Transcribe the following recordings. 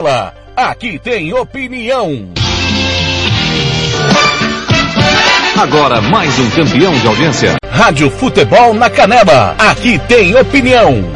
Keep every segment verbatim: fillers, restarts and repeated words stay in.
Aqui tem opinião. Agora mais um campeão de audiência. Rádio Futebol na Canela. Aqui tem opinião.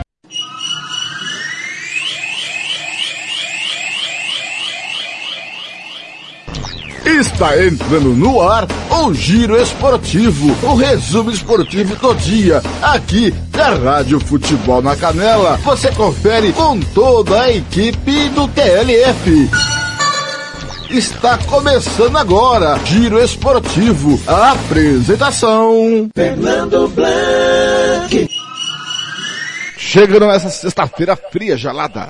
Está entrando no ar o Giro Esportivo, o resumo esportivo do dia, aqui da Rádio Futebol na Canela. Você confere com toda a equipe do T L F. Está começando agora, Giro Esportivo, a apresentação Fernando Blanc. Chegando nessa sexta-feira fria, gelada.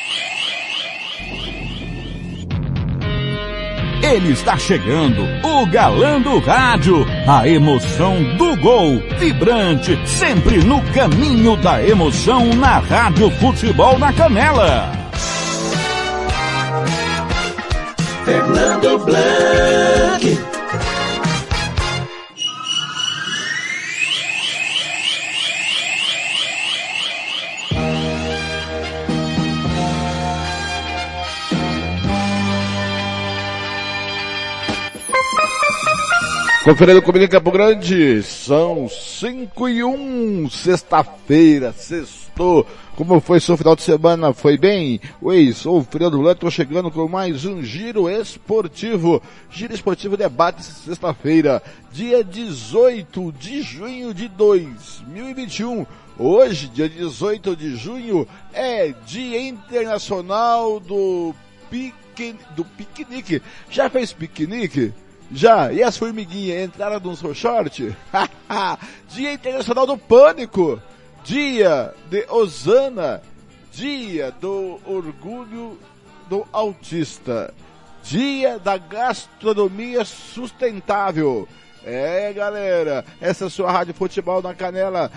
Ele está chegando, o galã do rádio, a emoção do gol, vibrante, sempre no caminho da emoção na Rádio Futebol na Canela. Fernando Blanc. Conferindo comigo em Campo Grande, são cinco e um, sexta-feira, sextou. Como foi seu final de semana? Foi bem? Oi, sou o Fernando Blanc, tô chegando com mais um Giro Esportivo. Giro Esportivo debate sexta-feira, dia dezoito de junho de dois mil e vinte e um. Hoje, dia dezoito de junho, é Dia Internacional do, pique, do Piquenique. Já fez piquenique? Já, e as formiguinhas entraram no seu short? Dia Internacional do Pânico, Dia de Osana, Dia do Orgulho do Autista, Dia da Gastronomia Sustentável. É, galera, essa é a sua Rádio Futebol na Canela,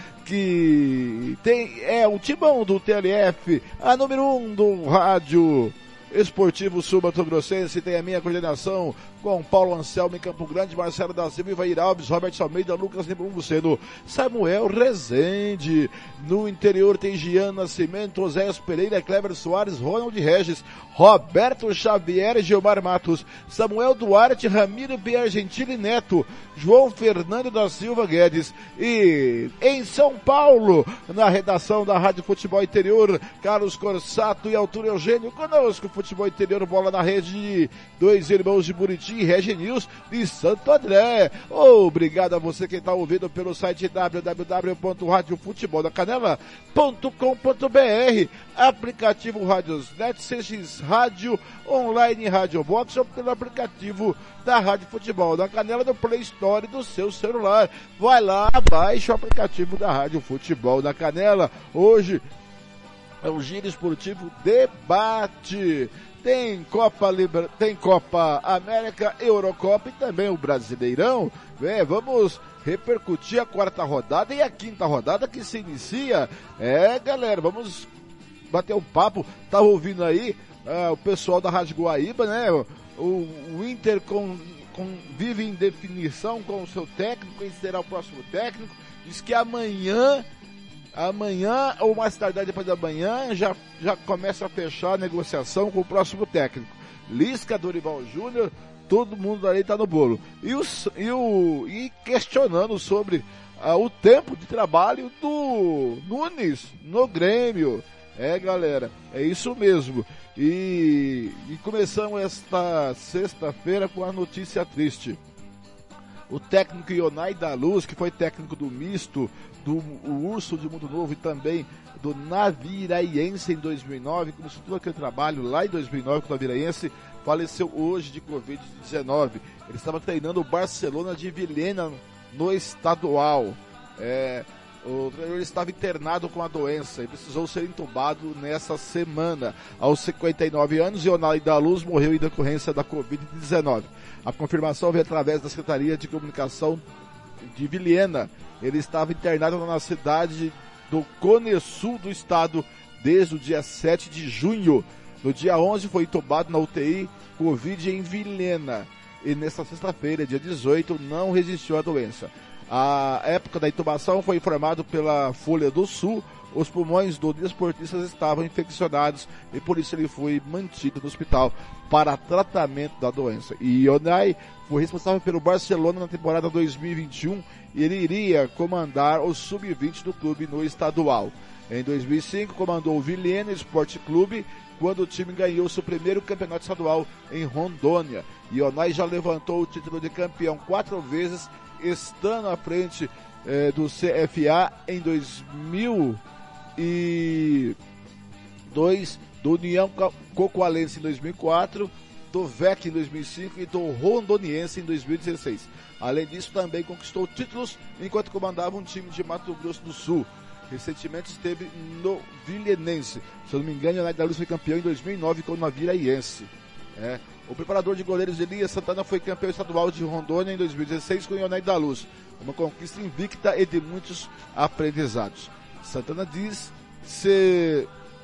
que tem, é o timão do T L F, a número um do rádio Esportivo Sul-Mato-Grossense. Tem a minha coordenação com Paulo Anselmo em Campo Grande, Marcelo da Silva, Ivair Alves, Robert Almeida, Lucas Nepomuceno, Samuel Rezende. No interior tem Gian Nascimento, Oséias Pereira, Cleber Soares, Ronald Regis, Roberto Xavier e Gilmar Matos, Samuel Duarte, Ramiro Biargentili Neto, João Fernando da Silva Guedes. E em São Paulo, na redação da Rádio Futebol Interior, Carlos Corsato e Arthur Eugênio. Conosco, Futebol Interior, bola na rede, dois irmãos de Buriti e Regi News de Santo André. Obrigado a você que está ouvindo pelo site w w w ponto rádio futebol da canela ponto com ponto b r, aplicativo Radiosnet, C X Rádio, online Rádio Box ou pelo aplicativo da Rádio Futebol da Canela do Play Store do seu celular. Vai lá, baixa o aplicativo da Rádio Futebol da Canela. Hoje é o Giro Esportivo Debate. Tem Copa Liber... tem Copa América, Eurocopa e também o Brasileirão. É, vamos repercutir a quarta rodada e a quinta rodada que se inicia. É, galera, vamos bater um papo. Tava ouvindo aí uh, o pessoal da Rádio Guaíba, né? O, o Inter com, com, vive em definição com o seu técnico, quem será o próximo técnico. Diz que amanhã Amanhã, ou mais tarde depois da manhã, já, já começa a fechar a negociação com o próximo técnico. Lisca, Dorival Júnior, todo mundo ali tá no bolo. E, os, e, o, e questionando sobre ah, o tempo de trabalho do Nunes no Grêmio. É, galera, é isso mesmo. E, e começamos esta sexta-feira com a notícia triste. O técnico Ionai da Luz, que foi técnico do Misto, do o Urso de Mundo Novo e também do Naviraense em dois mil e nove, começou todo aquele trabalho lá em dois mil e nove com o Naviraense, faleceu hoje de covid dezenove. Ele estava treinando o Barcelona de Vilhena no estadual. É, o treinador estava internado com a doença e precisou ser entubado nessa semana. Aos cinquenta e nove anos, Ionai da Luz morreu em decorrência da covid dezenove. A confirmação veio através da Secretaria de Comunicação de Vilhena. Ele estava internado na cidade do Cone Sul do estado desde o dia sete de junho. No dia onze foi entubado na U T I Covid em Vilhena. E nesta sexta-feira, dia dezoito, não resistiu à doença. A época da intubação foi informado pela Folha do Sul. os pulmões do desportista estavam infeccionados e por isso ele foi mantido no hospital para tratamento da doença. E Ionay foi responsável pelo Barcelona na temporada dois mil e vinte e um e ele iria comandar o sub vinte do clube no estadual. Em dois mil e cinco, comandou o Vilhena Esporte Clube, quando o time ganhou seu primeiro campeonato estadual em Rondônia. Ionay já levantou o título de campeão quatro vezes, estando à frente eh, do C F A em dois mil e dois, do União Cocoalense em dois mil e quatro, do V E C em dois mil e cinco e do Rondoniense em dois mil e dezesseis. Além disso, também conquistou títulos enquanto comandava um time de Mato Grosso do Sul. Recentemente esteve no Vilhenense. Se eu não me engano, o Ionay da Luz foi campeão em dois mil e nove com o Naviraense. É. O preparador de goleiros Elias Santana foi campeão estadual de Rondônia em dois mil e dezesseis com o Ionay da Luz. Uma conquista invicta e de muitos aprendizados. Santana diz se,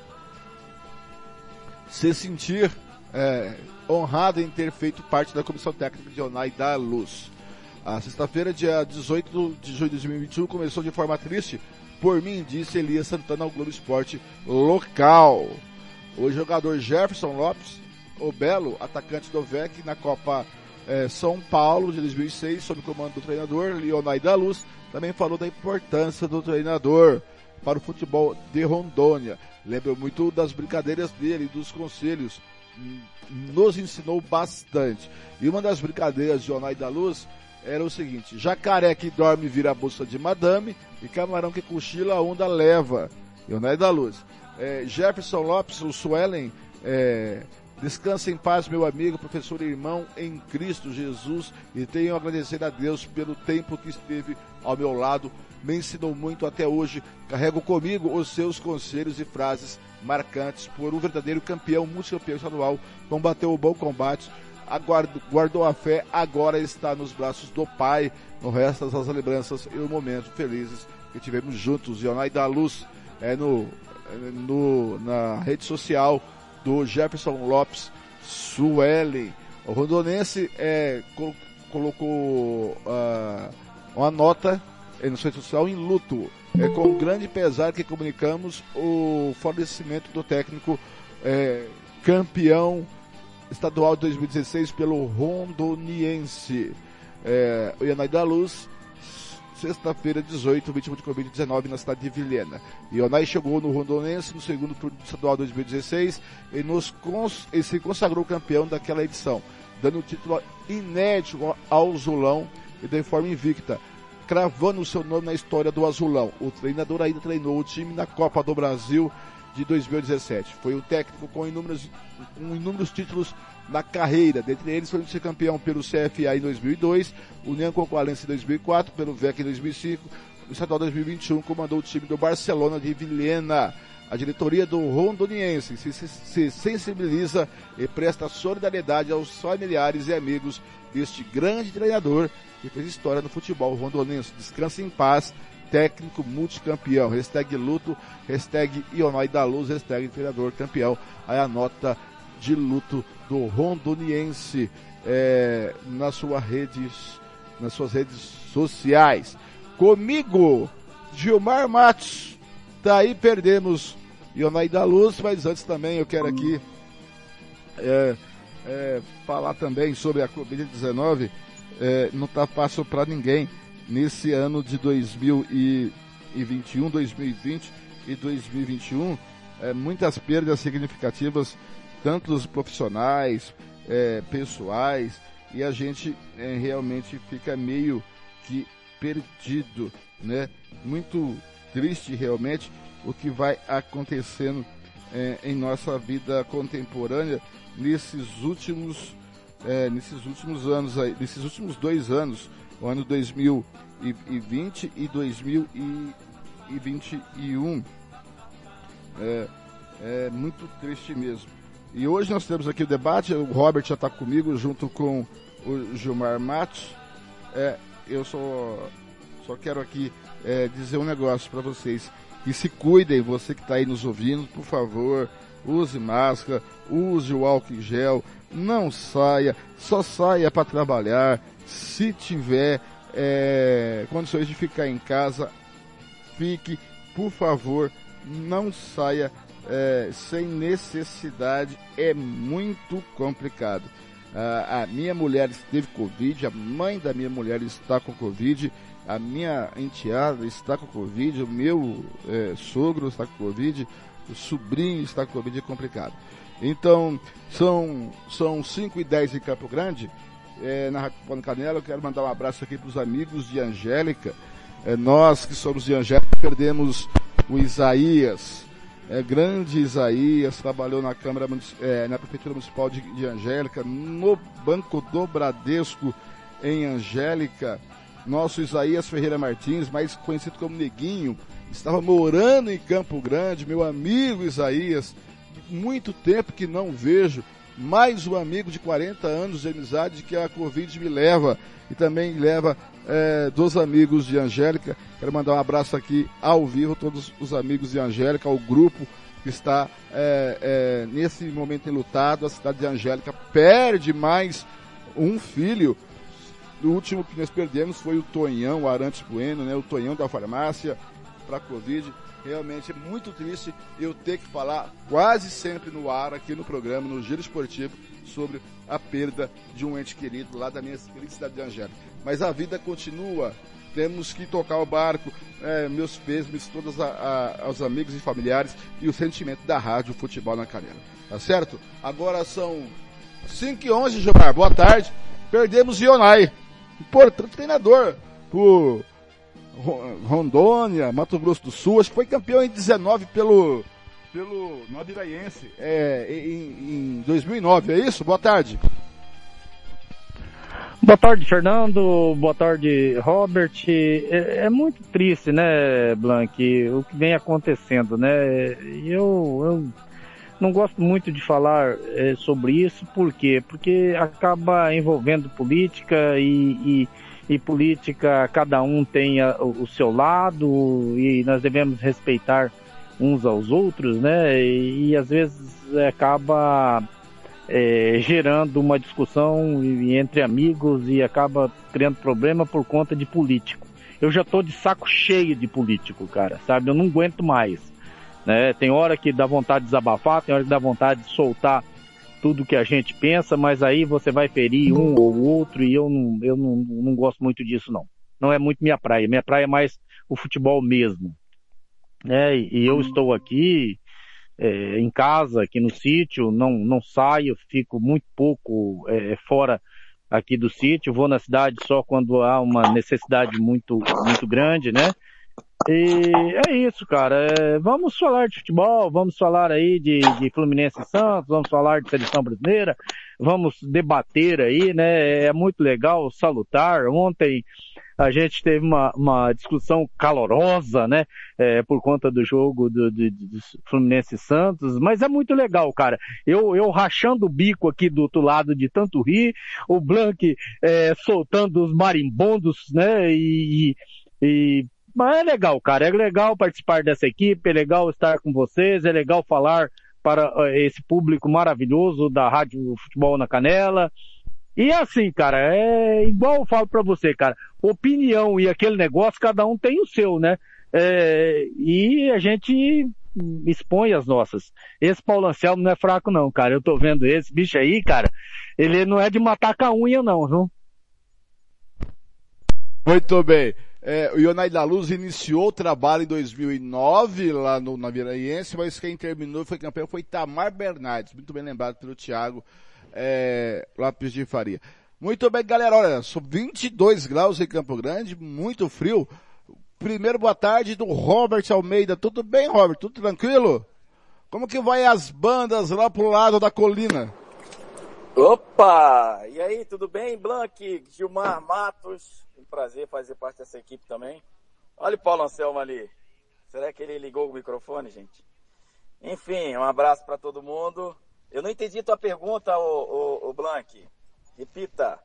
se sentir é, honrado em ter feito parte da comissão técnica de Ionay da Luz. A sexta-feira, dia dezoito de junho de dois mil e vinte e um, começou de forma triste. Por mim, disse Elias Santana ao Globo Esporte local. O jogador Jefferson Lopes, o Belo, atacante do V E C na Copa eh, São Paulo de dois mil e seis, sob o comando do treinador Ionay da Luz, também falou da importância do treinador para o futebol de Rondônia. Lembro muito das brincadeiras dele, dos conselhos, nos ensinou bastante. E uma das brincadeiras de Ionay da Luz era o seguinte: jacaré que dorme vira bolsa de madame e camarão que cochila a onda leva. Ionay da Luz. É, Jefferson Lopes, o Suelen, é, descansa em paz, meu amigo, professor e irmão em Cristo Jesus, e tenho a agradecer a Deus pelo tempo que esteve ao meu lado, me ensinou muito até hoje, carrego comigo os seus conselhos e frases marcantes. Por um verdadeiro campeão, multicampeão estadual, combateu o bom combate, Aguardo, guardou a fé, agora está nos braços do Pai. No resto das lembranças e o momento felizes que tivemos juntos. Ionay da Luz é no, no, na rede social do Jefferson Lopes Suelen. O rondonense é, col, colocou uh, uma nota no sua rede social em luto. É com grande pesar que comunicamos o falecimento do técnico é, campeão estadual de dois mil e dezesseis pelo Rondoniense. É, o Ionay da Luz, sexta-feira, dezoito, vítima de covid dezenove na cidade de Vilhena. Ionay chegou no Rondoniense no segundo turno do estadual dois mil e dezesseis e, nos cons- e se consagrou campeão daquela edição, dando o título inédito ao Azulão e de forma invicta, cravando o seu nome na história do Azulão. O treinador ainda treinou o time na Copa do Brasil de dois mil e dezessete. Foi o técnico com inúmeros, com inúmeros títulos na carreira. Dentre eles foi vice-campeão pelo C F A em dois mil e dois, União Cocoalense em dois mil e quatro, pelo V E C em dois mil e cinco, no estadual dois mil e vinte e um comandou o time do Barcelona de Vilhena. A diretoria do Rondoniense se, se, se sensibiliza e presta solidariedade aos familiares e amigos deste grande treinador que fez história no futebol rondonense. Descanse em paz, técnico multicampeão. Hashtag luto, hashtag Ionay da Luz, hashtag treinador campeão. Aí a nota de luto do Rondoniense é, nas suas redes, nas suas redes sociais. Comigo, Gilmar Matos. Daí perdemos Ionay da Luz, mas antes também eu quero aqui é, é, falar também sobre a covid dezenove. É, não está fácil para ninguém nesse ano de dois mil e vinte e um, dois mil e vinte e dois mil e vinte e um. É, muitas perdas significativas, tanto dos profissionais, é, pessoais, e a gente é, realmente fica meio que perdido, né? Muito triste realmente o que vai acontecendo é, em nossa vida contemporânea nesses últimos é, nesses últimos anos aí, nesses últimos dois anos, o ano dois mil e vinte e dois mil e vinte e um. É, é muito triste mesmo. E hoje nós temos aqui o debate, o Robert já está comigo junto com o Gilmar Matos. É, eu só, só quero aqui é, dizer um negócio para vocês, que se cuidem, você que está aí nos ouvindo, por favor, use máscara, use o álcool em gel, não saia, só saia para trabalhar, se tiver é, condições de ficar em casa, fique, por favor, não saia é, sem necessidade, é muito complicado. Ah, a minha mulher teve Covid, a mãe da minha mulher está com Covid, a minha enteada está com Covid, o meu é, sogro está com Covid, o sobrinho está com Covid, é complicado. Então, são, são cinco e dez em Campo Grande, é, na Rádio Futebol na Canela. Eu quero mandar um abraço aqui para os amigos de Angélica. É, nós que somos de Angélica perdemos o Isaías, é, grande Isaías, trabalhou na Câmara, é, na Prefeitura Municipal de, de Angélica, no Banco do Bradesco em Angélica. Nosso Isaías Ferreira Martins, mais conhecido como Neguinho, estava morando em Campo Grande, meu amigo Isaías, muito tempo que não vejo, mais um amigo de quarenta anos de amizade que a Covid me leva, e também leva é, dos amigos de Angélica. Quero mandar um abraço aqui ao vivo a todos os amigos de Angélica, ao grupo que está é, é, nesse momento enlutado. A cidade de Angélica perde mais um filho. O último que nós perdemos foi o Tonhão, o Arantes Bueno, né, o Tonhão da farmácia para a Covid. Realmente é muito triste eu ter que falar quase sempre no ar, aqui no programa, no Giro Esportivo, sobre a perda de um ente querido lá da minha querida cidade de Angélica. Mas a vida continua, temos que tocar o barco, é, meus pêsames, todos a, a, aos amigos e familiares, e o sentimento da Rádio Futebol na Canela. Tá certo? Agora são cinco e onze, Gilmar, boa tarde. Perdemos Ionai, importante treinador, o Rondônia, Mato Grosso do Sul, acho que foi campeão em dezenove pelo, pelo Nobiraiense, é, em, em dois mil e nove, é isso? Boa tarde. Boa tarde, Fernando, boa tarde, Robert. É, é muito triste, né, Blank, o que vem acontecendo, né? Eu, eu não gosto muito de falar é, sobre isso, por quê? Porque acaba envolvendo política e... e E política, cada um tem a, o seu lado e nós devemos respeitar uns aos outros, né? E, e às vezes acaba é, gerando uma discussão entre amigos e acaba criando problema por conta de político. Eu já tô de saco cheio de político, cara, sabe? Eu não aguento mais, né? Tem hora que dá vontade de desabafar, tem hora que dá vontade de soltar tudo que a gente pensa, mas aí você vai ferir um ou outro e eu não, eu não, não gosto muito disso, não. Não é muito minha praia. Minha praia é mais o futebol mesmo, né? E, e eu estou aqui é, em casa, aqui no sítio, não, não saio, fico muito pouco é, fora aqui do sítio, vou na cidade só quando há uma necessidade muito, muito grande, né? E é isso, cara. É, vamos falar de futebol, vamos falar aí de, de Fluminense e Santos, vamos falar de seleção brasileira, vamos debater aí, né? É muito legal, salutar. Ontem a gente teve uma, uma discussão calorosa, né? É, por conta do jogo do, do, do Fluminense e Santos, mas é muito legal, cara. Eu, eu rachando o bico aqui do outro lado de tanto rir, o Blank é, soltando os marimbondos, né? E, e Mas é legal, cara, é legal participar dessa equipe, é legal estar com vocês, é legal falar para esse público maravilhoso da Rádio Futebol na Canela. E é assim, cara, é igual eu falo pra você, cara, opinião e aquele negócio, cada um tem o seu, né? É, e a gente expõe as nossas. Esse Paulo Anselmo não é fraco não, cara, eu tô vendo esse bicho aí, cara, ele não é de matar com a unha não, viu? Muito bem. É, o Ionai da Luz iniciou o trabalho em dois mil e nove lá no Naviraense, mas quem terminou e foi campeão foi Itamar Bernardes, muito bem lembrado pelo Thiago é, Lápis de Faria. Muito bem, galera, olha, são vinte e dois graus em Campo Grande, muito frio. Primeiro, boa tarde do Robert Almeida. Tudo bem, Robert? Tudo tranquilo? Como que vai as bandas lá pro lado da colina? Opa! E aí, tudo bem, Blank? Gilmar Matos? Um prazer fazer parte dessa equipe também. Olha o Paulo Anselmo ali. Será que ele ligou o microfone, gente? Enfim, um abraço para todo mundo. Eu não entendi tua pergunta, ô, ô, ô Blank. Repita.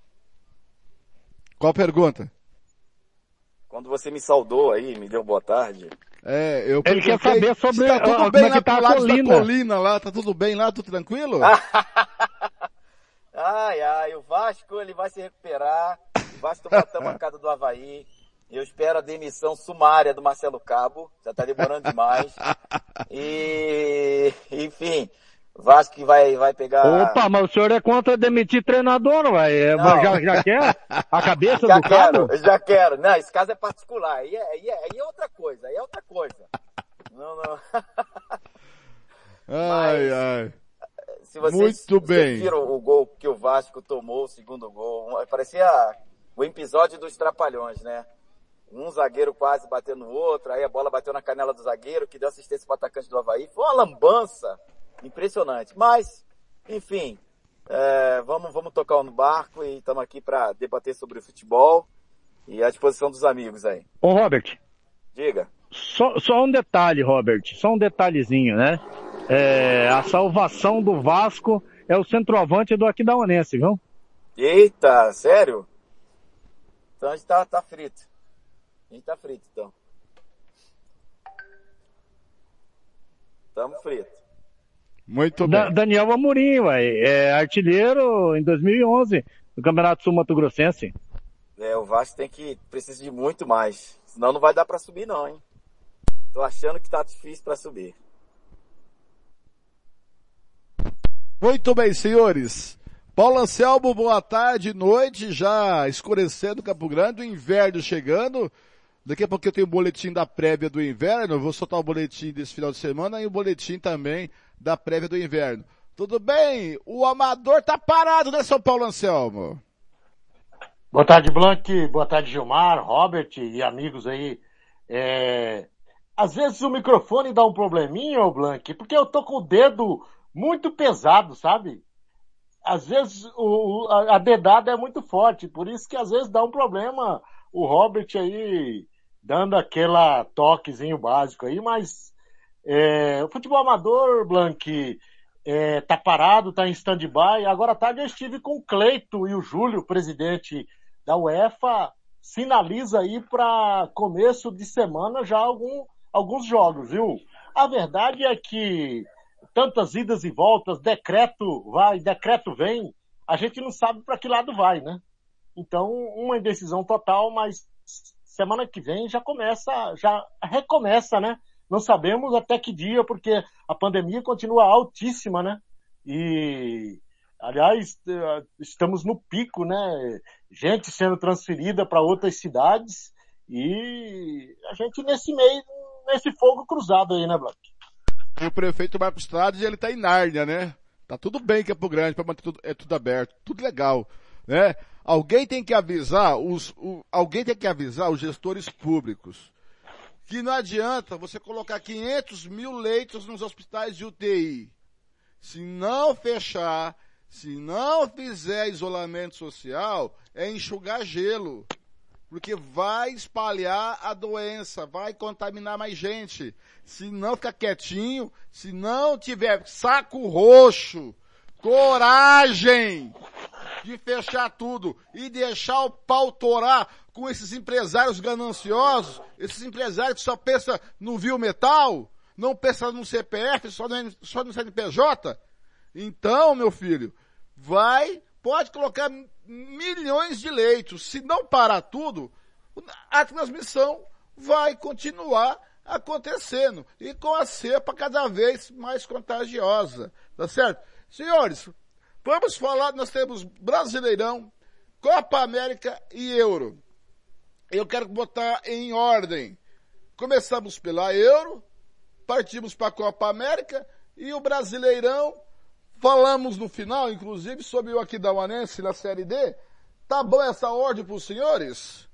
Qual pergunta? Quando você me saudou aí, me deu boa tarde. É, eu Ele quer saber sobre tá tudo uh, bem como é lá que tá pro a lado colina. da colina lá, tá tudo bem lá, tudo tranquilo? Ai, ai, o Vasco, ele vai se recuperar. O Vasco tomou a tamancada do Avaí. Eu espero a demissão sumária do Marcelo Cabo. Já tá demorando demais. E, enfim, Vasco que vai, vai pegar... Opa, mas o senhor é contra demitir treinador, ué? É, já, já quer a cabeça já do quero, Cabo? Já quero. Não, esse caso é particular. Aí é, aí é, aí é outra coisa. Aí é outra coisa. Não, não. Ai, Mas, ai. Se vocês, Muito bem. Vocês viram o gol que o Vasco tomou, o segundo gol. Parecia o episódio dos Trapalhões, né? Um zagueiro quase batendo no outro, aí a bola bateu na canela do zagueiro, que deu assistência para o atacante do Avaí. Foi uma lambança impressionante. Mas, enfim, é, vamos, vamos tocar no barco e estamos aqui para debater sobre o futebol e à disposição dos amigos aí. Ô, Robert. Diga. Só, só um detalhe, Robert. Só um detalhezinho, né? É, a salvação do Vasco é o centroavante do Aquidauanense, viu? Eita, sério? Então a gente tá, tá frito. A gente tá frito, então. Tamo frito. Muito Da, bem. Daniel Amorim, ué, é artilheiro em dois mil e onze do Campeonato Sul Mato Grossense. É, o Vasco tem que, precisa de muito mais. Senão não vai dar pra subir não, hein? Tô achando que tá difícil pra subir. Muito bem, senhores. Paulo Anselmo, boa tarde, noite, já escurecendo Campo Grande, o inverno chegando. Daqui a pouco eu tenho o boletim da prévia do inverno, eu vou soltar o boletim desse final de semana e o boletim também da prévia do inverno. Tudo bem? O amador tá parado, né, São Paulo Anselmo? Boa tarde, Blank. Boa tarde, Gilmar, Robert e amigos aí. É... Às vezes o microfone dá um probleminha, ô Blank, porque eu tô com o dedo muito pesado, sabe? Às vezes o, a, a dedada é muito forte, por isso que às vezes dá um problema o Robert aí dando aquela toquezinho básico aí, mas é, o futebol amador, Blank, é, tá parado, tá em stand-by. Agora à tarde eu estive com o Cleito e o Júlio, presidente da UEFA, sinaliza aí para começo de semana já algum, alguns jogos, viu? A verdade é que tantas idas e voltas, decreto vai, decreto vem, a gente não sabe para que lado vai, né? Então, uma indecisão total, mas semana que vem já começa, já recomeça, né? Não sabemos até que dia, porque a pandemia continua altíssima, né? E, aliás, estamos no pico, né? Gente sendo transferida para outras cidades e a gente nesse meio, nesse fogo cruzado aí, né, Black? O prefeito Marcos Trades, ele tá em Nárnia, né? Tá tudo bem em Campo Grande, para manter tudo, é tudo aberto, tudo legal, né? Alguém tem que avisar os, o, alguém tem que avisar os gestores públicos que não adianta você colocar quinhentos mil leitos nos hospitais de U T I. Se não fechar, se não fizer isolamento social, é enxugar gelo. Porque vai espalhar a doença, vai contaminar mais gente. Se não ficar quietinho, se não tiver saco roxo, coragem de fechar tudo e deixar o pau torar com esses empresários gananciosos, esses empresários que só pensam no vil metal, não pensam no C P F, só no, só no C N P J. Então, meu filho, vai, pode colocar milhões de leitos. Se não parar tudo, a transmissão vai continuar acontecendo e com a cepa cada vez mais contagiosa, tá certo? Senhores, vamos falar, nós temos Brasileirão, Copa América e Euro. Eu quero botar em ordem. Começamos pela Euro, partimos para a Copa América e o Brasileirão. Falamos no final, inclusive, sobre o Aquidauanense na Série D. Tá bom essa ordem para os senhores?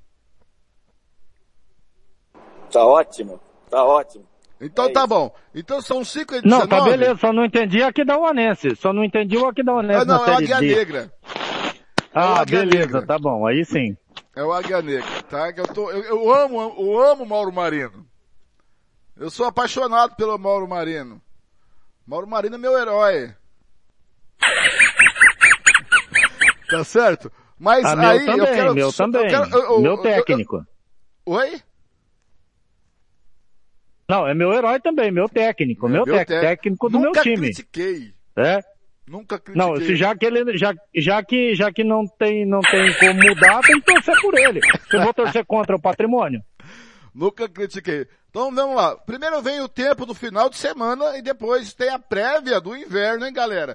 Tá ótimo, tá ótimo. Então é tá isso. bom. Então são cinco e dezenove. Não, tá beleza, só não entendi a Aquidauanense. Só não entendi o Aquidauanense Ah, não, na é o Série Águia D. Negra. Ah, Águia beleza, Negra. tá bom, aí sim. É o Águia Negra, tá? Que eu, tô, eu, eu amo, eu amo Mauro Marino. Eu sou apaixonado pelo Mauro Marino. Mauro Marino é meu herói. Tá certo? Mas Ah, aí meu eu também, quero... meu só- eu também. quero- eu- eu- meu eu- técnico. eu- Oi? Não, é meu herói também, meu técnico, É meu, meu tec- té- técnico do Nunca meu time. critiquei. É? Nunca critiquei. Não, se já que ele, já, já que, já que não tem, não tem como mudar, tem que torcer por ele. Se eu vou torcer contra o patrimônio. Nunca critiquei. Então vamos lá. Primeiro vem o tempo do final de semana e depois tem a prévia do inverno, hein, galera?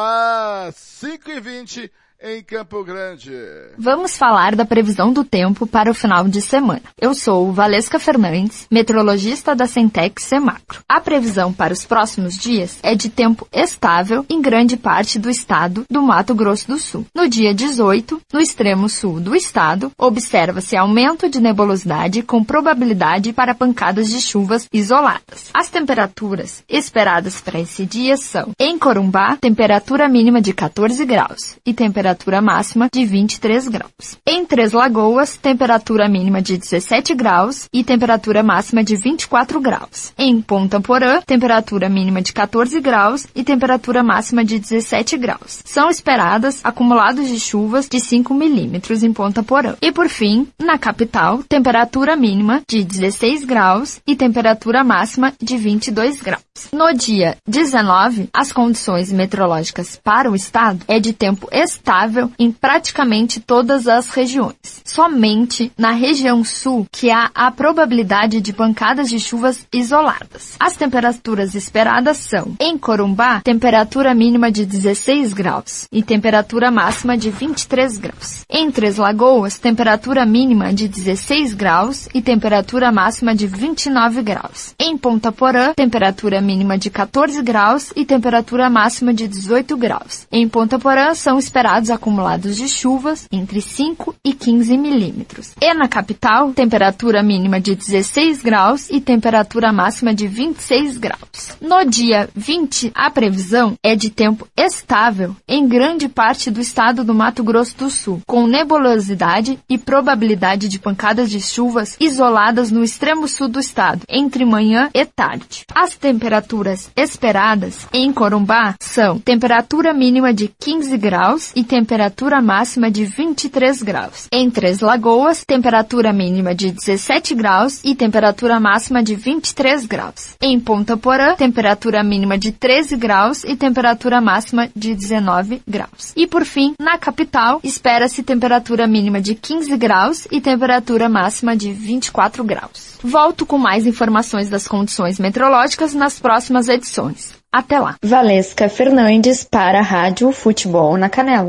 Às cinco e vinte em Campo Grande. Vamos falar da previsão do tempo para o final de semana. Eu sou Valesca Fernandes, meteorologista da Centec Semacro. A previsão para os próximos dias é de tempo estável em grande parte do estado do Mato Grosso do Sul. No dia dezoito, no extremo sul do estado, observa-se aumento de nebulosidade com probabilidade para pancadas de chuvas isoladas. As temperaturas esperadas para esse dia são: em Corumbá, temperatura mínima de quatorze graus e temperatura temperatura máxima de vinte e três graus. Em Três Lagoas, temperatura mínima de dezessete graus e temperatura máxima de vinte e quatro graus. Em Ponta Porã, temperatura mínima de quatorze graus e temperatura máxima de dezessete graus. São esperadas acumulados de chuvas de cinco milímetros em Ponta Porã. E por fim, na capital, temperatura mínima de dezesseis graus e temperatura máxima de vinte e dois graus. No dia dezenove, as condições meteorológicas para o estado é de tempo estável em praticamente todas as regiões. Somente na região sul que há a probabilidade de pancadas de chuvas isoladas. As temperaturas esperadas são: em Corumbá, temperatura mínima de dezesseis graus e temperatura máxima de vinte e três graus. Em Três Lagoas, temperatura mínima de dezesseis graus e temperatura máxima de vinte e nove graus. Em Ponta Porã, temperatura mínima de quatorze graus e temperatura máxima de dezoito graus. Em Ponta Porã são esperados acumulados de chuvas entre cinco e quinze milímetros. E na capital, temperatura mínima de dezesseis graus e temperatura máxima de vinte e seis graus. No dia vinte, a previsão é de tempo estável em grande parte do estado do Mato Grosso do Sul, com nebulosidade e probabilidade de pancadas de chuvas isoladas no extremo sul do estado, entre manhã e tarde. As temperaturas esperadas em Corumbá são temperatura mínima de quinze graus e temperatura máxima de vinte e três graus. Em Três Lagoas, temperatura mínima de dezessete graus e temperatura máxima de vinte e três graus. Em Ponta Porã, temperatura mínima de treze graus e temperatura máxima de dezenove graus. E por fim, na capital, espera-se temperatura mínima de quinze graus e temperatura máxima de vinte e quatro graus. Volto com mais informações das condições meteorológicas nas próximas edições. Até lá. Valesca Fernandes para a Rádio Futebol na Canela.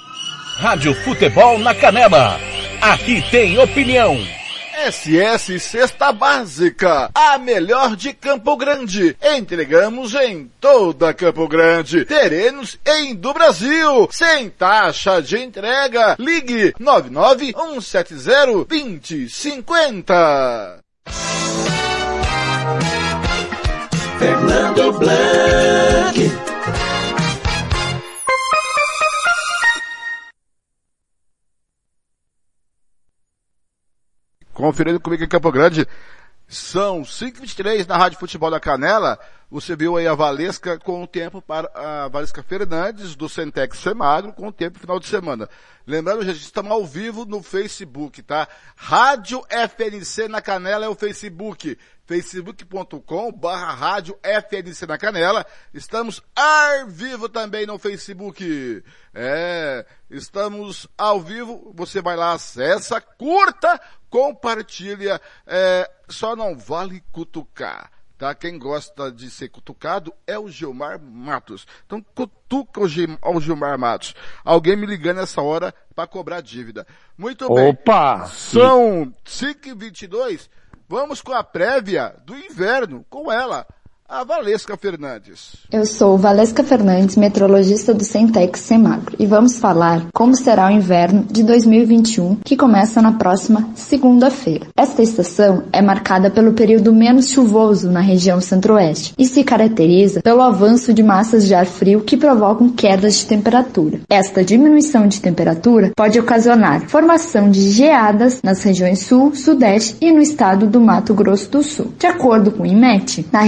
Rádio Futebol na Canela. Aqui tem opinião. S S Cesta Básica, a melhor de Campo Grande. Entregamos em toda Campo Grande. Terrenos em do Brasil, sem taxa de entrega. Ligue nove nove um sete zero dois zero cinco zero. Fernando Blanc. Conferindo comigo em Campo Grande, são cinco e vinte e três na Rádio Futebol da Canela. Você viu aí a Valesca com o tempo para a Valesca Fernandes do Centec Semagro com o tempo final de semana. Lembrando, gente, estamos ao vivo no Facebook, tá? Rádio F N C na Canela é o Facebook. facebook ponto com barra Rádio F N C na Canela. Estamos ao vivo também no Facebook. É, estamos ao vivo. Você vai lá, acessa, curta, compartilha. É, só não vale cutucar. Tá? Quem gosta de ser cutucado é o Gilmar Matos. Então cutuca o, Gil, o Gilmar Matos. Alguém me ligando nessa hora para cobrar dívida. Muito bem. Opa! São cinco e vinte e dois. Vamos com a prévia do inverno, com ela, a Valesca Fernandes. Eu sou Valesca Fernandes, meteorologista do Centec Semagro, e vamos falar como será o inverno de dois mil e vinte e um, que começa na próxima segunda-feira. Esta estação é marcada pelo período menos chuvoso na região centro-oeste e se caracteriza pelo avanço de massas de ar frio que provocam quedas de temperatura. Esta diminuição de temperatura pode ocasionar formação de geadas nas regiões sul, sudeste e no estado do Mato Grosso do Sul. De acordo com o IMET, na região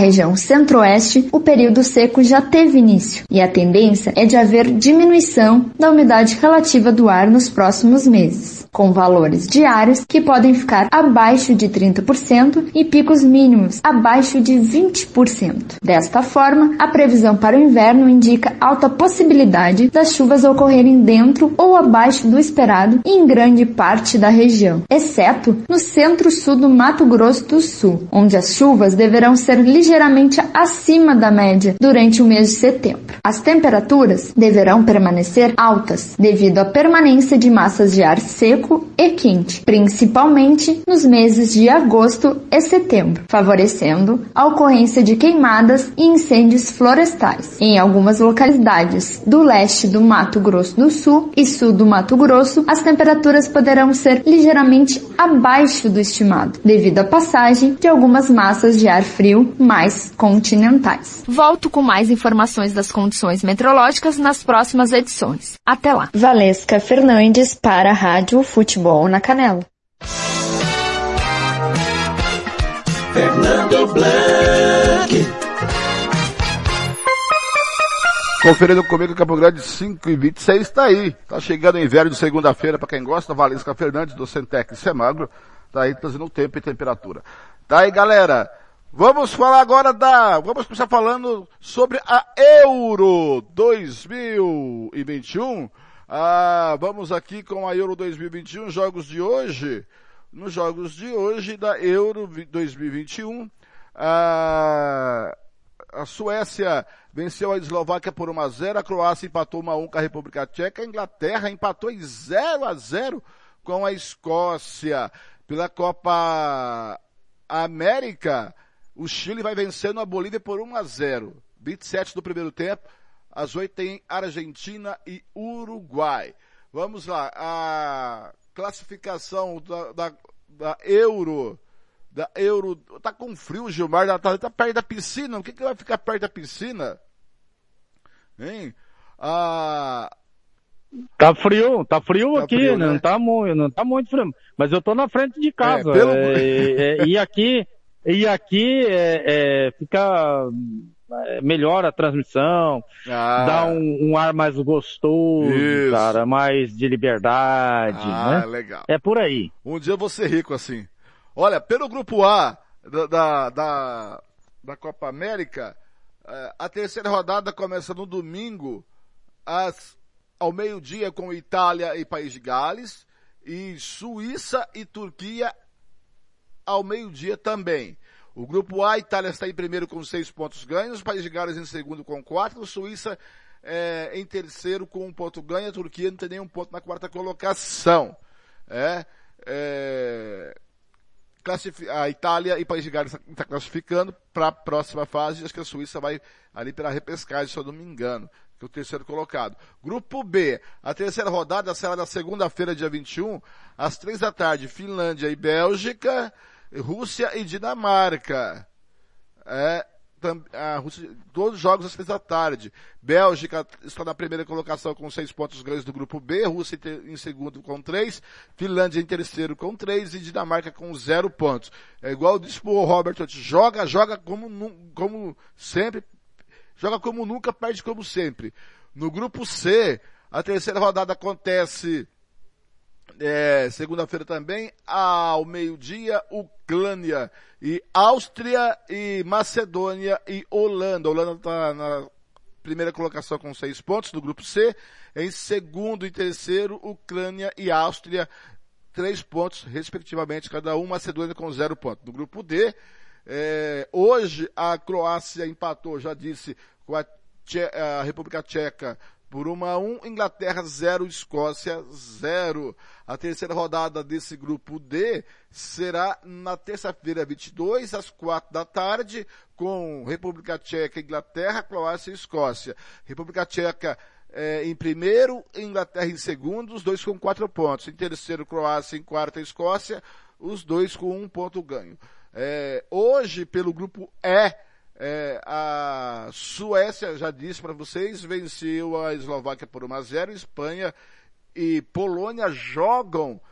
centro-oeste, o período seco já teve início e a tendência é de haver diminuição da umidade relativa do ar nos próximos meses, com valores diários que podem ficar abaixo de trinta por cento e picos mínimos abaixo de vinte por cento. Desta forma, a previsão para o inverno indica alta possibilidade das chuvas ocorrerem dentro ou abaixo do esperado em grande parte da região, exceto no centro-sul do Mato Grosso do Sul, onde as chuvas deverão ser ligeiramente acima da média durante o mês de setembro. As temperaturas deverão permanecer altas devido à permanência de massas de ar seco e quente, principalmente nos meses de agosto e setembro, favorecendo a ocorrência de queimadas e incêndios florestais. Em algumas localidades do leste do Mato Grosso do Sul e sul do Mato Grosso, as temperaturas poderão ser ligeiramente abaixo do estimado, devido à passagem de algumas massas de ar frio mais continentais. Volto com mais informações das condições meteorológicas nas próximas edições. Até lá. Valesca Fernandes para a Rádio Futebol na Canela. Fernando Blanc. Conferindo comigo, Campo Grande cinco e vinte e seis, tá aí. Tá chegando o inverno de segunda-feira, para quem gosta, Valesca Fernandes, do Centec Semagro, tá aí trazendo tempo e temperatura. Tá aí, galera. Vamos falar agora da, vamos começar falando sobre a Euro dois mil e vinte e um. Ah, vamos aqui com a Euro dois mil e vinte e um, jogos de hoje. Nos jogos de hoje da Euro dois mil e vinte e um, a, a Suécia venceu a Eslováquia por um a zero, a Croácia empatou um a um com a República Tcheca, a Inglaterra empatou em zero a zero com a Escócia. Pela Copa América, o Chile vai vencendo a Bolívia por um a zero. vinte e sete do primeiro tempo, às oito tem Argentina e Uruguai. Vamos lá, a classificação da, da, da Euro, da Euro, tá com frio, Gilmar, tá, tá perto da piscina, o que que vai ficar perto da piscina? Hein? Ah, Tá frio, tá frio tá aqui, frio, né? não tá muito, não tá muito frio, mas eu tô na frente de casa, É, pelo... é, é, e aqui, e aqui é, é, fica melhor a transmissão, ah, dá um, um ar mais gostoso, isso. cara, mais de liberdade, ah, né? legal. É por aí. Um dia eu vou ser rico assim. Olha, pelo grupo A da, da, da, da Copa América, a terceira rodada começa no domingo, às, ao meio-dia, com Itália e País de Gales, e Suíça e Turquia ao meio-dia também. O grupo A, Itália está em primeiro com seis pontos ganhos, País de Gales em segundo com quatro, Suíça é, em terceiro com um ponto ganho, a Turquia não tem nenhum ponto na quarta colocação. É, é, a Itália e País de Gales está tá classificando para a próxima fase, acho que a Suíça vai ali pela repescagem, se eu não me engano, que é o terceiro colocado. Grupo B, a terceira rodada será na segunda-feira, dia vinte e um, às três da tarde, Finlândia e Bélgica, Rússia e Dinamarca. É, a Rússia, todos os jogos às três da tarde. Bélgica está na primeira colocação com seis pontos ganhos do grupo B, Rússia em segundo com três, Finlândia em terceiro com três e Dinamarca com zero pontos. É igual eu disse pro Robert, joga, joga como, como sempre, joga como nunca, perde como sempre. No grupo C, a terceira rodada acontece É, segunda-feira também, ao meio-dia, Ucrânia e Áustria e Macedônia e Holanda. A Holanda está na primeira colocação com seis pontos no grupo C. Em segundo e terceiro, Ucrânia e Áustria, três pontos, respectivamente, cada um. Macedônia com zero pontos. No grupo D, é, hoje a Croácia empatou, já disse, com a, Tche- a República Tcheca por um a um, Inglaterra zero, Escócia zero. A terceira rodada desse grupo D será na terça-feira, vinte e dois, às quatro da tarde, com República Tcheca, Inglaterra, Croácia e Escócia. República Tcheca eh, em primeiro, Inglaterra em segundo, os dois com quatro pontos. Em terceiro, Croácia, em quarto, Escócia, os dois com um ponto ganho. Eh, hoje, pelo grupo E, É, a Suécia, já disse para vocês, venceu a Eslováquia por um a zero, Espanha e Polônia jogam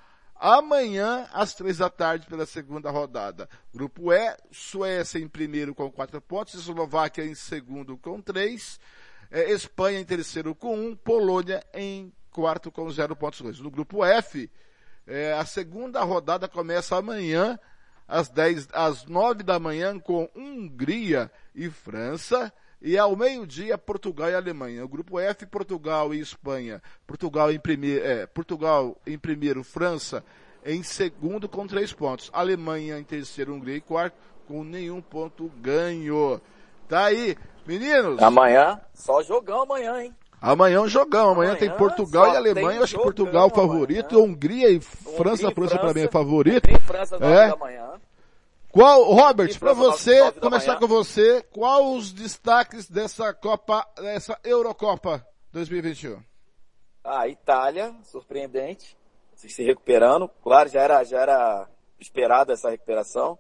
amanhã, às três da tarde, pela segunda rodada. Grupo E, Suécia em primeiro com quatro pontos, Eslováquia em segundo com três, é, Espanha em terceiro com um, Polônia em quarto com zero pontos. No grupo F, é, a segunda rodada começa amanhã, às dez, às nove da manhã, com Hungria e França, e ao meio-dia, Portugal e Alemanha. O grupo F, Portugal e Espanha. Portugal em primeiro, é, Portugal em primeiro, França em segundo com três pontos. Alemanha em terceiro, Hungria em quarto, com nenhum ponto ganho. Tá aí, meninos. Amanhã, só jogão amanhã, hein? Amanhã é um jogão. Amanhã, amanhã tem Portugal e Alemanha. Eu acho que Portugal favorito. Amanhã. Hungria e França. Hungria, França para mim é favorito. Hungria e França, nove é. da manhã. Qual, Robert, para você, começar com você, qual os destaques dessa Copa, dessa Eurocopa dois mil e vinte e um? A Itália, surpreendente, se recuperando, claro, já era, já era esperada essa recuperação.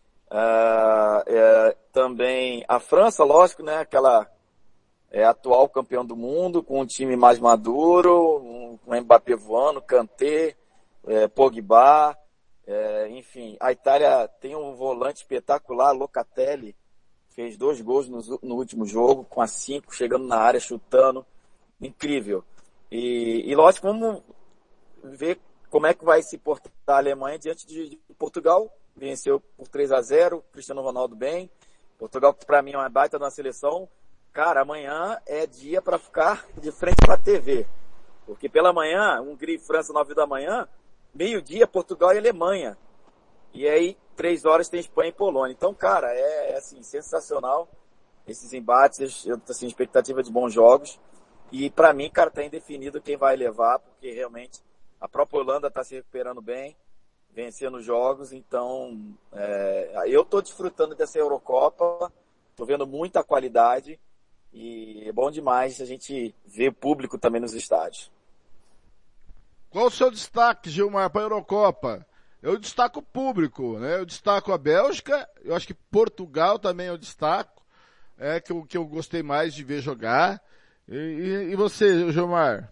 Uh, é, também a França, lógico, né, aquela é, atual campeão do mundo, com um time mais maduro, um, com o Mbappé voando, Kanté, é, Pogba. É, enfim, a Itália tem um volante espetacular, Locatelli, fez dois gols no, no último jogo, com a cinco, chegando na área, chutando, incrível. E, e lógico, vamos ver como é que vai se portar a Alemanha diante de, de Portugal, venceu por três a zero, Cristiano Ronaldo bem, Portugal para mim é uma baita na seleção. Cara, amanhã é dia para ficar de frente para a T V, porque pela manhã, Hungria e França, nove da manhã, meio-dia, Portugal e Alemanha. E aí, três horas tem Espanha e Polônia. Então, cara, é, é assim, sensacional esses embates, eu tô assim, expectativa de bons jogos. E pra mim, cara, tá indefinido quem vai levar, porque realmente a própria Holanda tá se recuperando bem, vencendo jogos. Então, é, eu tô desfrutando dessa Eurocopa, tô vendo muita qualidade e é bom demais a gente ver o público também nos estádios. Qual o seu destaque, Gilmar, para a Eurocopa? Eu destaco o público, né? Eu destaco a Bélgica, eu acho que Portugal também eu destaco, é que eu, que eu gostei mais de ver jogar. E, e, e você, Gilmar?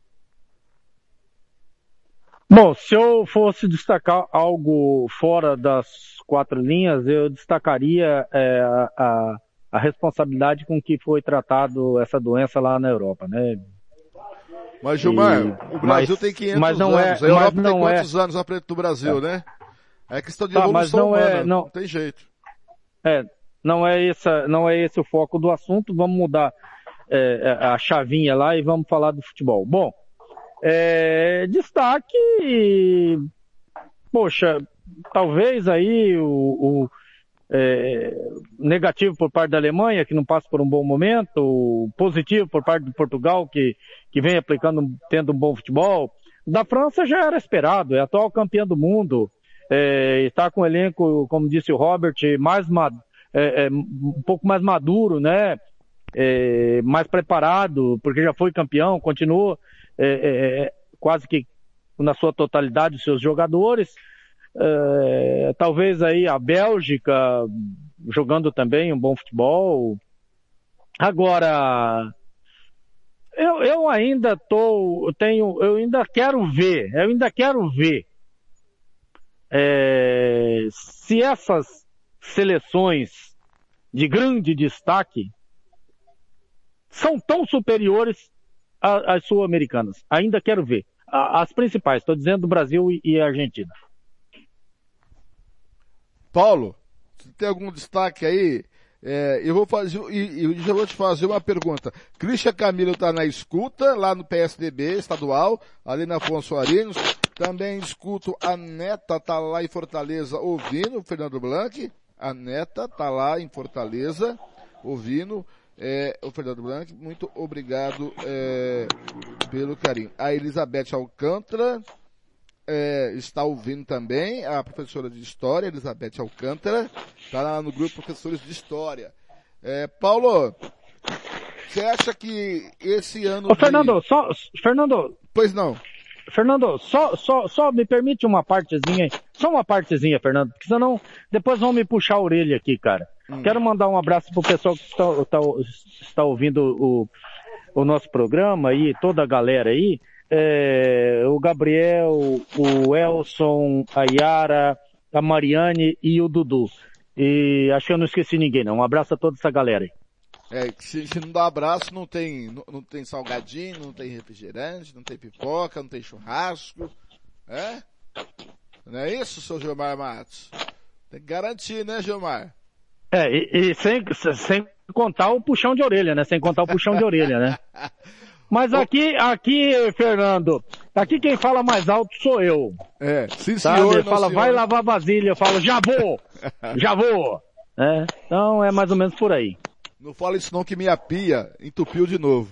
Bom, se eu fosse destacar algo fora das quatro linhas, eu destacaria é, a, a responsabilidade com que foi tratado essa doença lá na Europa, né? Mas, Gilmar, e, o Brasil mas, tem quinhentos mas não anos, é, a Europa mas não tem quantos é, anos à frente do Brasil, é. né? É questão de tá, evolução mas não humana, é, não, não tem jeito. É, não é, essa, não é esse o foco do assunto, vamos mudar é, a chavinha lá e vamos falar do futebol. Bom, é, destaque, poxa, talvez aí o... o É, negativo por parte da Alemanha, que não passa por um bom momento, positivo por parte de Portugal, que, que vem aplicando, tendo um bom futebol. Da França já era esperado, é atual campeã do mundo, é, está com o elenco, como disse o Robert, mais é, é, um pouco mais maduro, né? É, mais preparado, porque já foi campeão, continuou é, é, quase que na sua totalidade os seus jogadores. Uh, talvez aí a Bélgica jogando também um bom futebol. Agora, eu, eu ainda tô, tenho, eu ainda quero ver, eu ainda quero ver é, se essas seleções de grande destaque são tão superiores às sul-americanas. Ainda quero ver. As principais, estou dizendo Brasil e a Argentina. Paulo, você tem algum destaque aí? É, eu vou fazer, e eu já vou te fazer uma pergunta. Christian Camilo está na escuta, lá no P S D B estadual, ali na Afonso Arinos. Também escuto a Neta, tá lá em Fortaleza ouvindo, o Fernando Blanc. A Neta tá lá em Fortaleza ouvindo, é, o Fernando Blanc. Muito obrigado é, pelo carinho. A Elizabeth Alcântara É, está ouvindo também, a professora de História, Elizabeth Alcântara, está lá no grupo Professores de História. É, Paulo, você acha que esse ano... Ô, de... Fernando, só, Fernando... Pois não. Fernando, só, só, só me permite uma partezinha, só uma partezinha, Fernando, porque senão depois vão me puxar a orelha aqui, cara. Hum. Quero mandar um abraço pro pessoal que está, está, está ouvindo o, o nosso programa e toda a galera aí, é, o Gabriel, o Elson, a Yara, a Mariane e o Dudu. E acho que eu não esqueci ninguém não. Um abraço a toda essa galera aí. É, se, se não dá abraço, não tem, não, não tem salgadinho, não tem refrigerante, não tem pipoca, não tem churrasco, é? Não é isso, seu Gilmar Matos? Tem que garantir, né, Gilmar? É, e, e sem, sem contar o puxão de orelha, né? Sem contar o puxão de orelha, né? Mas aqui, aqui, Fernando, aqui quem fala mais alto sou eu. É, sim sabe? senhor. Ele fala, senhor. vai lavar vasilha, eu falo, já vou, já vou. É, então é mais ou menos por aí. Não fala isso não que minha pia entupiu de novo.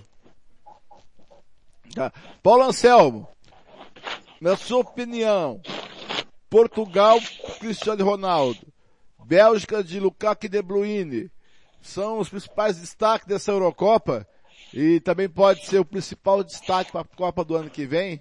Tá. Paulo Anselmo, na sua opinião, Portugal, Cristiano Ronaldo, Bélgica de Lukaku e De Bruyne, são os principais destaques dessa Eurocopa? E também pode ser o principal destaque para a Copa do ano que vem?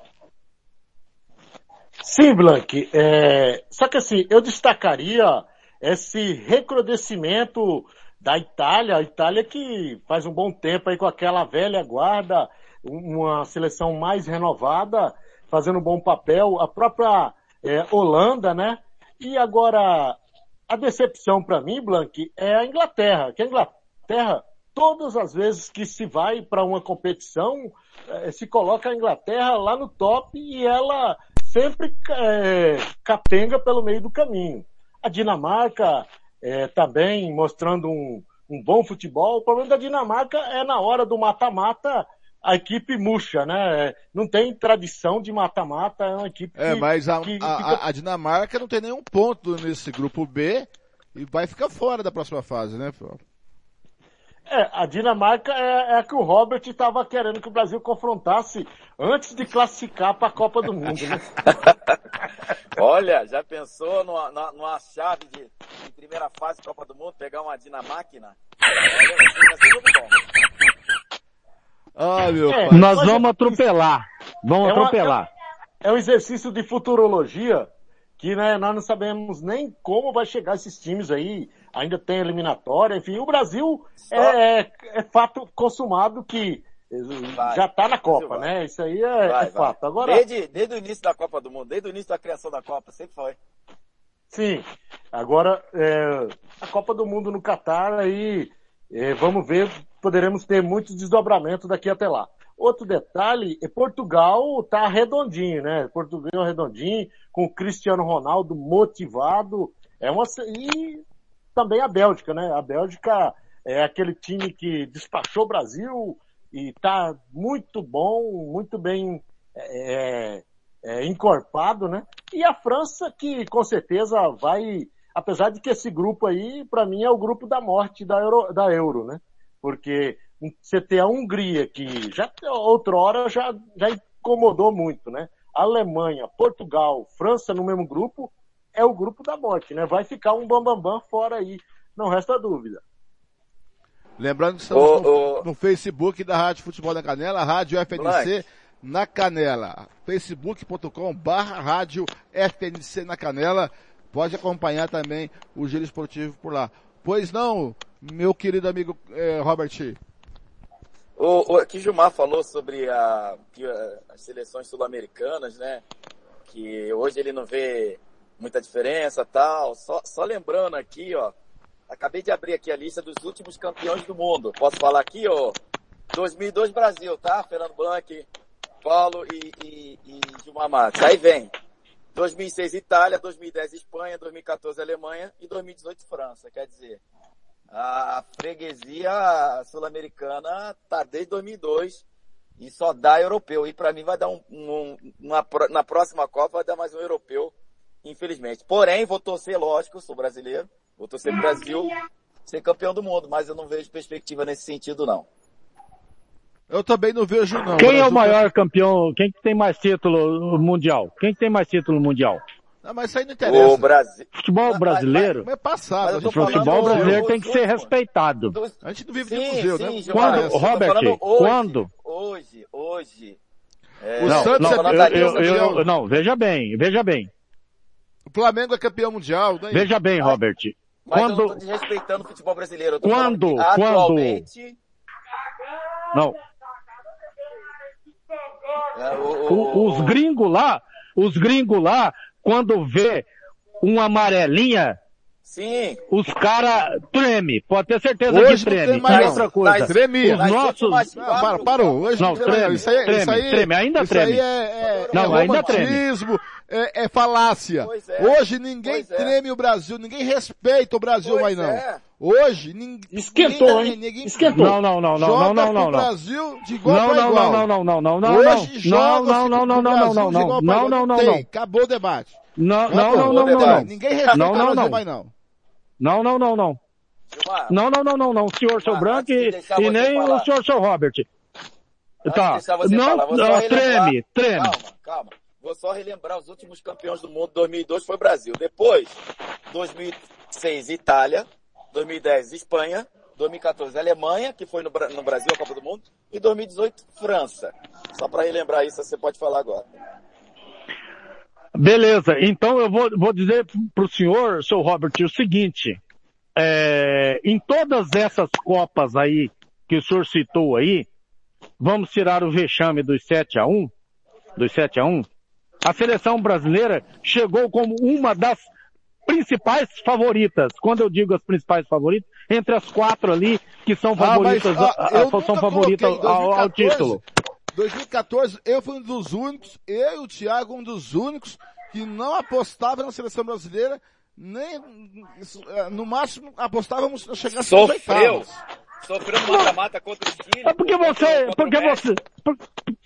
Sim, Blank. É... Só que assim, eu destacaria esse recrudescimento da Itália, a Itália que faz um bom tempo aí com aquela velha guarda, uma seleção mais renovada, fazendo um bom papel, a própria é, Holanda, né? E agora, a decepção para mim, Blank, é a Inglaterra, que a Inglaterra, todas as vezes que se vai para uma competição, é, se coloca a Inglaterra lá no top e ela sempre é, capenga pelo meio do caminho. A Dinamarca é, também mostrando um, um bom futebol. O problema da Dinamarca é na hora do mata-mata, a equipe murcha, né? Não tem tradição de mata-mata, é uma equipe É, que, mas a, que, a, fica... a Dinamarca não tem nenhum ponto nesse grupo B e vai ficar fora da próxima fase, né, Paulo? É, a Dinamarca é, é a que o Robert estava querendo que o Brasil confrontasse antes de classificar para a Copa do Mundo, né? Olha, já pensou numa, numa, numa chave de, de primeira fase da Copa do Mundo, pegar uma Dinamáquina? Olha, vai ser muito bom. Ah, meu É, pai. Nós vamos atropelar. Vamos É uma- atropelar. É um exercício de futurologia que, né, nós não sabemos nem como vai chegar esses times aí. Ainda tem eliminatória, enfim. O Brasil Só- é, é, é fato consumado que Vai. já está na Copa, Vai. né? Isso aí é, Vai, é fato. vai. Agora, Desde, desde o início da Copa do Mundo, desde o início da criação da Copa, sempre foi. sim. Agora, é, a Copa do Mundo no Catar, aí, é, vamos ver, poderemos ter muitos desdobramentos daqui até lá. Outro detalhe, é Portugal tá redondinho, né? Portugal redondinho, com o Cristiano Ronaldo motivado. É uma, e também a Bélgica, né? A Bélgica é aquele time que despachou o Brasil e tá muito bom, muito bem é, é, encorpado, né? E a França, que com certeza vai, apesar de que esse grupo aí, para mim, é o grupo da morte da Euro, da Euro, né? Porque você tem a Hungria, que já outrora já, já incomodou muito, né? A Alemanha, Portugal, França no mesmo grupo, é o grupo da morte, né? Vai ficar um bambambam bam, bam fora aí, não resta dúvida. Lembrando que estamos Ô, no, ô. no Facebook da Rádio Futebol na Canela, Rádio F N C Black. na Canela. facebook ponto com barra Rádio F N C na Canela. Pode acompanhar também o Giro Esportivo por lá. Pois não, meu querido amigo eh, Robert? O, o aqui Gilmar falou sobre a, que, a, as seleções sul-americanas, né? Que hoje ele não vê muita diferença e tal. Só, só lembrando aqui, ó. Acabei de abrir aqui a lista dos últimos campeões do mundo. Posso falar aqui, ó? dois mil e dois Brasil, tá? Fernando Blanc, Paulo e, e, e Gilmar Matos. Aí vem dois mil e seis Itália, dois mil e dez Espanha, dois mil e quatorze Alemanha e dois mil e dezoito França. Quer dizer, a freguesia sul-americana tá desde dois mil e dois e só dá europeu. E para mim vai dar um, um uma, na próxima Copa vai dar mais um europeu, infelizmente. Porém, vou torcer, lógico, sou brasileiro, vou torcer pro Brasil ser campeão do mundo, mas eu não vejo perspectiva nesse sentido, não. Eu também não vejo, não. Quem Brasil é o maior campeão? Quem que tem mais título mundial? Quem que tem mais título mundial? Não, mas isso aí não interessa. O Brasil. Futebol Mas- brasileiro? Mas é passado. Mas A eu gente, tô O vive falando de futebol do- museu. brasileiro tem que ser Os- respeitado. dos- A gente não vive de Sim, museu, sim, né? Gilmar, Quando, eu tô Robert, falando hoje, quando? Hoje, hoje. É, O Não, Santos não, é eu, campeão eu, eu, mundial. não, veja bem, veja bem, O Flamengo é campeão mundial, né? veja bem, Mas- Robert. Mas eu não Quando, tô desrespeitando o futebol brasileiro. Eu tô Quando- falando que quando- atualmente... não, É, o, O, os gringos lá, os gringos lá, quando vê uma amarelinha, sim. os caras tremem. Pode ter certeza Hoje que não treme. tem mais E não. outra coisa. Mas tremia. Os Mas nossos... Não, para, parou. Hoje não, não treme. treme, Isso aí, treme, isso aí, treme, ainda isso treme. aí é, é, não, é ainda treme. romantismo, é, é falácia. Pois é. Hoje ninguém Pois é. treme o Brasil, ninguém respeita o Brasil Pois mais não. é. Hoje ninguém... Esquentou, ninguém, hein? Ninguém, Esquentou. Não, não, não, não, joga não, não, não, pro não. Brasil de igual Não, pra não, igual. não, não, não, não, não, Hoje não, joga não, não, não, não, não, não, não, não, não, não, tem. não. Acabou o debate. Não, não, Acabou não, o não, não, debate. não. Ninguém respeita Não, o não, Brasil não. mais não. Não, não, não, não. Gilmar, Não, não, não, não, não. Senhor seu Ah, Branco antes de e, deixar e você nem falar. o senhor seu Robert. antes Tá. de deixar você Não, falar, vou só não, relembrar- treme, treme. Calma, calma. Vou só relembrar os últimos campeões do mundo. dois mil e dois foi Brasil. Depois, dois mil e seis, Itália. dois mil e dez, Espanha. dois mil e quatorze, Alemanha, que foi no, Bra- no Brasil a Copa do Mundo. E dois mil e dezoito, França. Só para relembrar isso, você pode falar agora. Beleza, então eu vou, vou dizer pro senhor, seu Robert, o seguinte. É, em todas essas Copas aí, que o senhor citou aí, vamos tirar o vexame dos sete a um, dos sete a um, a seleção brasileira chegou como uma das principais favoritas. Quando eu digo as principais favoritas, entre as quatro ali que são favoritas, Ah, mas, ah, eu a- são nunca favoritas coloquei. ao, ao dois mil e quatorze, título. dois mil e quatorze, eu fui um dos únicos, eu e o Thiago, um dos únicos, que não apostava na seleção brasileira, nem, no máximo, apostávamos a chegar às Sofreu. oitavas. Sofreu no mata-mata contra o Chile. É porque você, contra o porque México. você, por-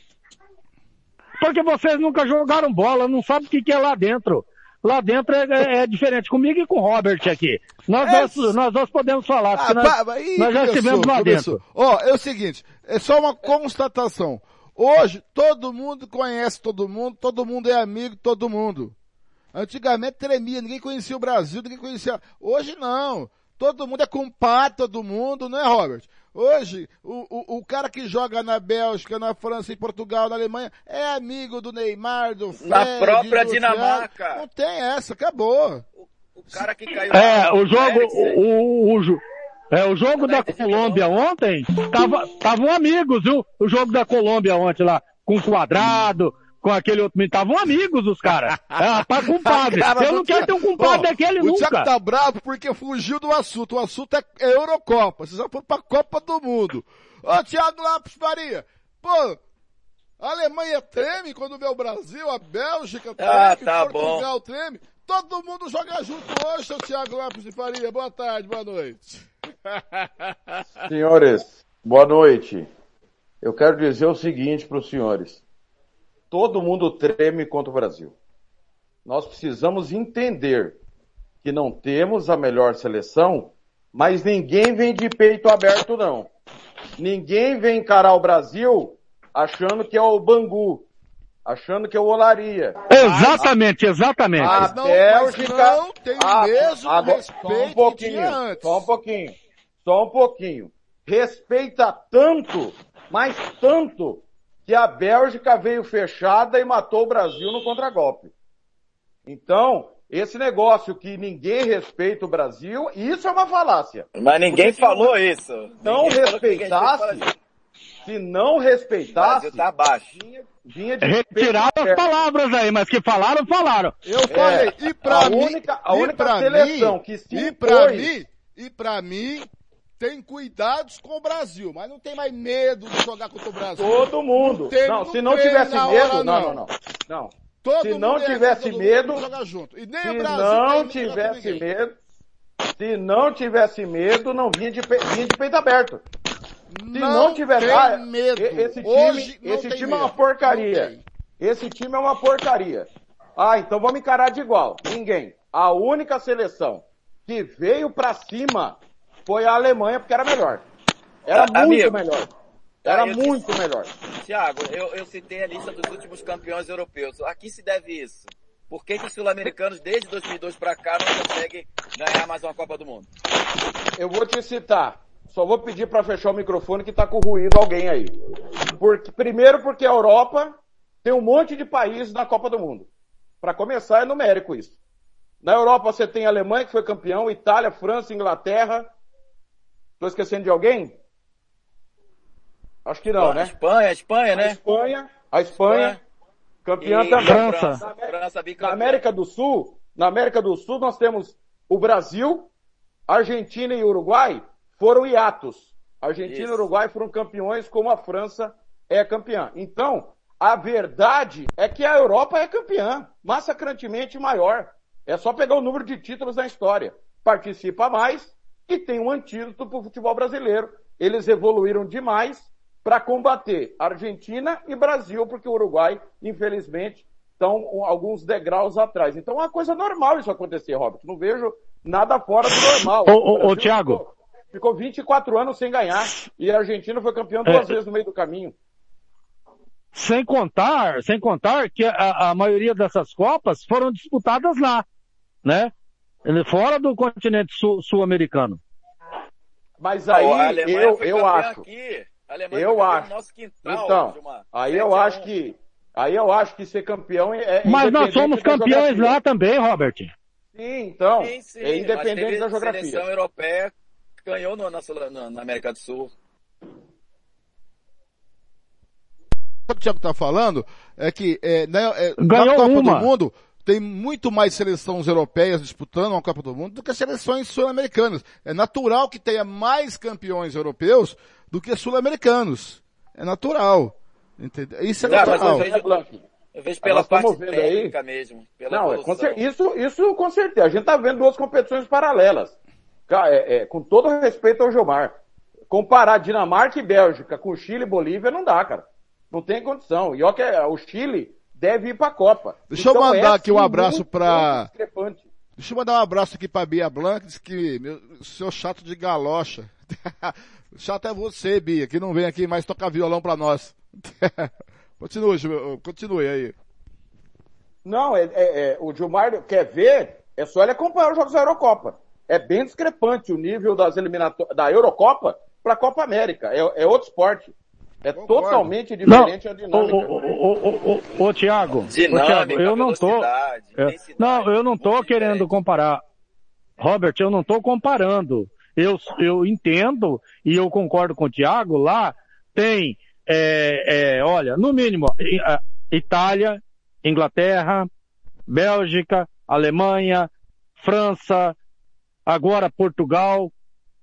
porque vocês nunca jogaram bola, não sabem o que, que é lá dentro. Lá dentro é, é- é diferente. Comigo e com o Robert aqui. Nós, É. dois, nós dois podemos falar, porque Ah, nós, pá, ih, nós já começou, estivemos lá começou. dentro. Ó, é o seguinte, é só uma constatação. Hoje, todo mundo conhece todo mundo, todo mundo é amigo de todo mundo. Antigamente tremia, ninguém conhecia o Brasil, ninguém conhecia... Hoje não. Todo mundo é compadre, todo mundo, não é, Robert? Hoje, o, o, o cara que joga na Bélgica, na França, em Portugal, na Alemanha, é amigo do Neymar, do Fred, Na própria do Dinamarca. Thiago. Não tem essa, acabou. O cara que caiu... É, lá, o jogo, Eriksen. o, o, o, jo- é, o jogo da Colômbia ontem, tava, tavam amigos, viu? O jogo da Colômbia ontem lá, com o Quadrado, com aquele outro menino, estavam amigos os caras. É, rapaz, compadre. Cara Eu do não quero ter um compadre Ó, daquele o nunca. Thiago tá bravo porque fugiu do assunto. O assunto é, é Eurocopa. Vocês vão pra Copa do Mundo. Ô, Thiago Lopes Faria, pô, a Alemanha treme quando vê o Brasil, a Bélgica treme, Ah, tá Portugal treme. Todo mundo joga junto hoje, seu Thiago Lopes de Faria. Boa tarde, boa noite. Senhores, boa noite. Eu quero dizer o seguinte para os senhores. Todo mundo treme contra o Brasil. Nós precisamos entender que não temos a melhor seleção, mas ninguém vem de peito aberto, não. Ninguém vem encarar o Brasil achando que é o Bangu, achando que é o Olaria. Exatamente, exatamente. A Mas não- Bélgica... mas não tem o Ah, mesmo agora- respeito só um que pouquinho, tinha antes. Só um pouquinho, só um pouquinho. Respeita tanto, mas tanto, que a Bélgica veio fechada e matou o Brasil no contragolpe. Então, esse negócio que ninguém respeita o Brasil, isso é uma falácia. Mas ninguém Porque falou isso. Não Ninguém falou que ninguém respeitasse, respeita o se não Brasil. O respeitasse, Brasil tá abaixo. vinha, vinha de Retiraram peito as aberto. palavras aí, mas que falaram, falaram. Eu falei, É, e pra a mim, única- a e única pra seleção mim, que se e pra impôs- mim, e pra mim, tem cuidados com o Brasil, mas não tem mais medo de jogar contra o Brasil. Todo mundo. tem- Não, não se não tem tivesse na medo, hora, não, não. não, não. Não. Todo Se mundo não é, tivesse todo mundo medo, joga junto. E nem Se o Brasil não tem medo de jogar com tivesse ninguém. medo, se não tivesse medo, não vinha de, pe- vinha de peito aberto. Se não, tivesse tem ah, medo. e- esse time, Hoje não esse tem time é uma medo. porcaria. Não tem. Esse time é uma porcaria. Ah, então vamos encarar de igual. Ninguém. A única seleção que veio pra cima foi a Alemanha, porque era melhor. Era Ah, muito amigo. melhor. Era Ah, eu muito disse- melhor. Tiago, eu, eu citei a lista dos últimos campeões europeus. A que se deve isso? Por que, que os sul-americanos, desde dois mil e dois pra cá, não conseguem ganhar mais uma Copa do Mundo? Eu vou te citar. Só vou pedir para fechar o microfone que tá com ruído alguém aí. Porque, primeiro porque a Europa tem um monte de países na Copa do Mundo. Para começar, é numérico isso. Na Europa você tem a Alemanha, que foi campeão, Itália, França, Inglaterra. Estou esquecendo de alguém? Acho que não, A né? Espanha, a Espanha, A né? Espanha, A Espanha, Espanha. campeã E também. França. Na, França na bicampeã. América do Sul, na América do Sul nós temos o Brasil, Argentina e Uruguai foram hiatos. Argentina Isso. e Uruguai foram campeões, como a França é campeã. Então, a verdade é que a Europa é campeã, massacrantemente maior. É só pegar o número de títulos na história. Participa mais e tem um antídoto para o futebol brasileiro. Eles evoluíram demais para combater Argentina e Brasil, porque o Uruguai, infelizmente, estão alguns degraus atrás. Então é uma coisa normal isso acontecer, Robert. Não vejo nada fora do normal. Ô, ô, O Brasil ô, Thiago. Ficou, ficou vinte e quatro anos sem ganhar. E a Argentina foi campeã duas É. vezes no meio do caminho. Sem contar, sem contar que a, a maioria dessas Copas foram disputadas lá, né? Fora do continente sul- sul-americano. Mas Ó, a aí Alemanha eu, foi eu campeã acho. aqui. A Alemanha Eu foi campeã acho. no nosso quintal, Então, Gilmar. aí sete eu a acho um. que aí eu acho que ser campeão é Mas nós independente somos da campeões geografia. lá também, Robert. Sim, então, Sim, sim, é mas independente teve da geografia. seleção europeia que ganhou no, na, Sul- na, na América do Sul. O que o Thiago está falando é que é, né, é, na Ganhou Copa uma. do Mundo tem muito mais seleções europeias disputando uma Copa do Mundo do que seleções sul-americanas. É natural que tenha mais campeões europeus do que sul-americanos. É natural. Entendeu? Isso é Não, mas natural. eu vejo, Blanc. eu vejo Nós pela estamos parte vendo técnica aí. mesmo. Pela Não, é, com evolução. cer- isso, isso com certeza. A gente está vendo duas competições paralelas. Ca- é, é, com todo respeito ao Gilmar. Comparar Dinamarca e Bélgica com Chile e Bolívia não dá, cara. Não tem condição. E ó que é, o Chile deve ir para a Copa. Deixa eu Então, mandar é, aqui um sim, abraço muito, pra- muito discrepante. Deixa eu mandar um abraço aqui pra Bia Blanc, diz que meu, seu chato de galocha. Chato é você, Bia, que não vem aqui mais tocar violão pra nós. Continue, Gil- continue aí. Não, é, é- é, o Gilmar quer ver, é só ele acompanhar os jogos da Eurocopa. É bem discrepante o nível das eliminato- da Eurocopa para a Copa América. É, é outro esporte. É Concordo. totalmente Não, diferente a ô, dinâmica. ô, ô, ô, ô, ô, Thiago, ô, Dinâmica, Thiago, eu não tô, velocidade, é, intensidade, não, eu não tô muito querendo diferente. comparar. Robert, eu não tô comparando. Eu, eu entendo e eu concordo com o Thiago, lá tem, é, é, olha, no mínimo, I- a- Itália, Inglaterra, Bélgica, Alemanha, França, agora Portugal,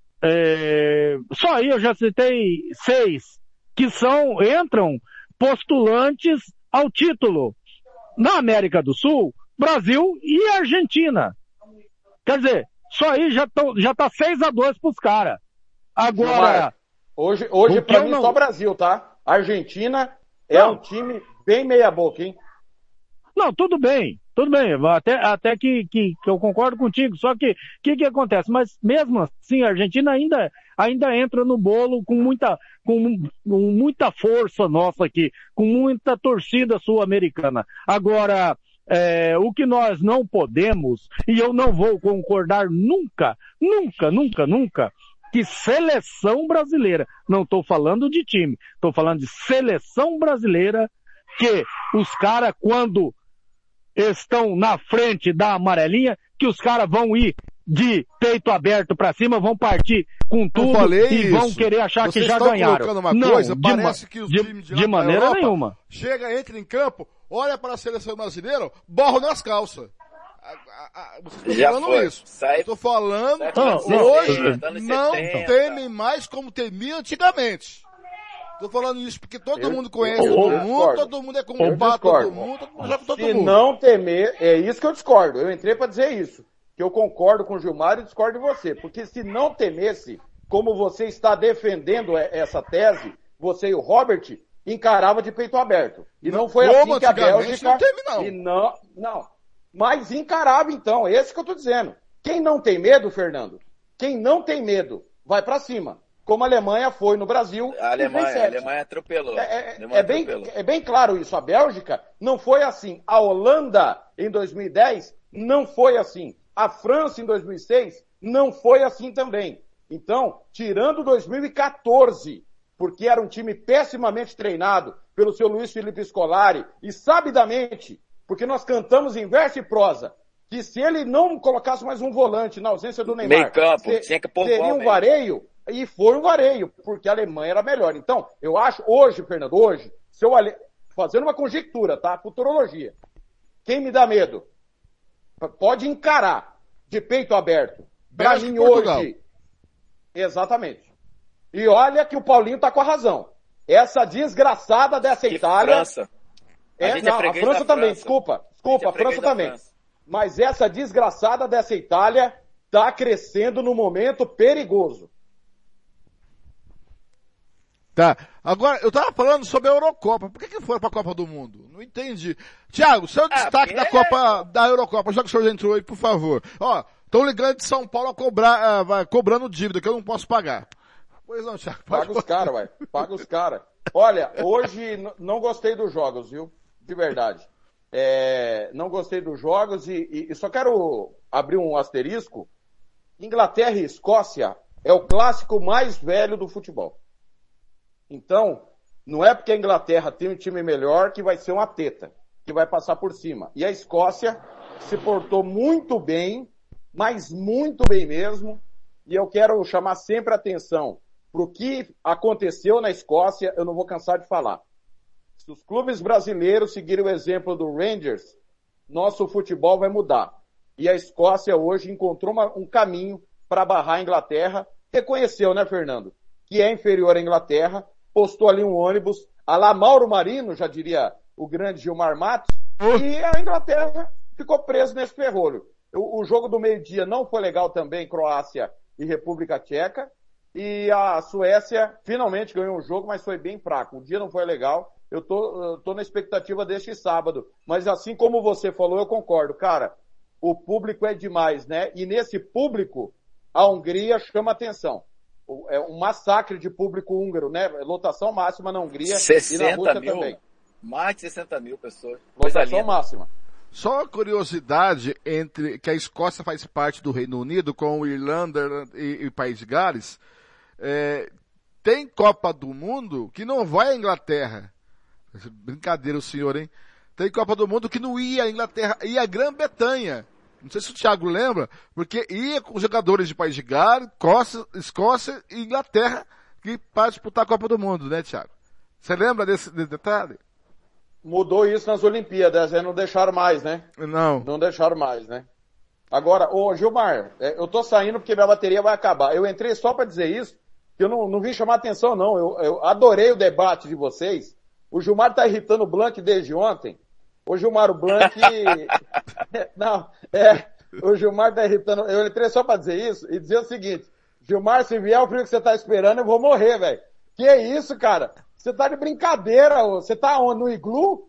é, só aí eu já citei seis que são, entram postulantes ao título. Na América do Sul, Brasil e Argentina. Quer dizer, só aí já, tão, já tá seis a dois pros caras. Agora, Gilmar, hoje, hoje o que para eu mim, não- só Brasil, tá? Argentina é Não. um time bem meia boca, hein? não, tudo bem, tudo bem, até, até que, que, que eu concordo contigo, só que, o que que acontece? Mas mesmo assim, a Argentina ainda, ainda entra no bolo com muita, com, com muita força nossa aqui, com muita torcida sul-americana. Agora, é, o que nós não podemos, e eu não vou concordar nunca, nunca, nunca, nunca, que seleção brasileira, não estou falando de time, estou falando de seleção brasileira, que os caras, quando estão na frente da amarelinha, que os caras vão ir de peito aberto pra cima, vão partir com tudo falei e vão isso. querer achar Vocês que já estão ganharam. colocando uma não, coisa, de, parece ma- que os de, times de de lá da maneira Europa nenhuma. chega, entra em campo, olha para a seleção brasileira, borra nas calças. A- a- a- Vocês estão Já falando foi. isso. Sai- Estou falando sai que Não, não, hoje anos não setenta. temem mais como temiam antigamente. Estou falando isso porque todo Eu- mundo conhece eu- todo eu mundo, discordo. todo mundo é Eu compadre, todo discordo. mundo, todo mundo joga com todo Se mundo. não temer, é isso que eu discordo. Eu entrei para dizer isso. Que eu concordo com o Gilmar e discordo de você. Porque se não temesse, como você está defendendo e- essa tese, você e o Robert encarava de peito aberto. E não, foi Como assim que a antigamente Bélgica... não teme, não. E não, não. Mas encarava então, é esse que eu estou dizendo. Quem não tem medo, Fernando, quem não tem medo, vai para cima. Como a Alemanha foi no Brasil. A Alemanha, e fez a sete. Alemanha atropelou. É, A é- Alemanha é bem, atropelou. é bem claro isso. A Bélgica não foi assim. A Holanda, em dois mil e dez, não foi assim. A França, em dois mil e seis, não foi assim também. Então, tirando dois mil e quatorze, porque era um time pessimamente treinado pelo seu Luiz Felipe Scolari, e sabidamente, porque nós cantamos em verso e prosa, que se ele não colocasse mais um volante na ausência do Neymar, Meio campo, se- tinha que povoar seria o um meio. vareio, e foi um vareio, porque a Alemanha era melhor. Então, eu acho, hoje, Fernando, hoje, se eu Ale... fazendo uma conjectura, tá? Futurologia. Quem me dá medo? Pode encarar de peito aberto. Pra Bélgica mim e Portugal. hoje. Exatamente. E olha que o Paulinho tá com a razão. Essa desgraçada dessa Que Itália. França. A É, gente é não, a freguês França da também, França. desculpa. A Desculpa, gente é a França freguês da também. França. Mas essa desgraçada dessa Itália tá crescendo num momento perigoso. Tá. Agora, eu tava falando sobre a Eurocopa. Por que que foram pra Copa do Mundo? Não entendi. Tiago, seu destaque da é- Copa, da Eurocopa, já que o senhor já entrou aí, por favor. Ó, estão ligando de São Paulo a cobrar, ah, vai, cobrando dívida, que eu não posso pagar. Pois não, Tiago. Paga os caras, vai. Paga os caras. Olha, hoje n- não gostei dos jogos, viu? De verdade. É, não gostei dos jogos e, e- e só quero abrir um asterisco. Inglaterra e Escócia é o clássico mais velho do futebol. Então, não é porque a Inglaterra tem um time melhor que vai ser uma teta, que vai passar por cima. E a Escócia se portou muito bem, mas muito bem mesmo. E eu quero chamar sempre a atenção para o que aconteceu na Escócia, eu não vou cansar de falar. Se os clubes brasileiros seguirem o exemplo do Rangers, nosso futebol vai mudar. E a Escócia hoje encontrou uma, um caminho para barrar a Inglaterra. Reconheceu, né, Fernando? Que é inferior à Inglaterra. Postou ali um ônibus, a lá Mauro Marino, já diria o grande Gilmar Matos, e a Inglaterra ficou presa nesse ferrolho. O, o jogo do meio-dia não foi legal também, Croácia e República Tcheca, e a Suécia finalmente ganhou o jogo, mas foi bem fraco. O dia não foi legal. Eu tô, eu tô na expectativa deste sábado. Mas assim como você falou, eu concordo. Cara, o público é demais, né? E nesse público, a Hungria chama atenção. É um massacre de público húngaro, né? Lotação máxima na Hungria e na sessenta Rússia mil. também. Mais de sessenta mil pessoas. Coisa Lotação linda. máxima. Só uma curiosidade entre que a Escócia faz parte do Reino Unido com Irlanda e, e País de Gales. É, tem Copa do Mundo que não vai à Inglaterra. Brincadeira o senhor, hein? Tem Copa do Mundo que não ia à Inglaterra, ia à Grã-Bretanha. Não sei se o Thiago lembra, porque ia com jogadores de País de Gales, Escócia, Escócia e Inglaterra que para disputar a Copa do Mundo, né, Thiago? Você lembra desse, desse detalhe? Mudou isso nas Olimpíadas, né? Não deixaram mais, né? Não. Não deixaram mais, né? Agora, ô Gilmar, é, eu tô saindo porque minha bateria vai acabar. Eu entrei só para dizer isso, que eu não, não vim chamar atenção, não. Eu, eu adorei o debate de vocês. O Gilmar tá irritando o Blank desde ontem. O Gilmar, o Blank... não, é... O Gilmar tá irritando... Eu entrei só para dizer isso e dizer o seguinte. Gilmar, se vier o frio que você tá esperando, eu vou morrer, velho. Que é isso, cara? Você tá de brincadeira, ô. Você tá onde? No iglu?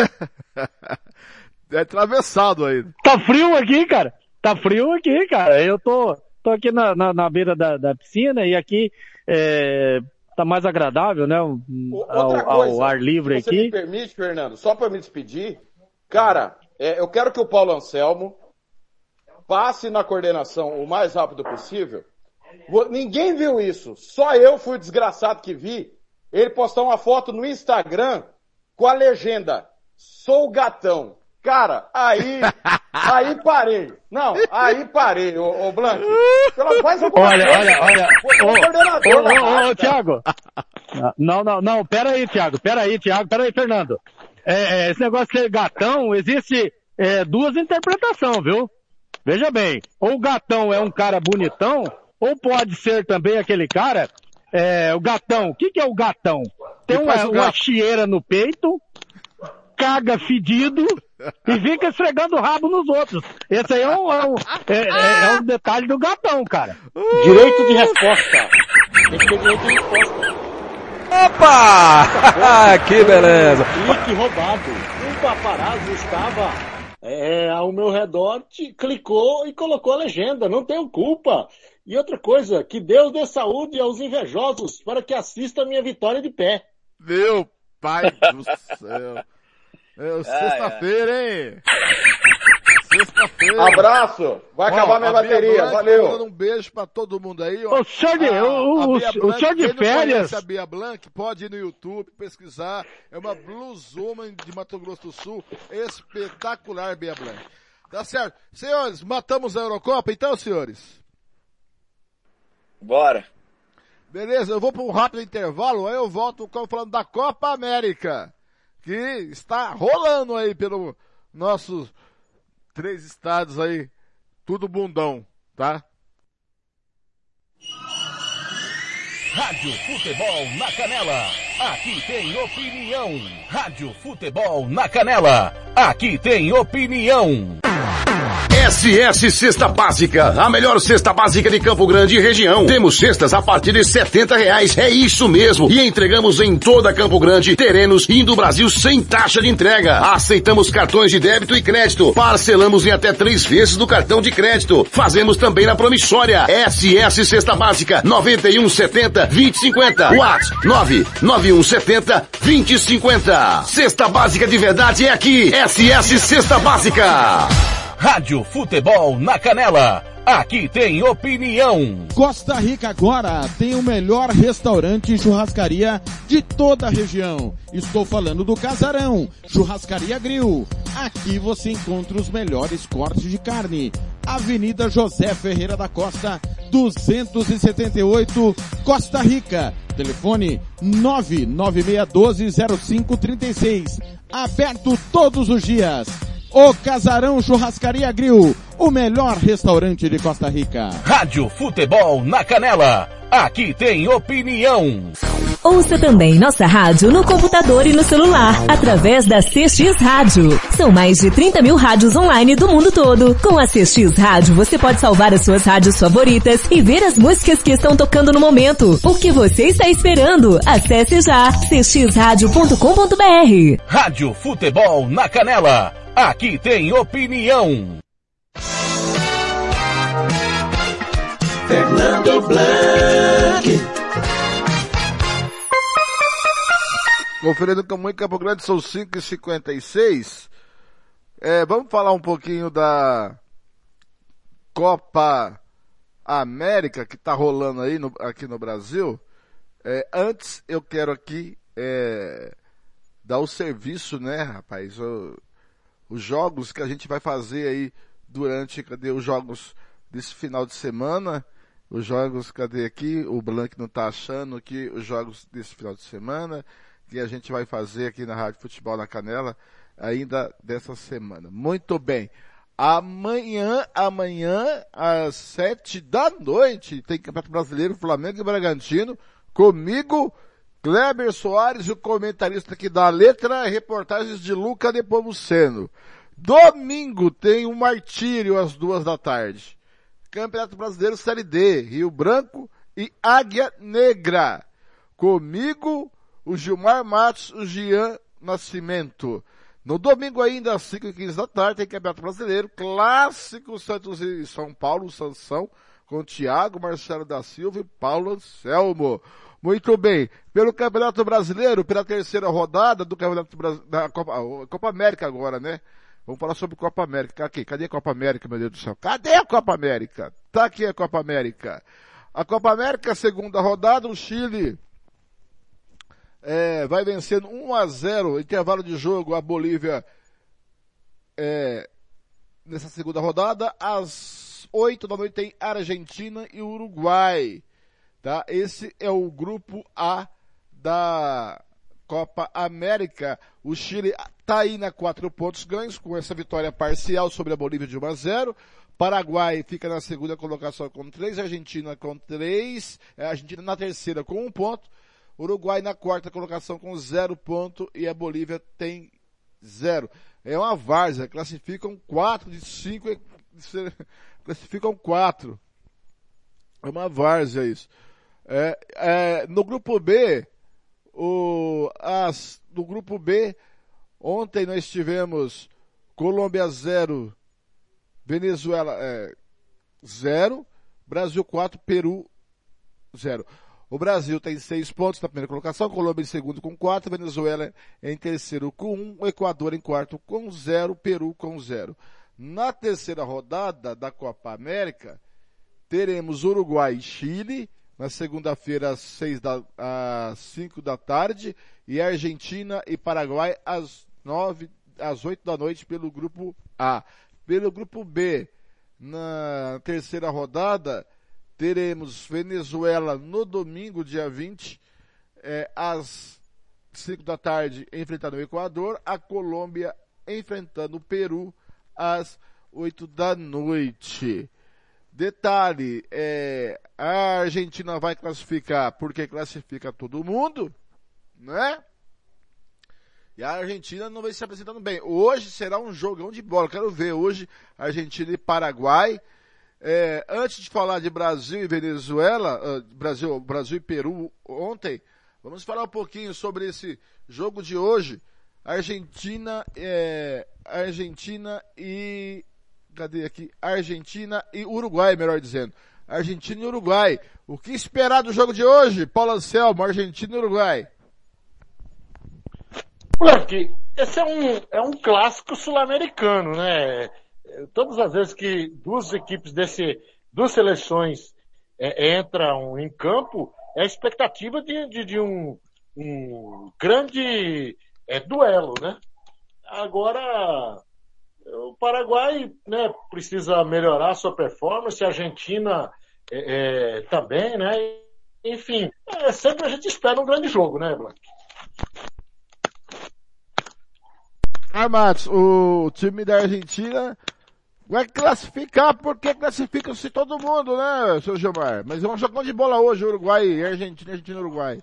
É atravessado aí. Tá frio aqui, cara. Tá frio aqui, cara. Eu tô, tô aqui na, na, na beira da, da piscina e aqui é, tá mais agradável, né? Ao, Outra coisa, ao ar livre se você aqui. me permite, Fernando, só para me despedir, cara, é, eu quero que o Paulo Anselmo passe na coordenação o mais rápido possível. Vou- Ninguém viu isso, só eu fui o desgraçado que vi. Ele postar uma foto no Instagram com a legenda, sou gatão. Cara, aí, aí parei. Não, aí parei, ô, ô Blanc. Pela faz alguma Olha, coisa. olha, olha. Você é o Ô, coordenador ô, da ô, ô, rádio, cara. Thiago. Não, não, não, pera aí, Thiago, pera aí, Thiago, pera aí, Fernando. É, é, esse negócio de ser gatão, existe é, duas interpretações, viu? Veja bem, ou o gatão é um cara bonitão, ou pode ser também aquele cara, é, o gatão. O que que é o gatão? Tem Que uma, faz o uma gato. chieira no peito, caga fedido e fica esfregando o rabo nos outros. Esse aí é um, é um, é, é- é um detalhe do gatão, cara. Direito de resposta. Tem que ter direito de resposta. Opa! Que beleza! Clique roubado. Um paparazzo estava é, ao meu redor, te, clicou e colocou a legenda. Não tenho culpa. E outra coisa, que Deus dê saúde aos invejosos para que assista a minha vitória de pé. Meu pai do céu. É sexta-feira, hein? Sexta-feira. Abraço. Vai acabar Ó, minha a Bia bateria. Blanc tá Valeu. mandando um beijo pra todo mundo aí. Ó. Ô, senhor de, A- o, a o, Bia o Blanc, senhor de quem não férias, conhece a Bia Blanc, pode ir no YouTube, pesquisar. É uma blueswoman de Mato Grosso do Sul. Espetacular, Bia Blanc. Tá certo. Senhores, matamos a Eurocopa então, senhores? Bora. Beleza, eu vou para um rápido intervalo, aí eu volto falando da Copa América. que está rolando aí pelos nossos três estados aí, tudo bundão, tá? Rádio Futebol na Canela, aqui tem opinião. Rádio Futebol na Canela, aqui tem opinião. S S Cesta Básica, a melhor cesta básica de Campo Grande e região. Temos cestas a partir de setenta reais, é isso mesmo. E entregamos em toda Campo Grande, terrenos e do Brasil sem taxa de entrega. Aceitamos cartões de débito e crédito. Parcelamos em até três vezes do cartão de crédito. Fazemos também na promissória. S S Cesta Básica, nove um sete zero, dois zero cinco zero. WhatsApp, nove nove um sete zero, dois zero cinco zero. Cesta Básica de verdade é aqui. S S Cesta Básica. Rádio Futebol na Canela, aqui tem opinião. Costa Rica agora tem o melhor restaurante e churrascaria de toda a região. Estou falando do Casarão, Churrascaria Grill. Aqui você encontra os melhores cortes de carne. Avenida José Ferreira da Costa, duzentos e setenta e oito, Costa Rica. Telefone nove nove seis um dois zero cinco três seis. Aberto todos os dias. O Casarão Churrascaria Grill, o melhor restaurante de Costa Rica. Rádio Futebol na Canela, aqui tem opinião. Ouça também nossa rádio no computador e no celular, através da C X Rádio. São mais de trinta mil rádios online do mundo todo. Com a C X Rádio você pode salvar as suas rádios favoritas e ver as músicas que estão tocando no momento. O que você está esperando? Acesse já c x rádio ponto com ponto b r. Rádio Futebol na Canela, aqui tem opinião. Fernando Blanc. Conferindo Campo em Campo Grande, são cinco e cinquenta e seis. É, vamos falar um pouquinho da Copa América que está rolando aí no, aqui no Brasil. É, antes eu quero aqui é, dar o serviço, né, rapaz? O, os jogos que a gente vai fazer aí durante, cadê os jogos desse final de semana? Os jogos, cadê aqui? O Blanc não está achando que os jogos desse final de semana que a gente vai fazer aqui na Rádio Futebol na Canela ainda dessa semana. Muito bem. Amanhã, amanhã, às sete da noite, tem Campeonato Brasileiro, Flamengo e Bragantino, comigo, Kleber Soares, o comentarista aqui da Letra, reportagens de Luca Nepomuceno. Domingo tem um Martírio às duas da tarde. Campeonato Brasileiro Série D, Rio Branco e Águia Negra. Comigo, o Gilmar Matos, o Gian Nascimento. No domingo ainda, às cinco e quinze da tarde, tem Campeonato Brasileiro, Clássico Santos e São Paulo, Sansão, com Thiago, Marcelo da Silva e Paulo Anselmo. Muito bem. Pelo Campeonato Brasileiro, pela terceira rodada do Campeonato Brasileiro, da Copa, Copa América agora, né? Vamos falar sobre Copa América. Aqui, cadê a Copa América, meu Deus do céu? Cadê a Copa América? Tá aqui a Copa América. A Copa América, segunda rodada, o Chile É, vai vencendo um a zero, intervalo de jogo, a Bolívia é, nessa segunda rodada. Às oito da noite tem Argentina e Uruguai, tá? Esse é o grupo A da Copa América. O Chile tá aí na quatro pontos ganhos, com essa vitória parcial sobre a Bolívia de um a zero. Paraguai fica na segunda colocação com três, Argentina com três, a Argentina na terceira com um ponto. Uruguai na quarta colocação com zero ponto e a Bolívia tem zero. É uma várzea, classificam quatro de cinco, classificam quatro. É uma várzea isso. É, é, no grupo B, o, as, no grupo B, ontem nós tivemos Colômbia zero, Venezuela é, zero, Brasil quatro, Peru zero. O Brasil tem seis pontos na primeira colocação, Colômbia em segundo com quatro, Venezuela em terceiro com um, o Equador em quarto com zero, Peru com zero. Na terceira rodada da Copa América, teremos Uruguai e Chile, na segunda-feira às seis da, às cinco da tarde, e Argentina e Paraguai às nove, às oito da noite pelo grupo A. Pelo grupo B, na terceira rodada, teremos Venezuela no domingo, dia vinte, é, às cinco da tarde, enfrentando o Equador, a Colômbia enfrentando o Peru às oito da noite. Detalhe, é, a Argentina vai classificar porque classifica todo mundo, né? E a Argentina não vem se apresentando bem. Hoje será um jogão de bola, quero ver hoje Argentina e Paraguai. É, antes de falar de Brasil e Venezuela, uh, Brasil, Brasil e Peru ontem, vamos falar um pouquinho sobre esse jogo de hoje. Argentina, é, Argentina e, cadê aqui? Argentina e Uruguai, melhor dizendo. Argentina e Uruguai. O que esperar do jogo de hoje? Paulo Anselmo, Argentina e Uruguai. Porque esse é um, é um clássico sul-americano, né? Todas as vezes que duas equipes desse, duas seleções é, entram em campo, é a expectativa de, de, de um, um grande é, duelo, né? Agora, o Paraguai, né, precisa melhorar a sua performance, a Argentina é, é, também, né? Enfim, é, sempre a gente espera um grande jogo, né, Blanc? Armados, o time da Argentina vai classificar porque classifica-se todo mundo, né, seu Gilmar? Mas é um jogão de bola hoje, Uruguai e Argentina, Argentina e Uruguai.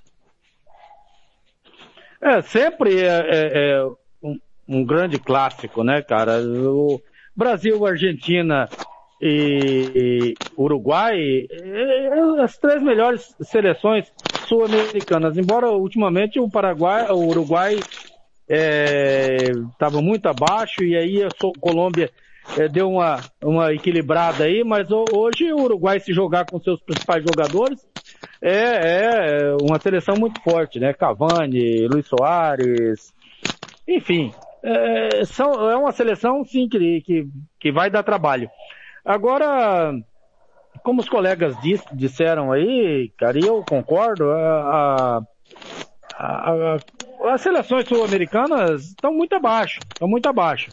É, sempre é, é, é um, um grande clássico, né, cara? O Brasil, Argentina e, e Uruguai, é, é as três melhores seleções sul-americanas. Embora ultimamente o Paraguai, o Uruguai estava é, muito abaixo e aí a Colômbia é, deu uma, uma equilibrada aí, mas hoje o Uruguai, se jogar com seus principais jogadores, é, é uma seleção muito forte, né? Cavani, Luis Soares, enfim, é, são, é uma seleção sim que, que, que vai dar trabalho. Agora, como os colegas diz, disseram aí, cara, e eu concordo, a, a, a as seleções sul-americanas estão muito abaixo, estão muito abaixo.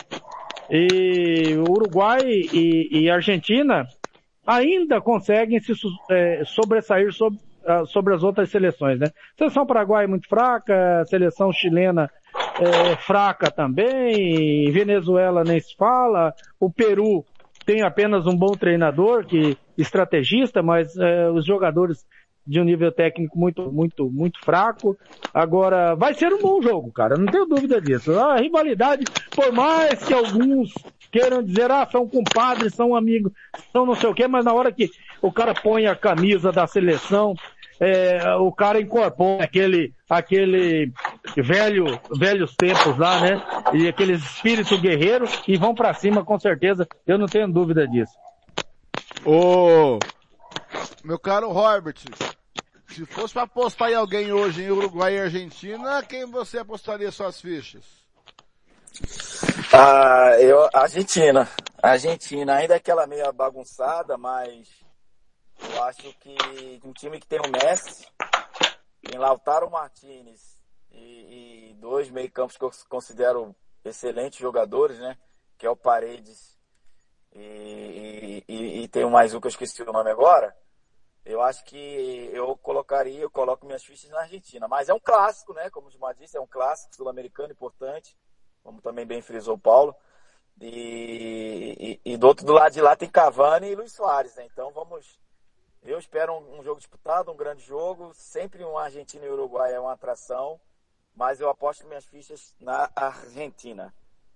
E o Uruguai e, e Argentina ainda conseguem se é, sobressair sobre, uh, sobre as outras seleções, né? A seleção paraguaia é muito fraca, a seleção chilena é fraca também, Venezuela nem se fala, o Peru tem apenas um bom treinador, que estrategista, mas é, os jogadores de um nível técnico muito, muito, muito fraco. Agora, vai ser um bom jogo, cara, não tenho dúvida disso. A rivalidade, por mais que alguns queiram dizer, ah, são compadres, são amigos, são não sei o quê, mas na hora que o cara põe a camisa da seleção, é, o cara incorpora aquele, aquele velho, velhos tempos lá, né? E aquele espírito guerreiro e vão pra cima com certeza, eu não tenho dúvida disso. Ô, meu caro Robert, se fosse pra apostar em alguém hoje em Uruguai e Argentina, quem você apostaria suas fichas? Ah, eu, Argentina. Argentina, ainda aquela meio bagunçada, mas eu acho que um time que tem o Messi, tem Lautaro Martinez e, e dois meio-campos que eu considero excelentes jogadores, né? Que é o Paredes e, e, e tem mais um que eu esqueci o nome agora. Eu acho que eu colocaria, eu coloco minhas fichas na Argentina. Mas é um clássico, né? Como o Gilmar disse, é um clássico sul-americano importante, como também bem frisou o Paulo. E, e, e do outro lado de lá tem Cavani e Luis Soares, né? Então vamos... Eu espero um, um jogo disputado, um grande jogo. Sempre um Argentina e Uruguai é uma atração. Mas eu aposto minhas fichas na Argentina.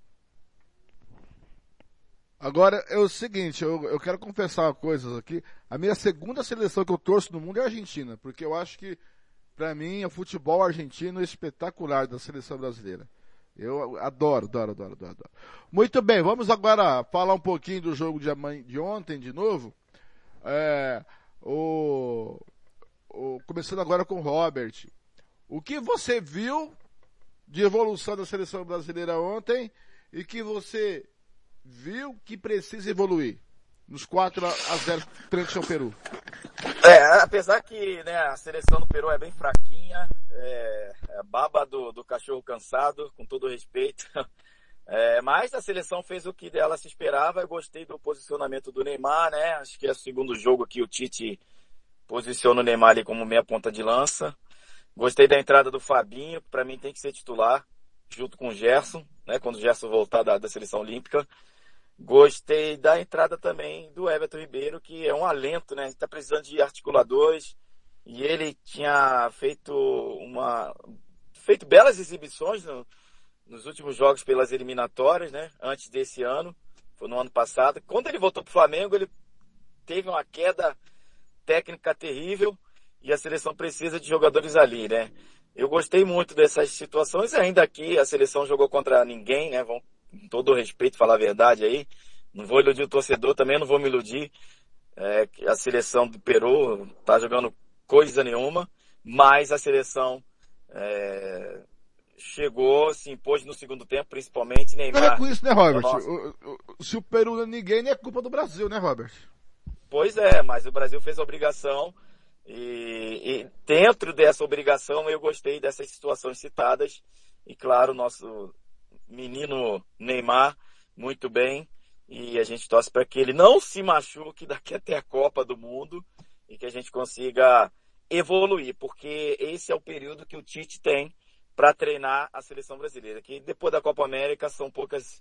Agora, é o seguinte, eu, eu quero confessar uma coisa aqui. A minha segunda seleção que eu torço no mundo é a Argentina, porque eu acho que, pra mim, o futebol argentino é espetacular da seleção brasileira. Eu adoro, adoro, adoro, adoro, adoro. Muito bem, vamos agora falar um pouquinho do jogo de, amanhã, de ontem, de novo. É, o, o, começando agora com o Robert. O que você viu de evolução da seleção brasileira ontem e que você viu que precisa evoluir nos quatro a zero frente ao Peru? É, apesar que, né, a seleção do Peru é bem fraquinha, é, é baba do, do cachorro cansado, com todo respeito, é, mas a seleção fez o que dela se esperava. Eu gostei do posicionamento do Neymar, né, acho que é o segundo jogo que o Tite posiciona o Neymar ali como meia ponta de lança, Gostei da entrada do Fabinho, que para mim tem que ser titular, junto com o Gerson, né, quando o Gerson voltar da, da seleção olímpica. Gostei da entrada também do Everton Ribeiro, que é um alento, né? Está precisando de articuladores. E ele tinha feito uma feito belas exibições no, nos últimos jogos pelas eliminatórias, né? Antes desse ano, foi no ano passado. Quando ele voltou para o Flamengo, ele teve uma queda técnica terrível e a seleção precisa de jogadores ali, né? Eu gostei muito dessas situações, ainda aqui a seleção jogou contra ninguém, né? Vão, com todo o respeito, falar a verdade aí. Não vou iludir o torcedor, também não vou me iludir. É, a seleção do Peru tá jogando coisa nenhuma, mas a seleção é, chegou, se impôs no segundo tempo, principalmente Neymar. Não é com isso, né, Robert? Nossa. O, o, se o Peru não é ninguém, nem é culpa do Brasil, né, Robert? Pois é, mas o Brasil fez a obrigação e, e dentro dessa obrigação eu gostei dessas situações citadas e, claro, o nosso menino Neymar, muito bem, e a gente torce para que ele não se machuque daqui até a Copa do Mundo e que a gente consiga evoluir, porque esse é o período que o Tite tem para treinar a seleção brasileira, que depois da Copa América são poucas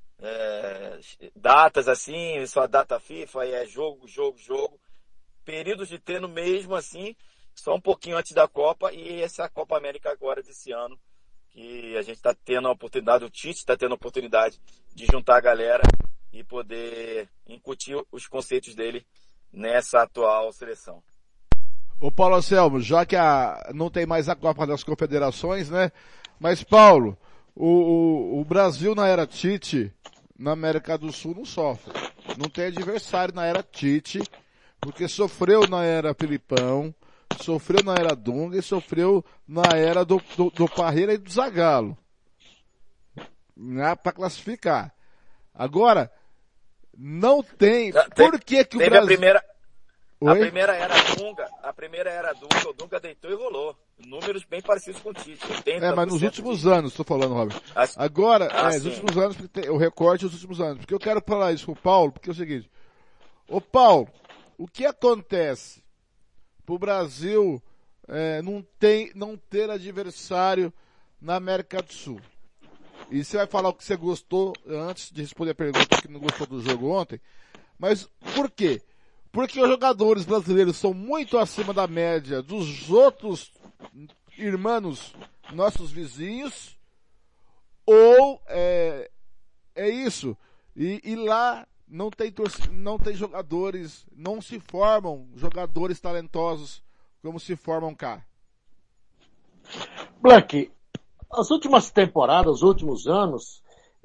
é, datas assim, só data FIFA, é jogo, jogo, jogo, períodos de treino mesmo assim, só um pouquinho antes da Copa, e essa Copa América agora desse ano, que a gente está tendo a oportunidade, o Tite está tendo a oportunidade de juntar a galera e poder incutir os conceitos dele nessa atual seleção. Ô Paulo Anselmo, já que a, não tem mais a Copa das Confederações, né? Mas Paulo, o, o, o Brasil na era Tite, na América do Sul não sofre. Não tem adversário na era Tite, porque sofreu na era Filipão, sofreu na era Dunga e sofreu na era do, do, do Parreira e do Zagallo. Né, para classificar. Agora, não tem... Por que que o Teve Brasil... a primeira... Oi? A primeira era Dunga, a primeira era Dunga, o Dunga deitou e rolou. Números bem parecidos com o Tite. É, mas nos últimos de... anos, tô falando, Robert. As... Agora, ah, é, nos últimos anos, o recorte dos últimos anos. Porque eu quero falar isso pro Paulo, porque é o seguinte. Ô Paulo, o que acontece pro Brasil é, não, tem, não ter adversário na América do Sul? E você vai falar o que você gostou antes de responder a pergunta que não gostou do jogo ontem. Mas por quê? Porque os jogadores brasileiros são muito acima da média dos outros irmãos, nossos vizinhos, ou é, é isso. E, e lá não tem, não tem jogadores, não se formam jogadores talentosos como se formam cá. Blank, as últimas temporadas, os últimos anos,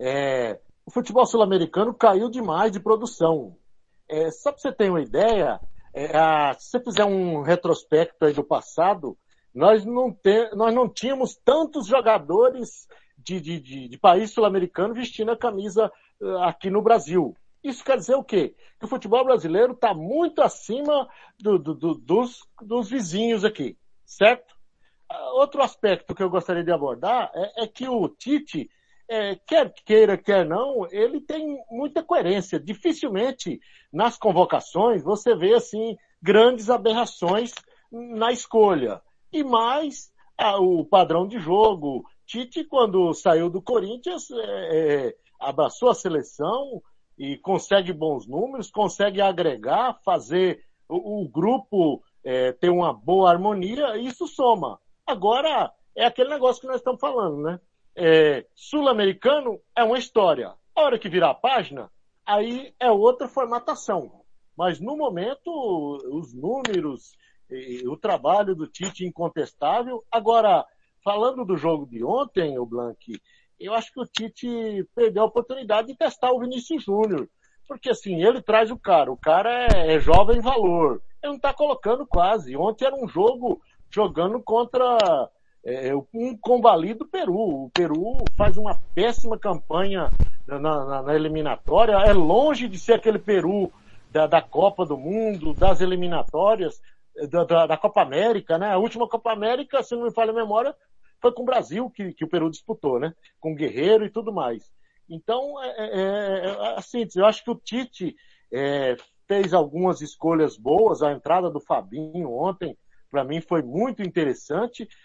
é, o futebol sul-americano caiu demais de produção. É, só para você ter uma ideia, é, a, se você fizer um retrospecto aí do passado, nós não, te, nós não tínhamos tantos jogadores de, de, de, de país sul-americano vestindo a camisa uh, aqui no Brasil. Isso quer dizer o quê? Que o futebol brasileiro está muito acima do, do, do, dos, dos vizinhos aqui, certo? Uh, outro aspecto que eu gostaria de abordar é, é que o Tite, É, quer queira, quer não, ele tem muita coerência. Dificilmente, nas convocações, você vê, assim, grandes aberrações na escolha. E mais, a, o padrão de jogo. Tite, quando saiu do Corinthians, é, é, abraçou a seleção e consegue bons números, consegue agregar, fazer o, o grupo é, ter uma boa harmonia, e isso soma. Agora, é aquele negócio que nós estamos falando, né? É, sul-americano é uma história. A hora que virar a página, aí é outra formatação. Mas no momento, os números, e o trabalho do Tite incontestável. Agora, falando do jogo de ontem, o Blank, eu acho que o Tite perdeu a oportunidade de testar o Vinícius Júnior. Porque assim, ele traz o cara, o cara é, é jovem em valor. Ele não está colocando quase. Ontem era um jogo jogando contra... É, um combalido Peru. O Peru faz uma péssima campanha na, na, na eliminatória. É longe de ser aquele Peru da, da Copa do Mundo, das eliminatórias, da, da, da Copa América, né? A última Copa América, se não me falha a memória, foi com o Brasil que, que o Peru disputou, né? Com o Guerreiro e tudo mais. Então, é, é, é, assim, eu acho que o Tite é, fez algumas escolhas boas. A entrada do Fabinho ontem, para mim, foi muito interessante.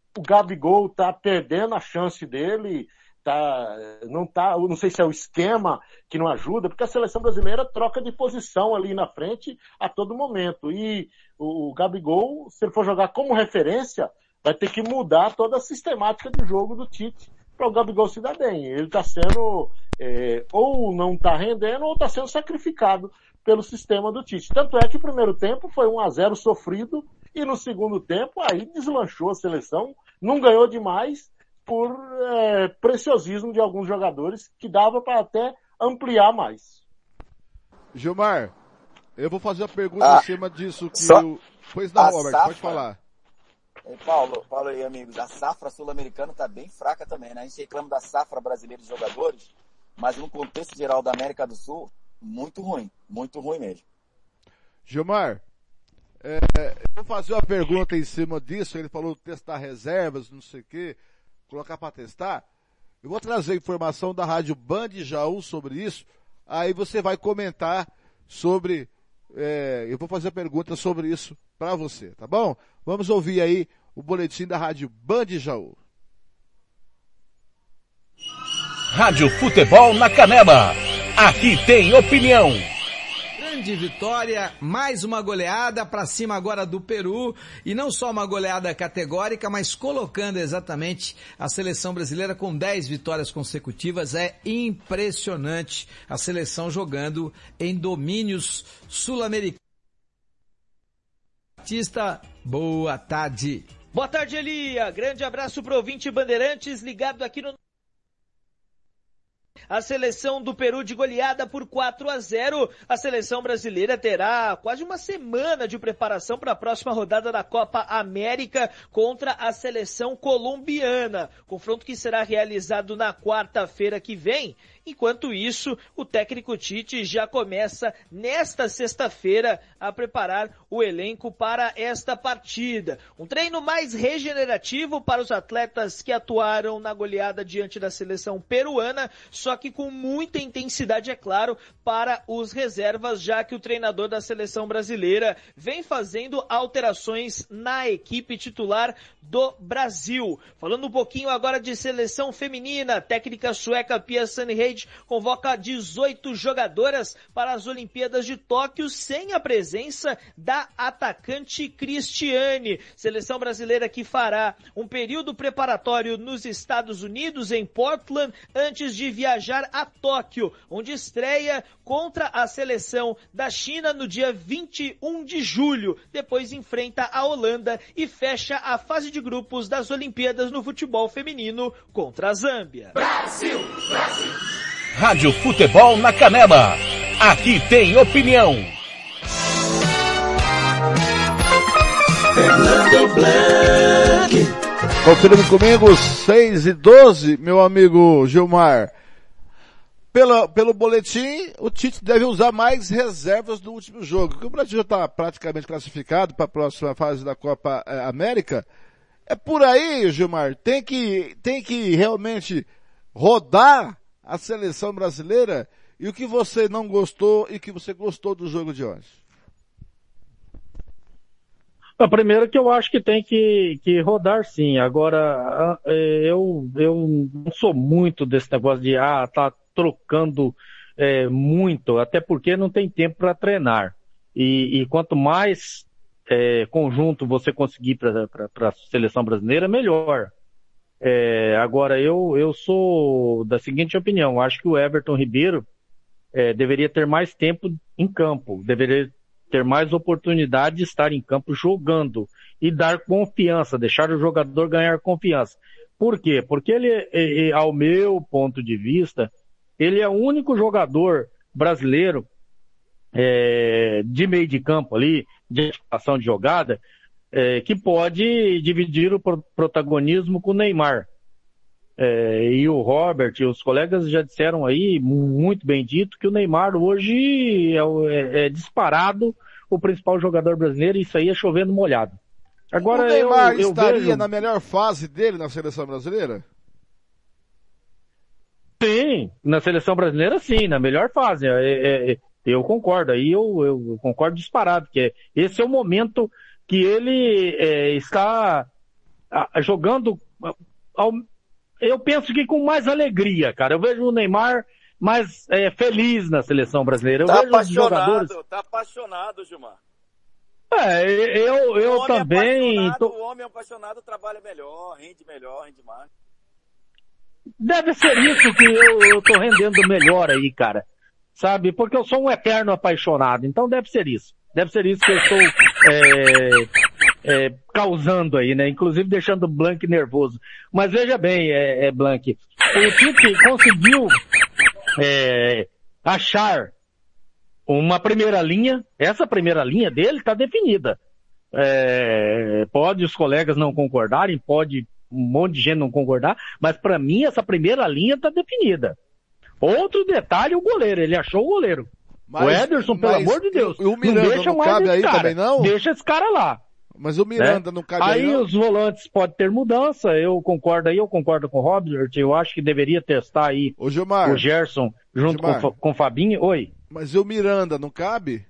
o Gabigol tá perdendo a chance dele, tá, não tá, não sei se é o esquema que não ajuda, porque a seleção brasileira troca de posição ali na frente a todo momento. E o Gabigol, se ele for jogar como referência, vai ter que mudar toda a sistemática de jogo do Tite para o Gabigol se dar bem. Ele está sendo, é, ou não está rendendo, ou está sendo sacrificado pelo sistema do Tite. Tanto é que o primeiro tempo foi um a zero sofrido, e no segundo tempo aí deslanchou a seleção, não ganhou demais por é, preciosismo de alguns jogadores que dava para até ampliar mais. Gilmar, eu vou fazer a pergunta ah, em cima disso que só o... Pois não, Robert, safra, pode falar. Paulo, Paulo aí, amigos, a safra sul-americana está bem fraca também, né? A gente reclama da safra brasileira de jogadores, mas no contexto geral da América do Sul, muito ruim, muito ruim mesmo. Gilmar, é, eu vou fazer uma pergunta em cima disso. Ele falou testar reservas, não sei o quê, colocar para testar. Eu vou trazer informação da Rádio Band Jaú sobre isso. Aí você vai comentar sobre. É, eu vou fazer a pergunta sobre isso para você, tá bom? Vamos ouvir aí o boletim da Rádio Band Jaú. Rádio Futebol na Canela. Aqui tem opinião. Grande vitória, mais uma goleada para cima agora do Peru, e não só uma goleada categórica, mas colocando exatamente a seleção brasileira com dez vitórias consecutivas. É impressionante a seleção jogando em domínios sul-americanos. Batista, boa tarde. Boa tarde, Elia. Grande abraço pro ouvinte Bandeirantes ligado aqui no... A seleção do Peru de goleada por quatro a zero. A seleção brasileira terá quase uma semana de preparação para a próxima rodada da Copa América contra a seleção colombiana. Confronto que será realizado na quarta-feira que vem. Enquanto isso, o técnico Tite já começa nesta sexta-feira a preparar o elenco para esta partida. Um treino mais regenerativo para os atletas que atuaram na goleada diante da seleção peruana, só que com muita intensidade, é claro, para os reservas, já que o treinador da seleção brasileira vem fazendo alterações na equipe titular do Brasil. Falando um pouquinho agora de seleção feminina, a técnica sueca Pia Sundhage convoca dezoito jogadoras para as Olimpíadas de Tóquio sem a presença da atacante Cristiane. Seleção brasileira que fará um período preparatório nos Estados Unidos, em Portland, antes de viajar a Tóquio, onde estreia contra a seleção da China no dia vinte e um de julho. Depois enfrenta a Holanda e fecha a fase de grupos das Olimpíadas no futebol feminino contra a Zâmbia. Brasil! Brasil! Rádio Futebol na Canela. Aqui tem opinião. Fernando Blanc. Conferindo comigo, seis e doze, meu amigo Gilmar. Pelo, pelo boletim, o Tite deve usar mais reservas do último jogo. Porque o Brasil já está praticamente classificado para a próxima fase da Copa eh, América. É por aí, Gilmar. Tem que, tem que realmente rodar a seleção brasileira. E o que você não gostou e o que você gostou do jogo de hoje? A primeira que eu acho que tem que, que rodar sim. Agora, eu, eu não sou muito desse negócio de, ah, tá trocando é, muito, até porque não tem tempo para treinar. E, e quanto mais é, conjunto você conseguir para a seleção brasileira, melhor. É, agora, eu, eu sou da seguinte opinião, acho que o Everton Ribeiro é, deveria ter mais tempo em campo, deveria ter mais oportunidade de estar em campo jogando e dar confiança, deixar o jogador ganhar confiança. Por quê? Porque ele, ele, ao meu ponto de vista, ele é o único jogador brasileiro é, de meio de campo ali, de ação de jogada, é, que pode dividir o pro- protagonismo com o Neymar. É, e o Robert e os colegas já disseram aí, muito bem dito, que o Neymar hoje é, é, é disparado o principal jogador brasileiro, e isso aí é chovendo molhado. Agora, o Neymar eu, eu estaria vejo... na melhor fase dele na seleção brasileira? Sim, na seleção brasileira sim, na melhor fase. É, é, é, eu concordo, aí eu, eu concordo disparado, que é, esse é o momento que ele é, está ah, jogando, ah, ao, eu penso que com mais alegria, cara. Eu vejo o Neymar mais é, feliz na seleção brasileira. Eu tá vejo apaixonado, os jogadores... tá apaixonado, Gilmar. É, eu, eu o também... Tô... O homem apaixonado trabalha melhor, rende melhor, rende mais. Deve ser isso que eu, eu tô rendendo melhor aí, cara. Sabe? Porque eu sou um eterno apaixonado. Então deve ser isso. Deve ser isso que eu estou é, é, causando aí, né? Inclusive deixando o Blank nervoso. Mas veja bem, é, é Blank, o Tite conseguiu é, achar uma primeira linha. Essa primeira linha dele está definida. É, pode os colegas não concordarem, pode um monte de gente não concordar, mas para mim essa primeira linha está definida. Outro detalhe, o goleiro. Ele achou o goleiro. Mas, o Ederson, pelo amor de Deus. E o Miranda não, deixa não cabe aí cara. também, não? Deixa esse cara lá. Mas o Miranda né? não cabe aí. Aí não? Os volantes podem ter mudança. Eu concordo aí, eu concordo com o Robert. Eu acho que deveria testar aí Ô, Gilmar, o Gerson junto Gilmar, com, com o Fabinho. Oi. Mas e o Miranda não cabe?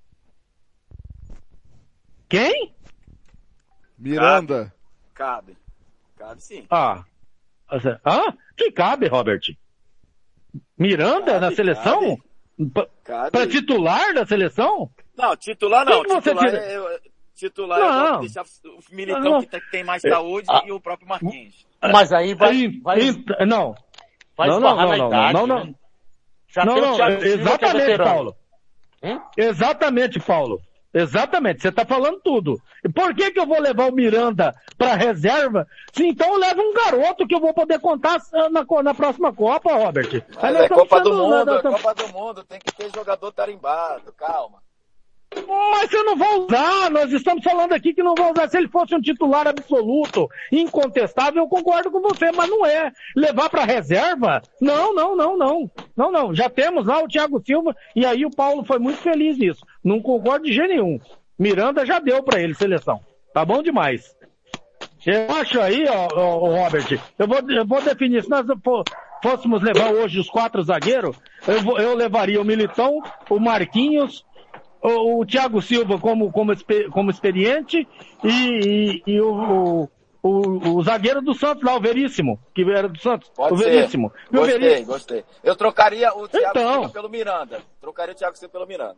Quem? Miranda. Cabe. Cabe, cabe sim. Ah. Ah? Que cabe, Robert? Miranda cabe, na seleção? Cabe. Para titular da seleção? Não, titular não. Que que você titular tira? é, eu, titular não. eu vou deixar o Militão não. que tem mais saúde ah. e o próprio Marquinhos. Mas aí vai... vai e, não. Vai não, não, não, idade, não, não, né? Já não, tem não, o Thiago Silva, exatamente, que é Paulo. Hum? Exatamente, Paulo. Exatamente, você está falando tudo. E por que que eu vou levar o Miranda para reserva? Se então eu levo um garoto que eu vou poder contar na, na próxima Copa, Robert. Mas é Copa do Mundo, é Copa do Mundo, tem que ter jogador tarimbado, calma. Mas eu não vou usar, nós estamos falando aqui que não vou usar. Se ele fosse um titular absoluto, incontestável, eu concordo com você, mas não é. Levar para reserva? Não, não, não, não. Não, não. Já temos lá o Thiago Silva e aí o Paulo foi muito feliz nisso. Não concordo de jeito nenhum. Miranda já deu para ele seleção. Tá bom demais. Eu acho aí, ó, ó, Robert, eu vou, eu vou definir, se nós fôssemos levar hoje os quatro zagueiros, eu, vou, eu levaria o Militão, o Marquinhos, o, o Thiago Silva como, como, como experiente e, e, e o, o, o, o zagueiro do Santos lá, o Veríssimo, que era do Santos. Pode o ser. Veríssimo. Gostei, o Veríssimo. gostei. Eu trocaria o Thiago então, Silva pelo Miranda. Trocaria o Thiago Silva pelo Miranda.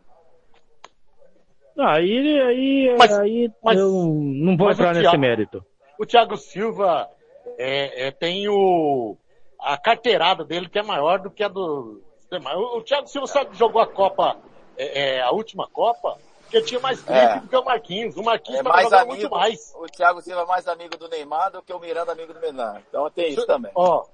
Aí, aí, mas, aí mas, eu não vou entrar nesse Thiago, mérito. O Thiago Silva é, é, tem o, a carteirada dele que é maior do que a do demais. O, o Thiago Silva só jogou a Copa, é, é, a última Copa, porque tinha mais drible é. do que o Marquinhos. O Marquinhos é mais amigo, muito mais. O Thiago Silva é mais amigo do Neymar do que o Miranda amigo do Neymar. Então tem isso também. Ó,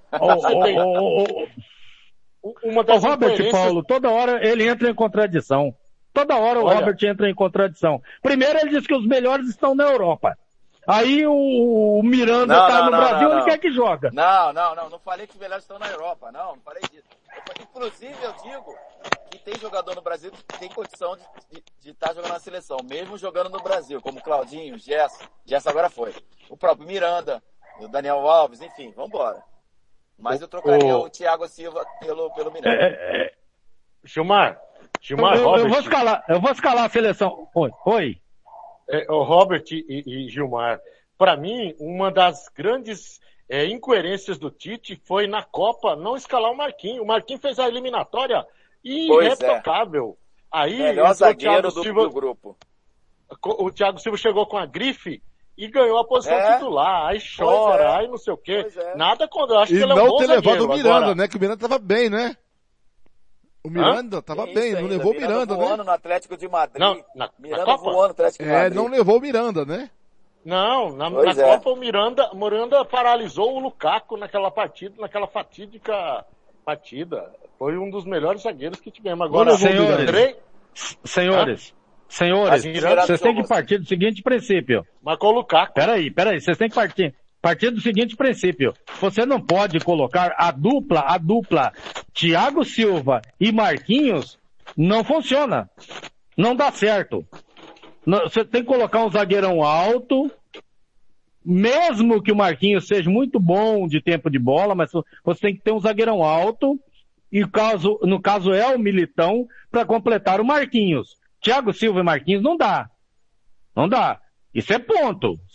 uma das o Robert Paulo, toda hora ele entra em contradição. Toda hora o Olha. Robert entra em contradição. Primeiro ele diz que os melhores estão na Europa. Aí o, o Miranda não, tá não, no não, Brasil, não, ele não. quer que joga. Não, não, não. Não falei que os melhores estão na Europa. Não, não falei disso. Eu, inclusive eu digo que tem jogador no Brasil que tem condição de estar de, de tá jogando na seleção, mesmo jogando no Brasil, como Claudinho, Gerson. Gerson agora foi. O próprio Miranda, o Daniel Alves, enfim, vambora. Mas eu trocaria o, o Thiago Silva pelo, pelo Miranda. É, é, Gilmar, Gilmar, eu, Robert. Eu vou escalar, eu vou escalar a seleção. Oi, oi. É, o Robert e, e Gilmar, para mim, uma das grandes é, incoerências do Tite foi na Copa não escalar o Marquinhos. O Marquinhos fez a eliminatória irretocável. É. Aí, melhor zagueiro do, Silva, do grupo. O Thiago Silva chegou com a grife e ganhou a posição é. titular. Aí chora, é. aí não sei o quê. É. Nada quando eu acho e que ele é um não bom ter zagueiro. levado o Miranda, Agora... né? Que o Miranda tava bem, né? O Miranda Hã? tava que bem, não ainda. levou o Miranda, voando né? no Atlético de Madrid. Não, na, Miranda na Copa? voando no Atlético de é, Madrid. não levou o Miranda, né? Não, na, na é. Copa o Miranda, Miranda paralisou o Lukaku naquela partida, naquela fatídica partida. Foi um dos melhores zagueiros que tivemos. Agora, senhores, Andrei... senhores, ah? senhores, vocês têm que partir do seguinte princípio. Marcou o Lukaku. Peraí, peraí, vocês têm que partir. Partir do seguinte princípio. Você não pode colocar a dupla, a dupla Thiago Silva e Marquinhos, não funciona. Não dá certo. Você tem que colocar um zagueirão alto, mesmo que o Marquinhos seja muito bom de tempo de bola, mas você tem que ter um zagueirão alto, e caso, no caso é o Militão, para completar o Marquinhos. Thiago Silva e Marquinhos não dá. Não dá. Isso é ponto. Vocês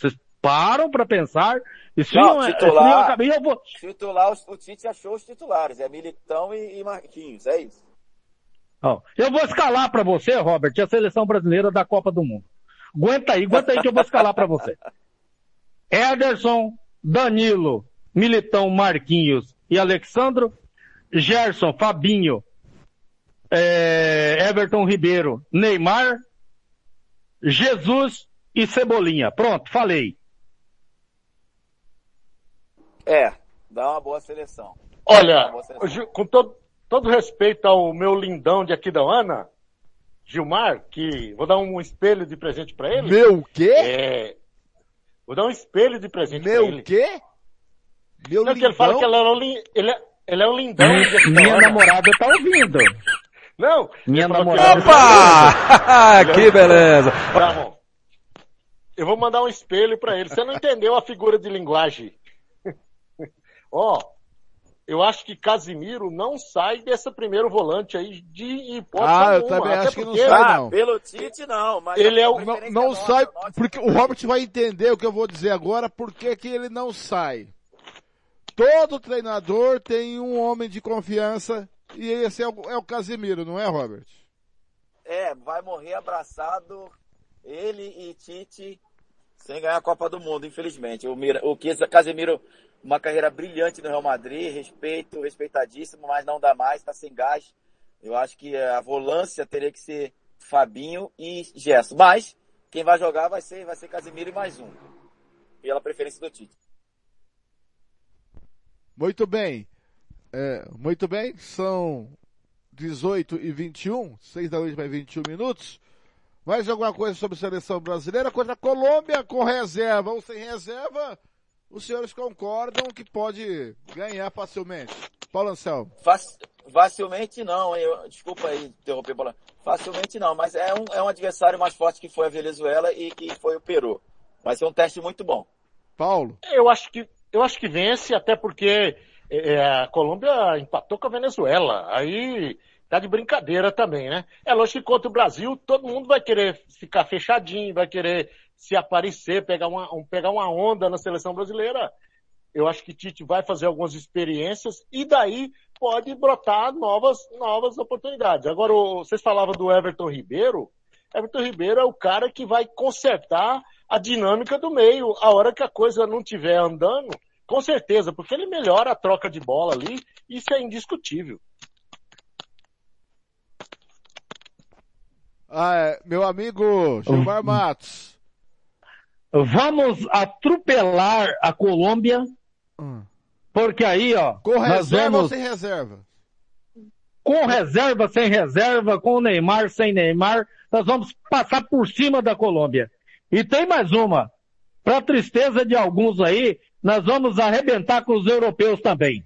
param para pensar, Não, esfriam, titular, esfriam a cabeça. Eu vou... titular, o Tite achou os titulares, é Militão e, e Marquinhos, é isso. Ó, eu vou escalar para você, Robert, a seleção brasileira da Copa do Mundo. Aguenta aí, aguenta aí que eu vou escalar para você. Ederson, Danilo, Militão, Marquinhos e Alexandro, Gerson, Fabinho, é, Everton Ribeiro, Neymar, Jesus e Cebolinha. Pronto, falei. É, dá uma boa seleção. Olha, boa seleção. Gil, com todo, todo respeito ao meu lindão de Aquidauana, Gilmar, que vou dar um espelho de presente pra ele. Meu quê? É, vou dar um espelho de presente Meu pra ele. Meu quê? Meu Não, lindão? que ele fala que ele é, o, ele é, ele é um lindão de Aquidauana. Minha namorada tá ouvindo. Não. Minha namorada. Opa! Que beleza. Tá bom. Eu vou mandar um espelho pra ele. Você não entendeu a figura de linguagem. Ó, oh, eu acho que Casimiro não sai desse primeiro volante aí de hipótese Ah, eu nenhuma, também até acho que não porque- sai, não. Ah, pelo Tite não, mas Ele é o- Não, não sai, porque o Robert vai entender o que eu vou dizer agora, por que que ele não sai. Todo treinador tem um homem de confiança, e esse é o, é o Casimiro, não é, Robert? É, vai morrer abraçado ele e Tite sem ganhar a Copa do Mundo, infelizmente. O, Mira, o Casemiro, uma carreira brilhante no Real Madrid, respeito, respeitadíssimo, mas não dá mais, está sem gás. Eu acho que a volância teria que ser Fabinho e Gerson. Mas quem vai jogar vai ser, vai ser Casemiro e mais um, pela preferência do Tite. Muito bem. É, muito bem, são dezoito e vinte e um, seis da noite para vinte e um minutos. Mais alguma coisa sobre a seleção brasileira? Contra a Colômbia com reserva ou sem reserva, os senhores concordam que pode ganhar facilmente. Paulo Anselmo. Fac, facilmente não, eu, desculpa aí interromper, Paulo. Facilmente não, mas é um, é um adversário mais forte que foi a Venezuela e que foi o Peru. Vai ser um teste muito bom. Paulo. Eu acho que, eu acho que vence, até porque é, a Colômbia empatou com a Venezuela. Aí tá de brincadeira também, né? É lógico que contra o Brasil, todo mundo vai querer ficar fechadinho, vai querer se aparecer, pegar uma, um, pegar uma onda na seleção brasileira. Eu acho que Tite vai fazer algumas experiências e daí pode brotar novas, novas oportunidades. Agora, o, vocês falavam do Everton Ribeiro. Everton Ribeiro é o cara que vai consertar a dinâmica do meio. A hora que a coisa não estiver andando, com certeza, porque ele melhora a troca de bola ali, isso é indiscutível. Ah, é, meu amigo Gilmar Matos. Vamos atropelar a Colômbia, hum. porque aí, ó, com nós reserva vamos... ou sem reserva? Com reserva, sem reserva, com Neymar, sem Neymar, nós vamos passar por cima da Colômbia. E tem mais uma. Para tristeza de alguns aí, nós vamos arrebentar com os europeus também.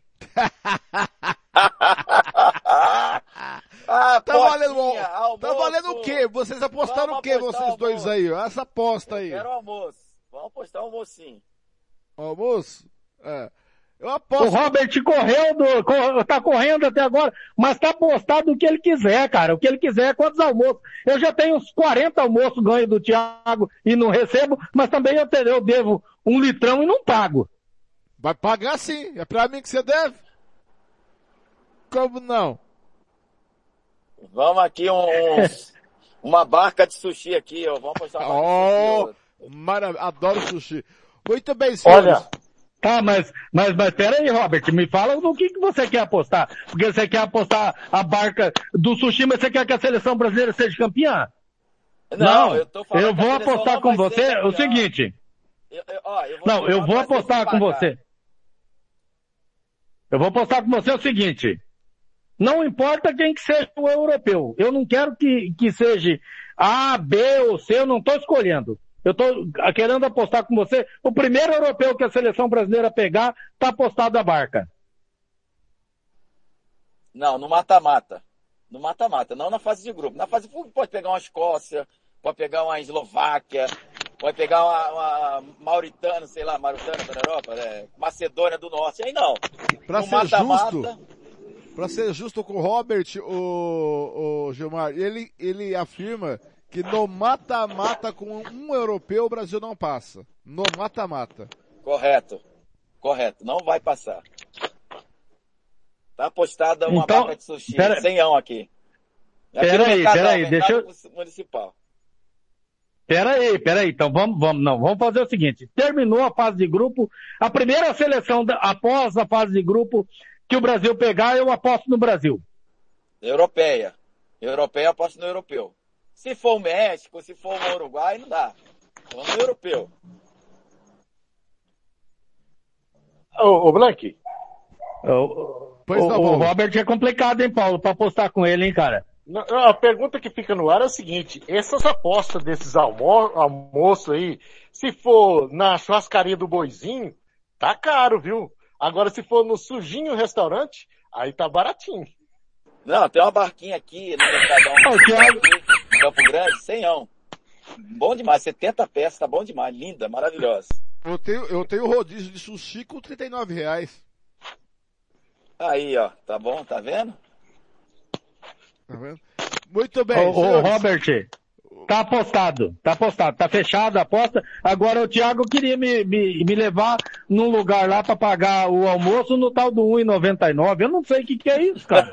Ah, tá valendo, almoço. Tá valendo o quê? Vocês apostaram o quê, vocês almoço. dois aí? Essa aposta aí. Eu quero almoço. Vamos apostar um almocinho. Almoço? É. Eu aposto. O Robert correu, do, tá correndo até agora, mas tá apostado o que ele quiser, cara. O que ele quiser, quantos almoços? Eu já tenho uns quarenta almoços ganho do Thiago e não recebo, mas também eu, te, eu devo um litrão e não pago. Vai pagar sim, é pra mim que você deve. Como não? Vamos aqui um, uma barca de sushi aqui, ó. Vamos apostar uma oh, barca de sushi. Maravilha, adoro sushi. Muito bem, senhores. Olha, tá, mas, mas, mas pera aí, Robert, me fala no que, que você quer apostar. Porque você quer apostar a barca do sushi, mas você quer que a seleção brasileira seja campeã? Não, não eu tô falando eu vou apostar com você o seguinte. Eu, eu, ó, eu vou não, eu vou apostar com você. Eu vou apostar com você o seguinte. Não importa quem que seja o europeu. Eu não quero que, que seja A, B ou C, eu não estou escolhendo. Eu estou querendo apostar com você. O primeiro europeu que a seleção brasileira pegar, está apostado a barca. Não, no mata-mata. No mata-mata, não na fase de grupo. Na fase de grupo pode pegar uma Escócia, pode pegar uma Eslováquia, pode pegar uma, uma Mauritânia, sei lá, Mauritânia da Europa, né? Macedônia do Norte. Aí não. Pra no ser mata-mata, justo... Para ser justo com o Robert, o, o Gilmar, ele, ele afirma que no mata-mata com um europeu o Brasil não passa. No mata-mata. Correto. Correto. Não vai passar. Tá apostada uma então, barra de sushi. Pera, Senhão aqui. aqui peraí, peraí, deixa eu... Municipal. Peraí, peraí, então vamos, vamos, não, vamos fazer o seguinte, terminou a fase de grupo, a primeira seleção da, após a fase de grupo que o Brasil pegar, eu aposto no Brasil. Europeia. Europeia, aposto no europeu. Se for o México, se for o Uruguai, não dá. Vamos no europeu. Ô, ô Blank. O, pois o, não, o Robert é complicado, hein, Paulo, pra apostar com ele, hein, cara? A pergunta que fica no ar é a seguinte, essas apostas desses almo almoços aí, se for na churrascaria do Boizinho, tá caro, viu? Agora se for no Sujinho Restaurante, aí tá baratinho. Não, tem uma barquinha aqui no Mercadão, aqui, Campo Grande, senhão. Bom demais, setenta peças, tá bom demais, linda, maravilhosa. Eu tenho, eu tenho rodízio de sushi com trinta e nove reais. Aí, ó, tá bom, tá vendo? Tá vendo? Muito bem. Ô, ô Robert, tá apostado, tá apostado, tá fechado a aposta. Agora o Thiago queria me, me, me levar num lugar lá pra pagar o almoço no tal do um real e noventa e nove. Eu não sei o que que é isso, cara.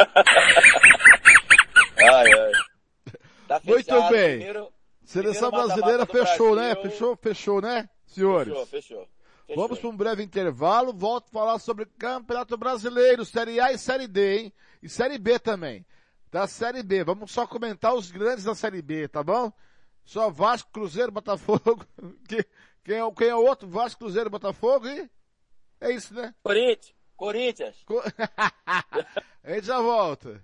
ai, ai. Tá fechado, muito bem. Primeiro, Seleção primeiro brasileira fechou, Brasil. né? Fechou, fechou, né, senhores? Fechou, fechou. Fechou. Vamos para um breve intervalo, volto a falar sobre Campeonato Brasileiro, Série A e Série D, hein? E Série B também. Da Série B, vamos só comentar os grandes da Série B, tá bom? Só Vasco, Cruzeiro, Botafogo, que, quem, é, quem é o outro? Vasco, Cruzeiro, Botafogo e... É isso, né? Corinthians, Corinthians. Co... A gente já volta.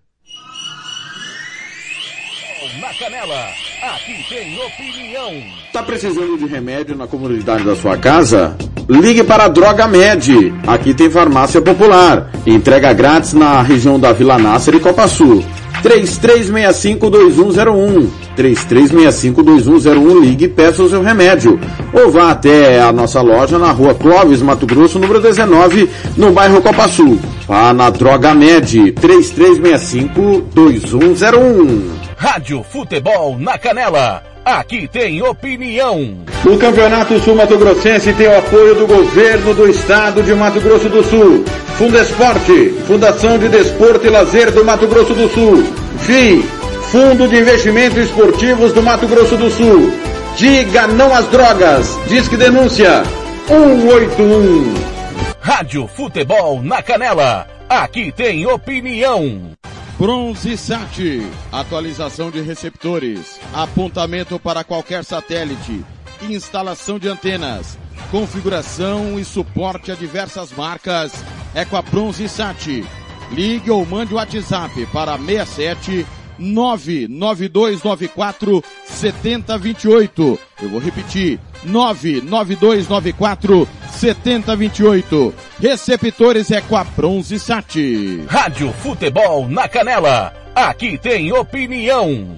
Na Canela, aqui tem opinião. Tá precisando de remédio na comunidade da sua casa? Ligue para a Droga Med. Aqui tem farmácia popular. Entrega grátis na região da Vila Nácer e Copa Sul. três três seis cinco dois um zero um. três três seis cinco dois um zero um. Ligue e peça o seu remédio. Ou vá até a nossa loja na rua Clóvis, Mato Grosso, número dezenove, no bairro Copa Sul. Vá na Droga Med. três três seis cinco dois um zero um. Rádio Futebol na Canela. Aqui tem opinião. O Campeonato Sul Mato Grossense tem o apoio do governo do estado de Mato Grosso do Sul. Fundesporte, Fundação de Desporto e Lazer do Mato Grosso do Sul. F I I, Fundo de Investimentos Esportivos do Mato Grosso do Sul. Diga não às drogas. Disque denúncia um oito um. Rádio Futebol na Canela. Aqui tem opinião. Bronze Sat, atualização de receptores, apontamento para qualquer satélite, instalação de antenas, configuração e suporte a diversas marcas, é com a Bronze Sat. Ligue ou mande o WhatsApp para seis sete nove nove dois nove quatro sete zero dois oito. Eu vou repetir, nove nove dois nove quatro sete zero dois oito. Receptores é com a Bronze Sat. Rádio Futebol na Canela. Aqui tem opinião.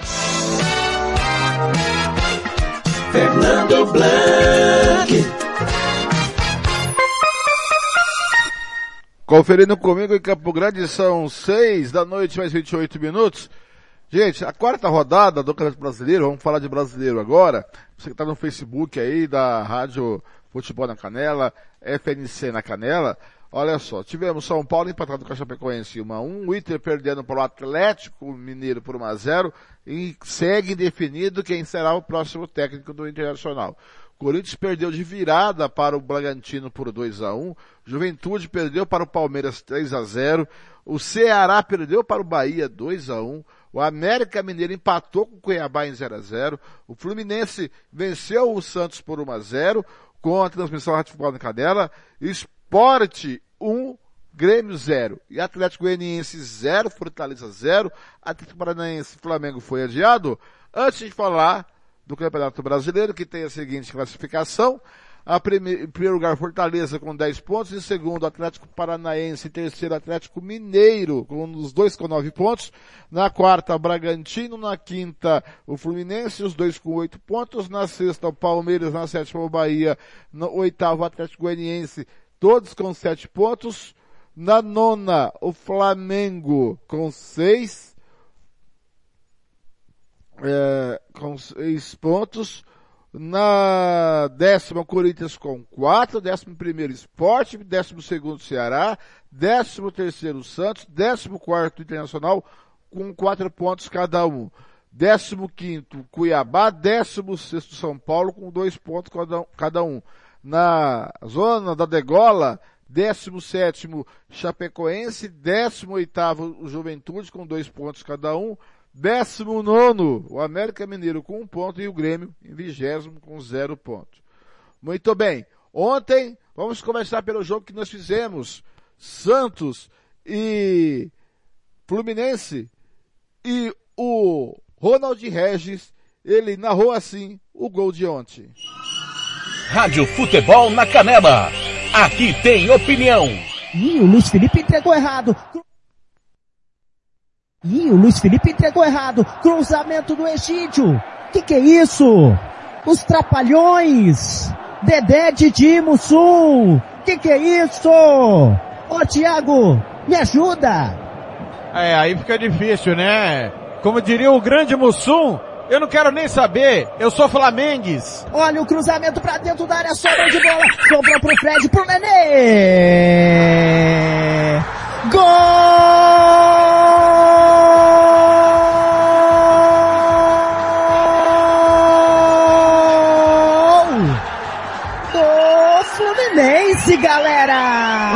Fernando Blanc. Conferindo comigo em Campo Grande, são seis da noite, mais vinte e oito minutos. Gente, a quarta rodada do Campeonato Brasileiro, vamos falar de brasileiro agora. Você que está no Facebook aí da Rádio Futebol na Canela, F N C na Canela. Olha só, tivemos São Paulo empatado com a Chapecoense um a um, o Inter perdendo para o Atlético Mineiro por um a zero e segue indefinido quem será o próximo técnico do Internacional. Corinthians perdeu de virada para o Bragantino por dois a um, Juventude perdeu para o Palmeiras três a zero, o Ceará perdeu para o Bahia dois a um, o América Mineiro empatou com o Cuiabá em zero a zero, o Fluminense venceu o Santos por um a zero, com a transmissão Rádio Futebol na Canela, Sport um, Grêmio zero, e Atlético Goianiense zero, Fortaleza zero, Atlético Paranaense Flamengo foi adiado. Antes de falar do Campeonato Brasileiro, que tem a seguinte classificação: a primeir, em primeiro lugar Fortaleza com dez pontos, em segundo Atlético Paranaense, em terceiro Atlético Mineiro, com os dois com nove pontos, na quarta Bragantino, na quinta o Fluminense, os dois com oito pontos, na sexta o Palmeiras, na sétima o Bahia, no oitavo Atlético Goianiense, todos com sete pontos, na nona o Flamengo com seis, é, com seis pontos. Na décima, Corinthians com quatro, décimo primeiro Sport, décimo segundo Ceará, décimo terceiro Santos, décimo quarto Internacional com quatro pontos cada um. Décimo quinto Cuiabá, décimo sexto São Paulo com dois pontos cada um. Na zona da degola, décimo sétimo Chapecoense, décimo oitavo Juventude com dois pontos cada um. Décimo nono, o América Mineiro com um ponto e o Grêmio em vigésimo com zero pontos. Muito bem. Ontem, vamos começar pelo jogo que nós fizemos. Santos e Fluminense. E o Ronald Regis, ele narrou assim o gol de ontem. Rádio Futebol na Canela. Aqui tem opinião. Ih, o Luiz Felipe entregou errado. Ih, o Luiz Felipe entregou errado. Cruzamento do Egídio. Que que é isso? Os Trapalhões. Dedé, Didi, Mussum. Que que é isso? Ô, Thiago, me ajuda. É, aí fica difícil, né? Como diria o grande Mussum, eu não quero nem saber, eu sou Flamengues. Olha o cruzamento pra dentro da área, sobra de bola. Sobrou pro Fred, pro Nenê. Gol! Fluminense, galera!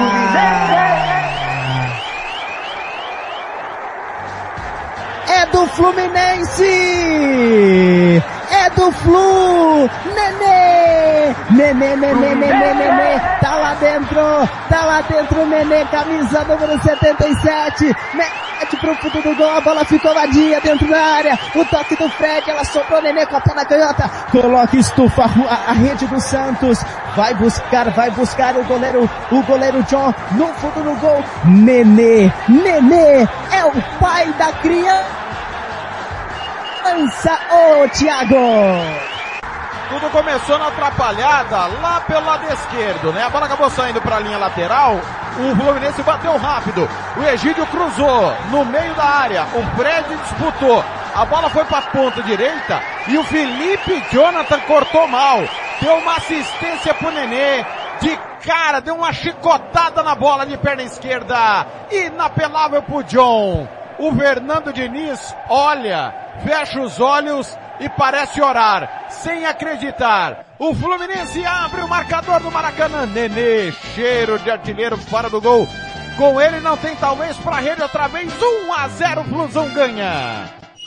É do Fluminense! É do Flu! Nenê! Nenê, nenê, nenê, nenê! Tá lá dentro! Tá lá dentro o Nenê, camisa número setenta e sete! Mete pro fundo do gol, a bola ficou vadia dentro da área! O toque do Fred, ela soprou o Nenê com a perna canhota! Coloca, estufa a, a rede do Santos! Vai buscar, vai buscar o goleiro, o goleiro John no fundo do gol! Nenê! Nenê! É o pai da criança! Ô, oh, Thiago! Tudo começou na atrapalhada lá pelo lado esquerdo, né? A bola acabou saindo para a linha lateral, o Fluminense bateu rápido, o Egídio cruzou no meio da área, o Fred disputou, a bola foi para a ponta direita e o Felipe Jonathan cortou mal, deu uma assistência pro Nenê, de cara, deu uma chicotada na bola de perna esquerda, inapelável pro John. O Fernando Diniz olha, fecha os olhos e parece orar, sem acreditar. O Fluminense abre o marcador do Maracanã. Nenê, cheiro de artilheiro fora do gol. Com ele não tem talvez pra rede outra vez. um a zero, Flusão ganha.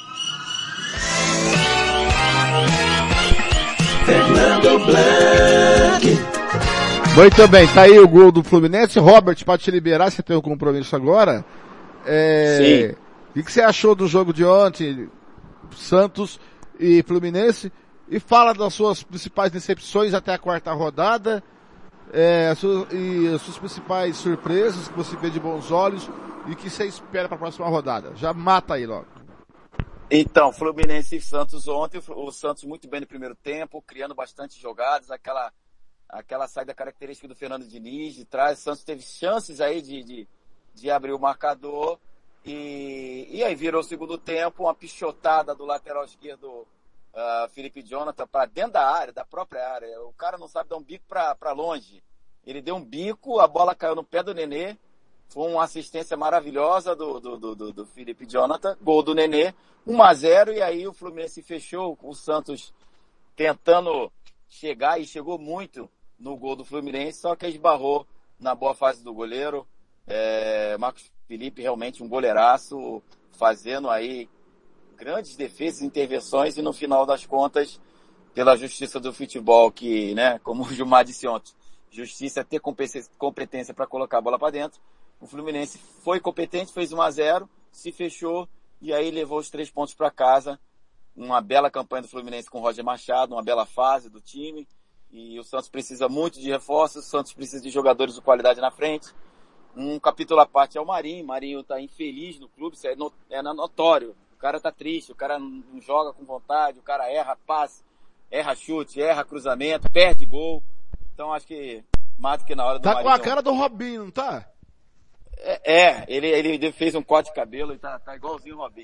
Fernando Blanc. Muito bem, tá aí o gol do Fluminense. Robert, pode te liberar, você tem um compromisso agora. É... Sim. O que você achou do jogo de ontem, Santos e Fluminense? E fala das suas principais decepções até a quarta rodada, é, as suas, e as suas principais surpresas que você vê de bons olhos e que você espera para a próxima rodada. Já mata aí logo. Então, Fluminense e Santos ontem, o Santos muito bem no primeiro tempo, criando bastante jogadas, aquela, aquela saída característica do Fernando Diniz de trás. O Santos teve chances aí de, de, de abrir o marcador. E, e aí virou o segundo tempo, uma pichotada do lateral esquerdo, uh, Felipe Jonathan, para dentro da área, da própria área. O cara não sabe dar um bico para longe. Ele deu um bico, a bola caiu no pé do Nenê. Foi uma assistência maravilhosa do, do, do, do, do Felipe Jonathan, gol do Nenê, um a zero, e aí o Fluminense fechou, o Santos tentando chegar, e chegou muito no gol do Fluminense, só que esbarrou na boa fase do goleiro. É, Marcos Felipe realmente um goleiraço, fazendo aí grandes defesas, intervenções, e no final das contas, pela justiça do futebol, que, né, como o Gilmar disse ontem, justiça é ter competência para colocar a bola para dentro. O Fluminense foi competente, fez um a zero, se fechou e aí levou os três pontos para casa. Uma bela campanha do Fluminense com o Roger Machado, uma bela fase do time. E o Santos precisa muito de reforços, o Santos precisa de jogadores de qualidade na frente. Um capítulo à parte é o Marinho. Marinho tá infeliz no clube, isso é, no, é notório. O cara tá triste, o cara não joga com vontade, o cara erra passe, erra chute, erra cruzamento, perde gol. Então acho que mais do que na hora do Tá Marinho. com a cara do Robinho, não tá? É, é ele, ele fez um corte de cabelo e tá, tá igualzinho o Robinho.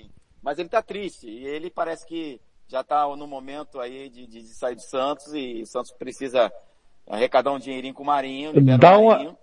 Mas ele tá triste, e ele parece que já tá no momento aí de, de, de sair do Santos, e o Santos precisa arrecadar um dinheirinho com o Marinho, Dá o uma, Marinho.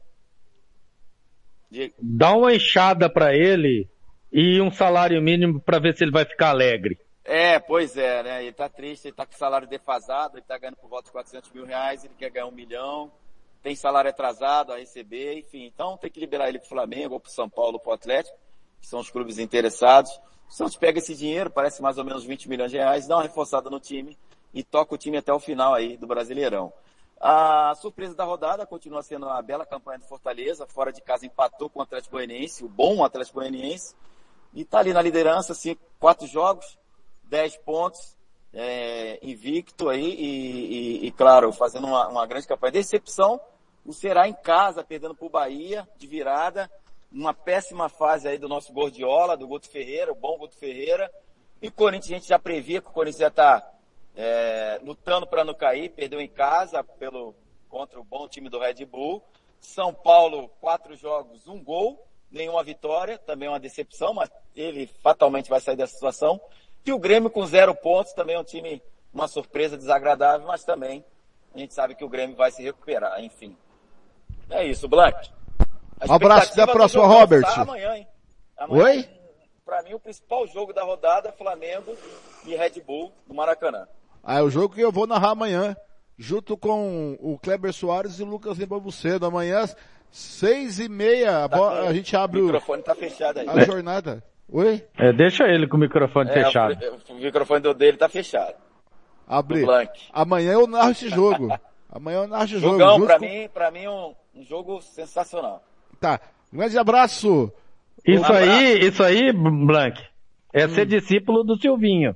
De... dá uma enxada pra ele e um salário mínimo pra ver se ele vai ficar alegre. É, pois é, né? Ele tá triste, ele tá com salário defasado, ele tá ganhando por volta de quatrocentos mil reais, ele quer ganhar um milhão, tem salário atrasado a receber, enfim. Então tem que liberar ele pro Flamengo, ou pro São Paulo, ou pro Atlético, que são os clubes interessados. O Santos pega esse dinheiro, parece mais ou menos vinte milhões de reais, dá uma reforçada no time e toca o time até o final aí do Brasileirão. A surpresa da rodada continua sendo a bela campanha do Fortaleza, fora de casa empatou com o Atlético Goianiense, o bom Atlético Goianiense, e tá ali na liderança, assim, quatro jogos, dez pontos, é, invicto aí, e, e, e claro, fazendo uma, uma grande campanha. Decepção, o Ceará em casa, perdendo pro Bahia, de virada, uma péssima fase aí do nosso Gordiola, do Guto Ferreira, o bom Guto Ferreira, e o Corinthians a gente já previa que o Corinthians já tá é, lutando para não cair, perdeu em casa pelo, contra o bom time do Red Bull. São Paulo, quatro jogos, um gol, nenhuma vitória, também uma decepção, mas ele fatalmente vai sair dessa situação. E o Grêmio com zero pontos, também é um time, uma surpresa desagradável, mas também a gente sabe que o Grêmio vai se recuperar, enfim. É isso, Blanc. Um abraço, até a próxima, Robert. Tá amanhã, hein? Amanhã, Oi? Pra mim, o principal jogo da rodada, Flamengo e Red Bull no Maracanã. Ah, é o jogo que eu vou narrar amanhã, junto com o Kleber Soares e o Lucas Nepomuceno. Amanhã, seis e meia, Tá a, a gente abre o o, microfone tá fechado aí. a jornada. Oi? É, deixa ele com o microfone É, fechado. O, o microfone do dele tá fechado. Abre. Do Blanc. Amanhã eu narro esse jogo. Amanhã eu narro esse jogo. Jogão, junto pra com- mim, pra mim um, um jogo sensacional. Tá. Um grande abraço. Isso Um aí, isso aí, Blank, é ser discípulo do Silvinho.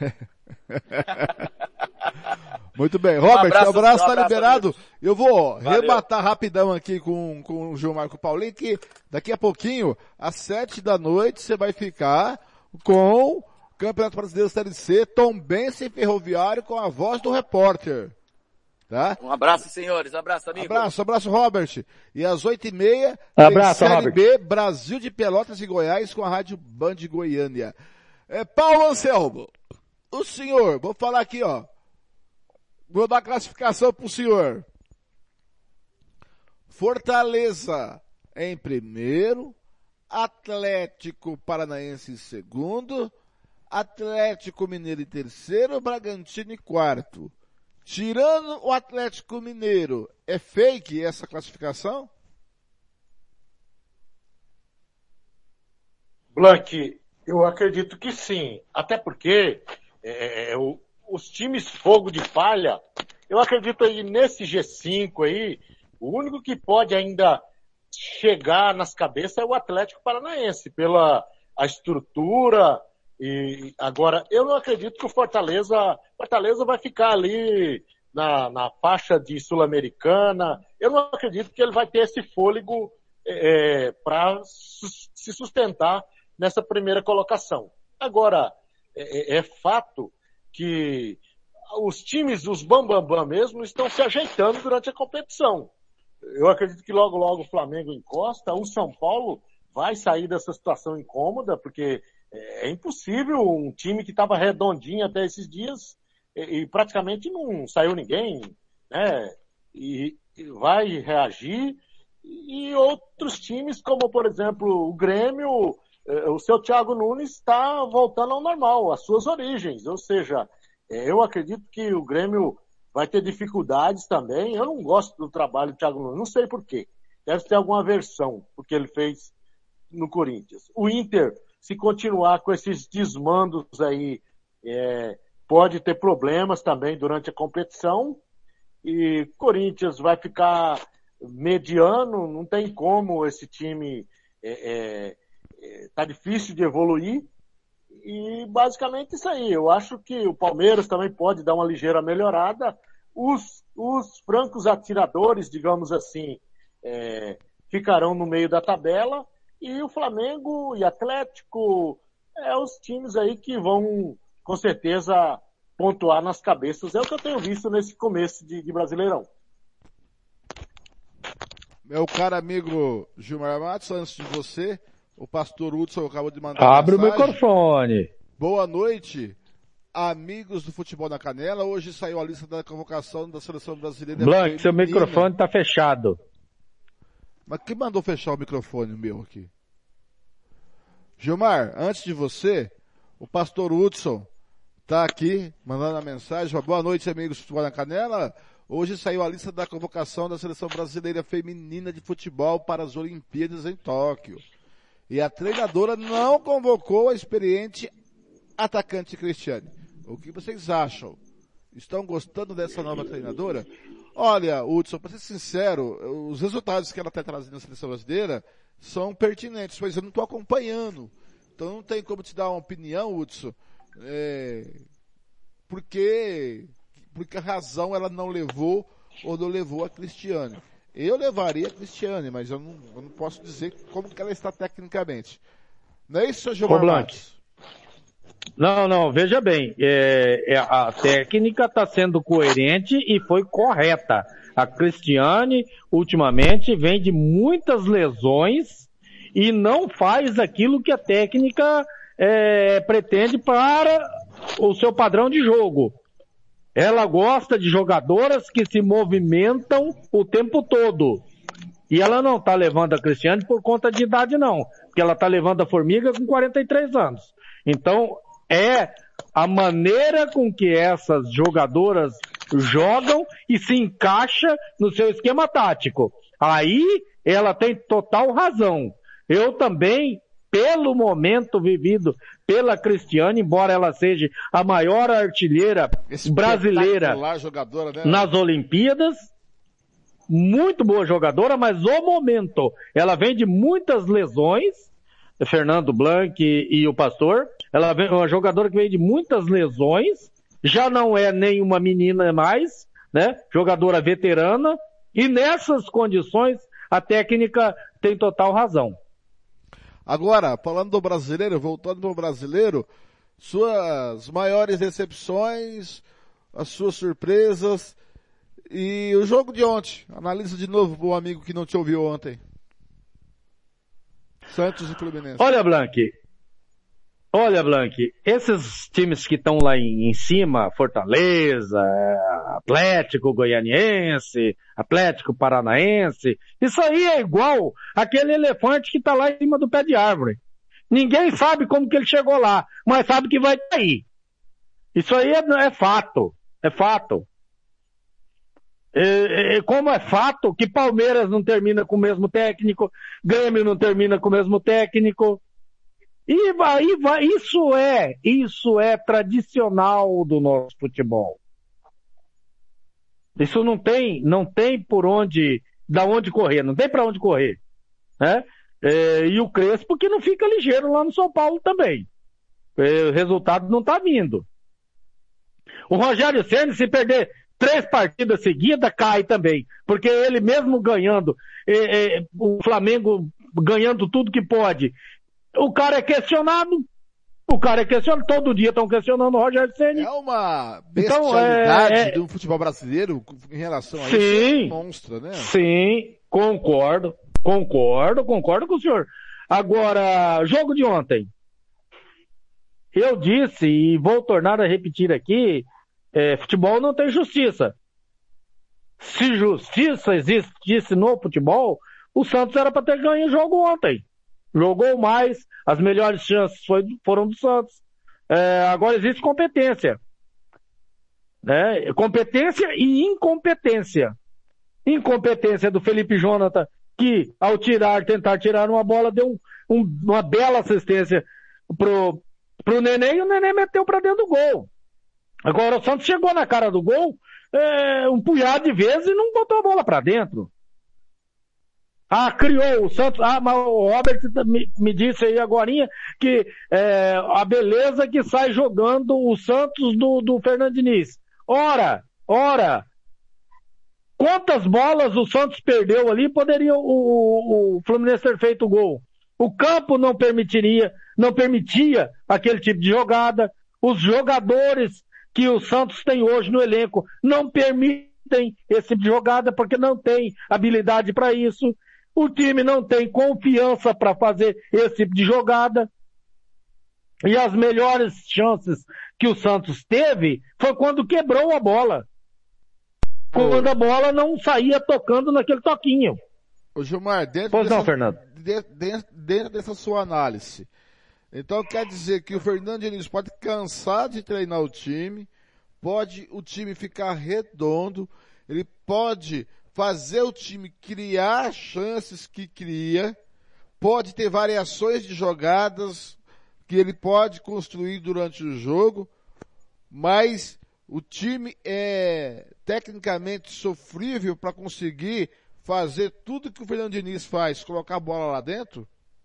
Muito bem. Robert, um abraço, abraço, um tá abraço, liberado. amigos. Eu vou Valeu. rebatar rapidão aqui com, com o Gilmar e com o Paulinho, que daqui a pouquinho, às sete da noite, você vai ficar com o Campeonato Brasileiro Série C, Tombense e Ferroviário, com a voz do repórter. Tá? Um abraço, senhores. Abraço, amigo. Abraço, abraço, Robert. E às oito e meia, Abraço, tem Série Robert. B, Brasil de Pelotas e Goiás, com a Rádio Band Goiânia. É, Paulo Anselmo, o senhor, vou falar aqui, ó. Vou dar classificação pro senhor. Fortaleza em primeiro, Atlético Paranaense em segundo, Atlético Mineiro em terceiro, Bragantino em quarto. Tirando o Atlético Mineiro, é fake essa classificação? Blank, eu acredito que sim. Até porque é, o, os times fogo de palha, eu acredito aí nesse G cinco aí, o único que pode ainda chegar nas cabeças é o Atlético Paranaense, pela a estrutura. E agora, eu não acredito que o Fortaleza, Fortaleza vai ficar ali na, na faixa de Sul-Americana. Eu não acredito que ele vai ter esse fôlego é, para su se sustentar nessa primeira colocação. Agora, é, é fato que os times, os bambambam bam, bam mesmo, estão se ajeitando durante a competição. Eu acredito que logo, logo o Flamengo encosta, o São Paulo vai sair dessa situação incômoda, porque é impossível um time que estava redondinho até esses dias e, e praticamente não saiu ninguém, né? E, e vai reagir. E outros times, como por exemplo o Grêmio, o seu Thiago Nunes está voltando ao normal, às suas origens. Ou seja, eu acredito que o Grêmio vai ter dificuldades também. Eu não gosto do trabalho do Thiago Nunes, não sei por quê. Deve ter alguma aversão porque ele fez no Corinthians. O Inter, se continuar com esses desmandos aí, é, pode ter problemas também durante a competição. E Corinthians vai ficar mediano, não tem como esse time é, é, é, tá difícil de evoluir. E basicamente isso aí. Eu acho que o Palmeiras também pode dar uma ligeira melhorada. Os, os francos atiradores, digamos assim, é, ficarão no meio da tabela. E o Flamengo e Atlético é os times aí que vão, com certeza, pontuar nas cabeças. É o que eu tenho visto nesse começo de, de Brasileirão. Meu caro amigo Gilmar Matos, antes de você, o pastor Hudson acabou de mandar Abre mensagem. o microfone. Boa noite, amigos do Futebol na Canela. Hoje saiu a lista da convocação da Seleção Brasileira. Blanc, seu microfone tá fechado. Mas quem mandou fechar o microfone meu aqui? Gilmar, antes de você, o pastor Hudson tá aqui mandando a mensagem. Boa noite, amigos do Futebol na Canela. Hoje saiu a lista da convocação da Seleção Brasileira Feminina de Futebol para as Olimpíadas em Tóquio. E a treinadora não convocou a experiente atacante Cristiane. O que vocês acham? Estão gostando dessa nova treinadora? Olha, Hudson, para ser sincero, os resultados que ela está trazendo na Seleção Brasileira são pertinentes, mas eu não estou acompanhando. Então não tem como te dar uma opinião, Hudson, é, porque... por que razão ela não levou ou não levou a Cristiane. Eu levaria a Cristiane, mas eu não, eu não posso dizer como que ela está tecnicamente. Não é isso, Gilmar Matos? Não, não, veja bem, é, é, a técnica está sendo coerente e foi correta. A Cristiane, ultimamente, vem de muitas lesões e não faz aquilo que a técnica é, pretende para o seu padrão de jogo. Ela gosta de jogadoras que se movimentam o tempo todo. E ela não está levando a Cristiane por conta de idade, não. Porque ela está levando a Formiga com quarenta e três anos. Então, é a maneira com que essas jogadoras jogam e se encaixa no seu esquema tático. Aí, ela tem total razão. Eu também... pelo momento vivido pela Cristiane, embora ela seja a maior artilheira brasileira jogadora, né? nas Olimpíadas, muito boa jogadora, mas o momento, ela vem de muitas lesões, Fernando Blanc e, e o Pastor, ela vem uma jogadora que vem de muitas lesões, já não é nenhuma menina mais, né? Jogadora veterana, e nessas condições a técnica tem total razão. Agora, falando do brasileiro, voltando pro brasileiro, suas maiores decepções, as suas surpresas e o jogo de ontem. Analisa de novo pro amigo que não te ouviu ontem. Santos e Fluminense. Olha, Blanc, olha, Blanc, esses times que estão lá em, em cima, Fortaleza, Atlético Goianiense, Atlético Paranaense, isso aí é igual aquele elefante que está lá em cima do pé de árvore. Ninguém sabe como que ele chegou lá, mas sabe que vai cair. Isso aí é, é fato, é fato. E, e, como é fato que Palmeiras não termina com o mesmo técnico, Grêmio não termina com o mesmo técnico, e vai, vai, isso é, isso é tradicional do nosso futebol. Isso não tem, não tem por onde, da onde correr, não tem para onde correr, né? É, e o Crespo que não fica ligeiro lá no São Paulo também. É, o resultado não tá vindo. O Rogério Ceni, se perder três partidas seguidas, cai também, porque ele mesmo ganhando, é, é, o Flamengo ganhando tudo que pode, o cara é questionado, o cara é questionado, todo dia estão questionando o Rogério Ceni. É uma bestialidade então, é, é... do futebol brasileiro em relação a sim, isso, é monstra, né? Sim, concordo, concordo, concordo com o senhor. Agora, jogo de ontem. Eu disse, e vou tornar a repetir aqui, é, futebol não tem justiça. Se justiça existisse no futebol, o Santos era para ter ganho o jogo ontem. Jogou mais, as melhores chances foi, foram do Santos. É, agora existe competência. Né? Competência e incompetência. Incompetência do Felipe Jonathan, que ao tirar, tentar tirar uma bola, deu um, um, uma bela assistência pro, pro Nenê, e o Nenê meteu para dentro do gol. Agora o Santos chegou na cara do gol, é, um punhado de vezes e não botou a bola para dentro. Ah, criou o Santos. Ah, mas o Robert me, me disse aí agorinha que é, a beleza que sai jogando o Santos do, do Fernando Diniz. Ora, ora, quantas bolas o Santos perdeu ali, poderia o, o, o Fluminense ter feito o gol. O campo não permitiria, não permitia aquele tipo de jogada. Os jogadores que o Santos tem hoje no elenco não permitem esse tipo de jogada porque não tem habilidade para isso. O time não tem confiança para fazer esse tipo de jogada. E as melhores chances que o Santos teve foi quando quebrou a bola. Quando a bola não saía tocando naquele toquinho. Ô Gilmar, dentro, pois dessa, não, Fernando. Dentro, dentro dessa sua análise, então quer dizer que o Fernando Diniz pode cansar de treinar o time, pode o time ficar redondo, ele pode fazer o time criar chances que cria, pode ter variações de jogadas que ele pode construir durante o jogo, mas o time é tecnicamente sofrível para conseguir fazer tudo que o Fernando Diniz faz, colocar a bola lá dentro?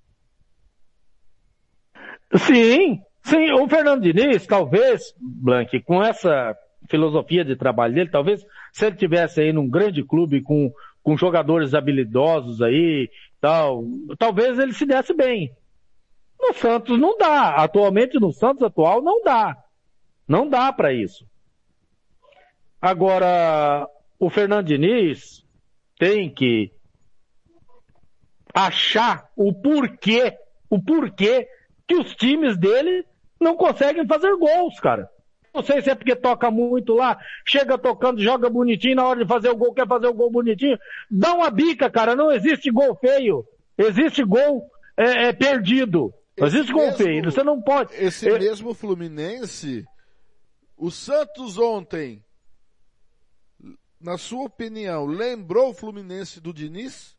Sim, sim, o Fernando Diniz, talvez, Blank, com essa filosofia de trabalho dele, talvez se ele tivesse aí num grande clube com, com jogadores habilidosos aí, tal, talvez ele se desse bem. No Santos não dá, atualmente no Santos atual não dá, não dá para isso. Agora, o Fernando Diniz tem que achar o porquê, o porquê que os times dele não conseguem fazer gols, cara. Não sei se é porque toca muito lá, chega tocando, joga bonitinho, na hora de fazer o gol, quer fazer o gol bonitinho. Dá uma bica, cara, não existe gol feio. Existe gol é, é, perdido. Não existe gol feio, você não pode... Esse é... mesmo Fluminense, o Santos ontem, na sua opinião, lembrou o Fluminense do Diniz?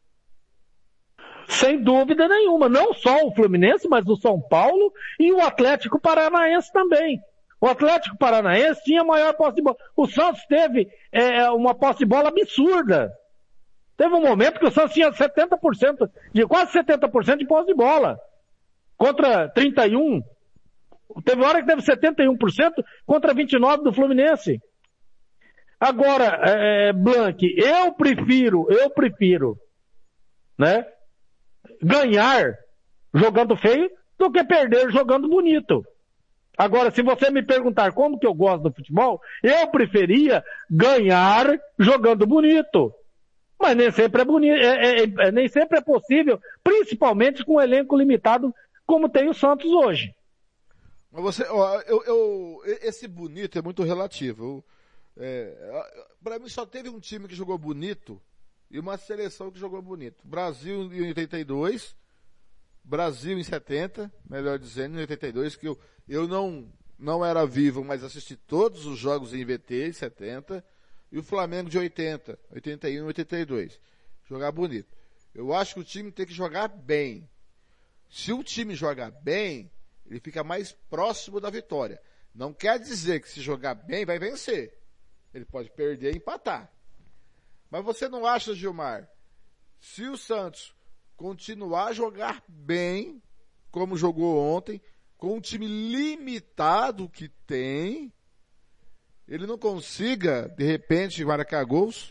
Sem dúvida nenhuma. Não só o Fluminense, mas o São Paulo e o Atlético Paranaense também. O Atlético Paranaense tinha maior posse de bola. O Santos teve é, uma posse de bola absurda. Teve um momento que o Santos tinha setenta por cento, de quase setenta por cento de posse de bola. Contra trinta e um. Teve hora que teve setenta e um por cento contra vinte e nove por cento do Fluminense. Agora, é, Blank, eu prefiro, eu prefiro, né, ganhar jogando feio do que perder jogando bonito. Agora, se você me perguntar como que eu gosto do futebol, eu preferia ganhar jogando bonito. Mas nem sempre é bonito, é, é, é, nem sempre é possível, principalmente com um elenco limitado como tem o Santos hoje. Mas você, ó, eu, eu, esse bonito é muito relativo. Eu, É, para mim só teve um time que jogou bonito e uma seleção que jogou bonito. Brasil em oitenta e dois, Brasil em setenta, melhor dizendo, em oitenta e dois, que eu, eu não, não era vivo, mas assisti todos os jogos em V T em setenta, e o Flamengo de oitenta, oitenta e um e oitenta e dois. Jogar bonito. Eu acho que o time tem que jogar bem. Se o time jogar bem, ele fica mais próximo da vitória. Não quer dizer que se jogar bem vai vencer. Ele pode perder e empatar. Mas você não acha, Gilmar, se o Santos continuar a jogar bem, como jogou ontem, com um time limitado que tem, ele não consiga, de repente, marcar gols?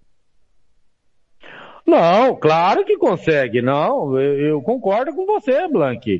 Não, claro que consegue. Não, eu, eu concordo com você, Blank.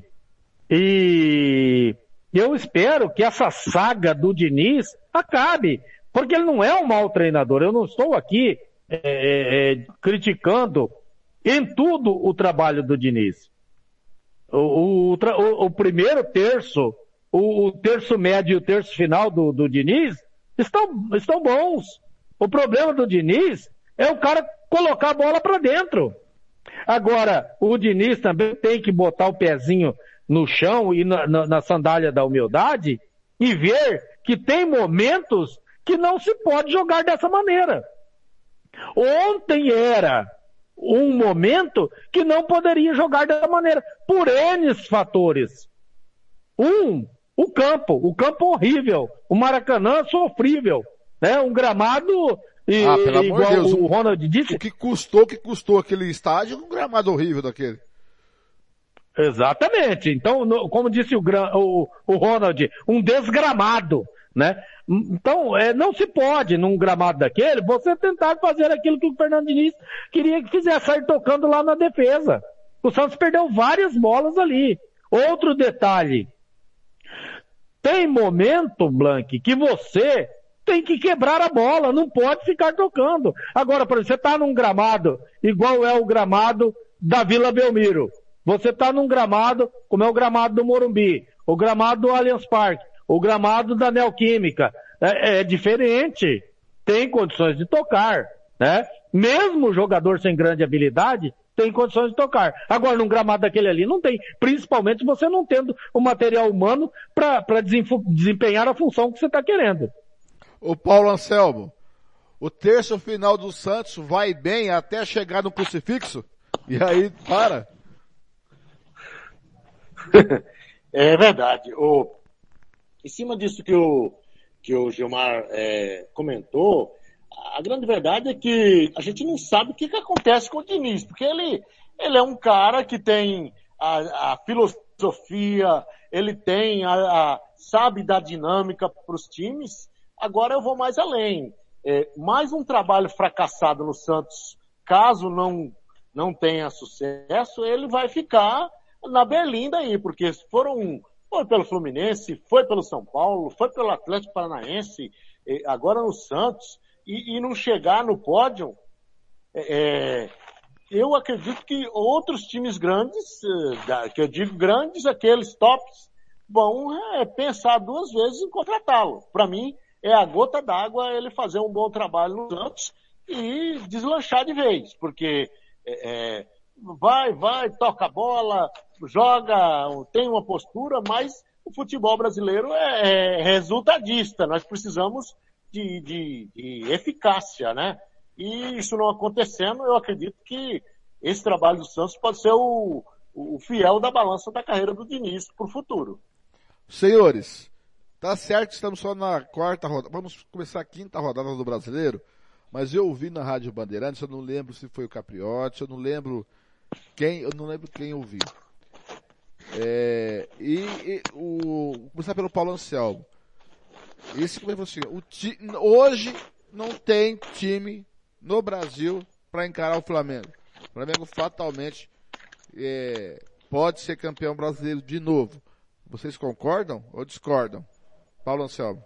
E eu espero que essa saga do Diniz acabe. Porque ele não é um mau treinador. Eu não estou aqui é, é, criticando em tudo o trabalho do Diniz. O, o, o, o primeiro terço, o, o terço médio e o terço final do, do Diniz estão, estão bons. O problema do Diniz é o cara colocar a bola para dentro. Agora, o Diniz também tem que botar o pezinho no chão e na, na, na sandália da humildade e ver que tem momentos que não se pode jogar dessa maneira. Ontem era um momento que não poderia jogar dessa maneira, por N fatores. Um, o campo, o campo horrível, o Maracanã sofrível, né? Um gramado e, ah, pelo igual amor de Deus, o Ronald disse. O que custou, o que custou aquele estádio, um gramado horrível daquele. Exatamente. Então, no, como disse o, o, o Ronald, um desgramado, né? Então, é, não se pode, num gramado daquele, você tentar fazer aquilo que o Fernando Diniz queria que fizesse, sair tocando lá na defesa. O Santos perdeu várias bolas ali. Outro detalhe. Tem momento, Blank, que você tem que quebrar a bola, não pode ficar tocando. Agora, por exemplo, você está num gramado, igual é o gramado da Vila Belmiro. Você está num gramado, como é o gramado do Morumbi. o gramado do Allianz Parque, o gramado da Neoquímica. É, é diferente. Tem condições de tocar, né? Mesmo o jogador sem grande habilidade, tem condições de tocar. Agora, num gramado daquele ali, não tem. Principalmente você não tendo o material humano para desempenhar a função que você está querendo. O Paulo Anselmo, o terço final do Santos vai bem até chegar no crucifixo? E aí, para. É verdade. O, em cima disso que o, que o Gilmar é, comentou, a grande verdade é que a gente não sabe o que, que acontece com o Diniz, porque ele, ele é um cara que tem a, a filosofia, ele tem a, a sabe da dinâmica para os times. Agora eu vou mais além. É, mais um trabalho fracassado no Santos, caso não, não tenha sucesso, ele vai ficar na berlinda aí, porque foram, foi pelo Fluminense, foi pelo São Paulo, foi pelo Atlético Paranaense, agora no Santos, e, e não chegar no pódio, é, eu acredito que outros times grandes, que eu digo grandes, aqueles tops, vão é, pensar duas vezes em contratá-lo. Para mim, é a gota d'água ele fazer um bom trabalho no Santos e deslanchar de vez, porque é, vai, vai, toca a bola, joga, tem uma postura, mas o futebol brasileiro é, é resultadista. Nós precisamos de, de, de eficácia, né? E isso não acontecendo, eu acredito que esse trabalho do Santos pode ser o, o fiel da balança da carreira do Diniz para o futuro. Senhores, tá certo, estamos só na quarta rodada, vamos começar a quinta rodada do Brasileiro, mas eu ouvi na Rádio Bandeirantes, eu não lembro se foi o Capriotti, eu não lembro quem, eu não lembro quem ouvi. É, e, e o, vou começar pelo Paulo Anselmo. Esse como assim, o ti, hoje não tem time no Brasil para encarar o Flamengo. O Flamengo fatalmente é, pode ser campeão brasileiro de novo. Vocês concordam ou discordam? Paulo Anselmo.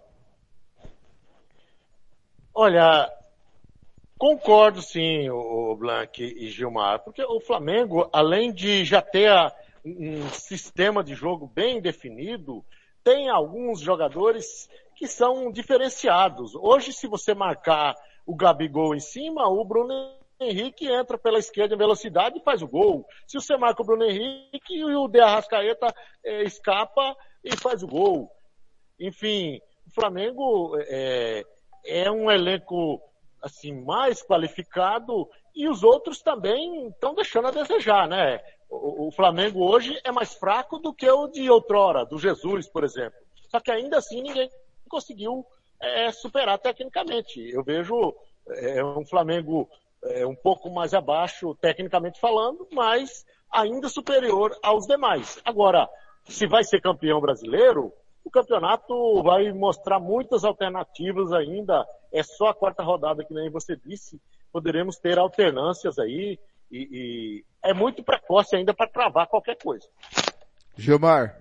Olha, concordo sim, o Blanc e Gilmar, porque o Flamengo, além de já ter a, um sistema de jogo bem definido, tem alguns jogadores que são diferenciados. Hoje, se você marcar o Gabigol em cima, o Bruno Henrique entra pela esquerda em velocidade e faz o gol. Se você marca o Bruno Henrique, o De Arrascaeta é, escapa e faz o gol. Enfim, o Flamengo é, é um elenco assim, mais qualificado e os outros também estão deixando a desejar, né? O, o Flamengo hoje é mais fraco do que o de outrora, do Jesus, por exemplo. Só que ainda assim ninguém conseguiu é, superar tecnicamente. Eu vejo é, um Flamengo é, um pouco mais abaixo, tecnicamente falando, mas ainda superior aos demais. Agora, se vai ser campeão brasileiro, o campeonato vai mostrar muitas alternativas ainda. É só a quarta rodada, que nem você disse. Poderemos ter alternâncias aí e, e é muito precoce ainda para travar qualquer coisa. Gilmar.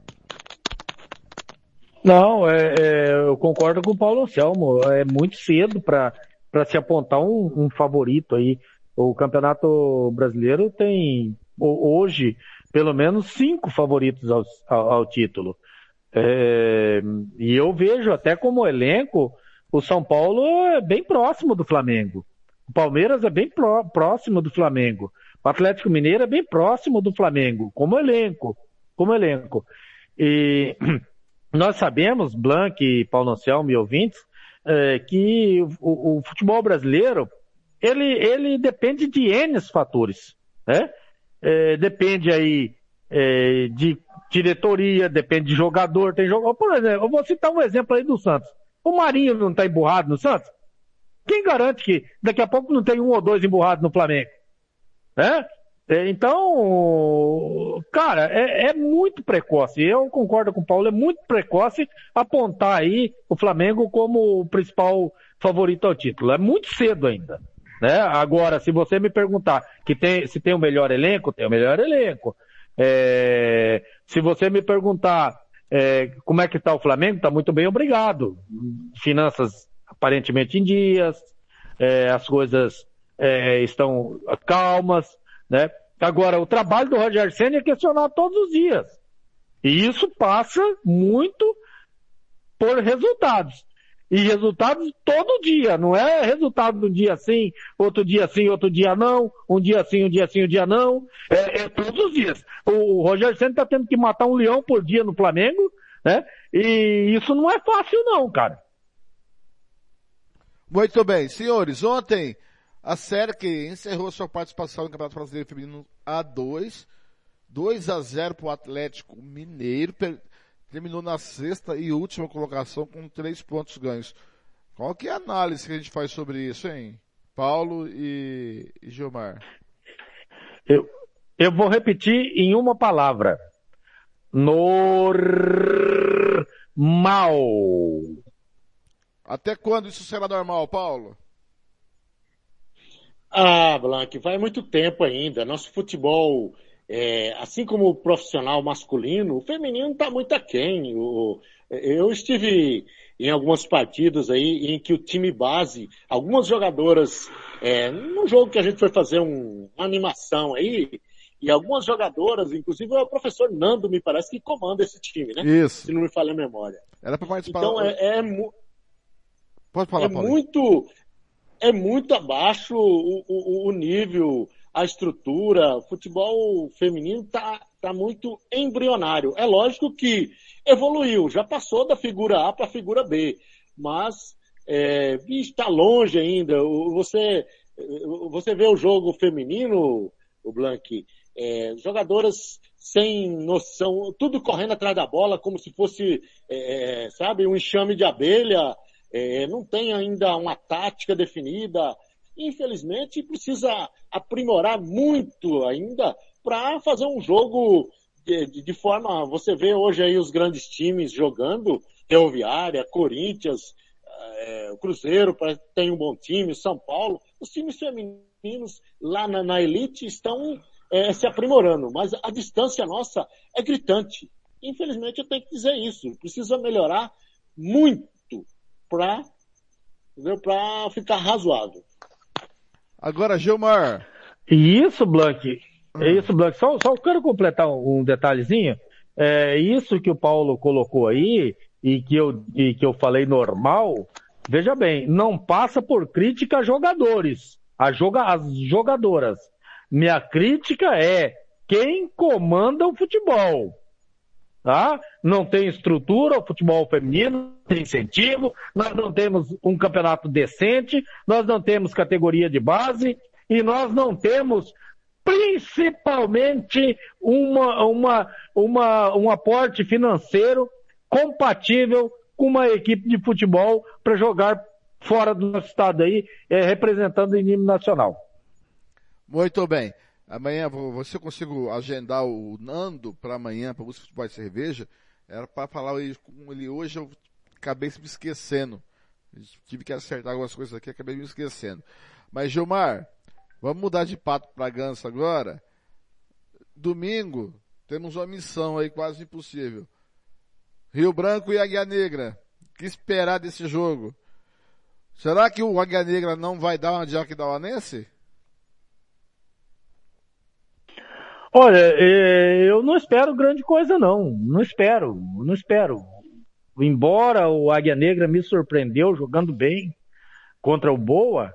Não, é, é, eu concordo com o Paulo Anselmo. É muito cedo para para se apontar um, um favorito aí. O Campeonato Brasileiro tem hoje pelo menos cinco favoritos ao, ao, ao título. É, e eu vejo até como elenco, o São Paulo é bem próximo do Flamengo. O Palmeiras é bem pró, próximo do Flamengo. O Atlético Mineiro é bem próximo do Flamengo, como elenco. Como elenco. E nós sabemos, Blanc, Paulo Anselmo e ouvintes, é, que o, o futebol brasileiro, ele, ele depende de N fatores, né? É, depende aí é, de diretoria, depende de jogador, tem jogador. Por exemplo, eu vou citar um exemplo aí do Santos. O Marinho não está emburrado no Santos? Quem garante que daqui a pouco não tem um ou dois emburrados no Flamengo? Né? Então, cara, é, é muito precoce. Eu concordo com o Paulo, é muito precoce apontar aí o Flamengo como o principal favorito ao título. É muito cedo ainda. Né? Agora, se você me perguntar que tem, se tem o melhor elenco, tem o melhor elenco. É, se você me perguntar é, como é que está o Flamengo, está muito bem, obrigado. Finanças aparentemente em dias, é, as coisas é, estão calmas, né? Agora, o trabalho do Rogério Ceni é questionado todos os dias. E isso passa muito por resultados. E resultados todo dia, não é resultado de um dia sim, outro dia sim, outro dia não, um dia sim, um dia sim, um dia não, é, é todos os dias. O, o Rogério Ceni está tendo que matar um leão por dia no Flamengo, né? E isso não é fácil não, cara. Muito bem, senhores, ontem a série que encerrou sua participação no Campeonato Brasileiro Feminino A dois, dois a zero para o Atlético Mineiro, terminou na sexta e última colocação com três pontos ganhos. Qual que é a análise que a gente faz sobre isso, hein? Paulo e, e Gilmar. Eu, eu vou repetir em uma palavra. Normal. Até quando isso será normal, Paulo? Ah, Blanc, vai muito tempo ainda. Nosso futebol... É, assim como o profissional masculino, o feminino está muito aquém. O, eu estive em algumas partidas aí em que o time base, algumas jogadoras, é, num jogo que a gente foi fazer um, uma animação aí, e algumas jogadoras, inclusive o professor Nando, me parece que comanda esse time, né? Isso. Se não me falha a memória. Era para participar. Então é, é, Pode falar, é Paulo. muito, é muito abaixo o, o, o nível, a estrutura. O futebol feminino tá, tá muito embrionário. É lógico que evoluiu, já passou da figura A para a figura B, mas é, está longe ainda. Você, você vê o jogo feminino, o Blanc, é, jogadoras sem noção, tudo correndo atrás da bola como se fosse, é, sabe, um enxame de abelha, é, não tem ainda uma tática definida. Infelizmente, precisa aprimorar muito ainda para fazer um jogo de, de, de forma... Você vê hoje aí os grandes times jogando, Ferroviária, Corinthians, é, o Cruzeiro tem um bom time, São Paulo. Os times femininos lá na, na elite estão é, se aprimorando, mas a distância nossa é gritante. Infelizmente, eu tenho que dizer isso. Precisa melhorar muito para para ficar razoável. Agora, Gilmar. Isso, Blanc. É isso, Blanc. Só, só quero completar um detalhezinho. É isso que o Paulo colocou aí e que eu, e que eu falei normal. Veja bem, não passa por crítica a jogadores, a joga, as jogadoras. Minha crítica é quem comanda o futebol. Tá? Não tem estrutura, o futebol feminino, não tem incentivo, nós não temos um campeonato decente, nós não temos categoria de base e nós não temos principalmente uma, uma, uma, um aporte financeiro compatível com uma equipe de futebol para jogar fora do nosso estado aí, é, representando o nível nacional. Muito bem. Amanhã, você eu consigo agendar o Nando para amanhã, para o Futebol e Cerveja. Era para falar com ele hoje, eu acabei me esquecendo. Tive que acertar algumas coisas aqui, acabei me esquecendo. Mas, Gilmar, vamos mudar de pato para ganso agora. Domingo, temos uma missão aí quase impossível. Rio Branco e Águia Negra. O que esperar desse jogo? Será que o Águia Negra não vai dar uma de Aquidauanense? Olha, eu não espero grande coisa não, não espero, não espero. Embora o Águia Negra me surpreendeu jogando bem contra o Boa,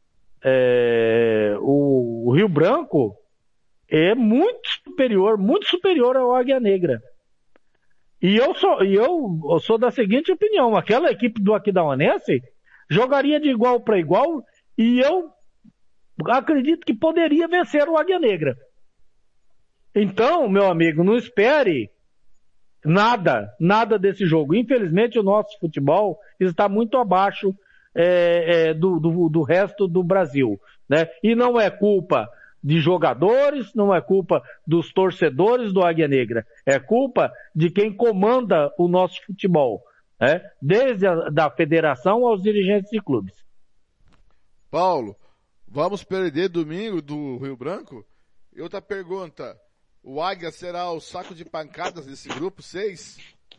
é, o, o Rio Branco é muito superior, muito superior ao Águia Negra. E eu sou, e eu, eu sou da seguinte opinião, aquela equipe do Aquidauanense jogaria de igual para igual e eu acredito que poderia vencer o Águia Negra. Então, meu amigo, não espere nada, nada desse jogo. Infelizmente, o nosso futebol está muito abaixo é, é, do, do, do resto do Brasil, né? E não é culpa de jogadores, não é culpa dos torcedores do Águia Negra, é culpa de quem comanda o nosso futebol, né? Desde a da federação aos dirigentes de clubes. Paulo, vamos perder domingo do Rio Branco? E outra pergunta... O Águia será o saco de pancadas desse grupo seis?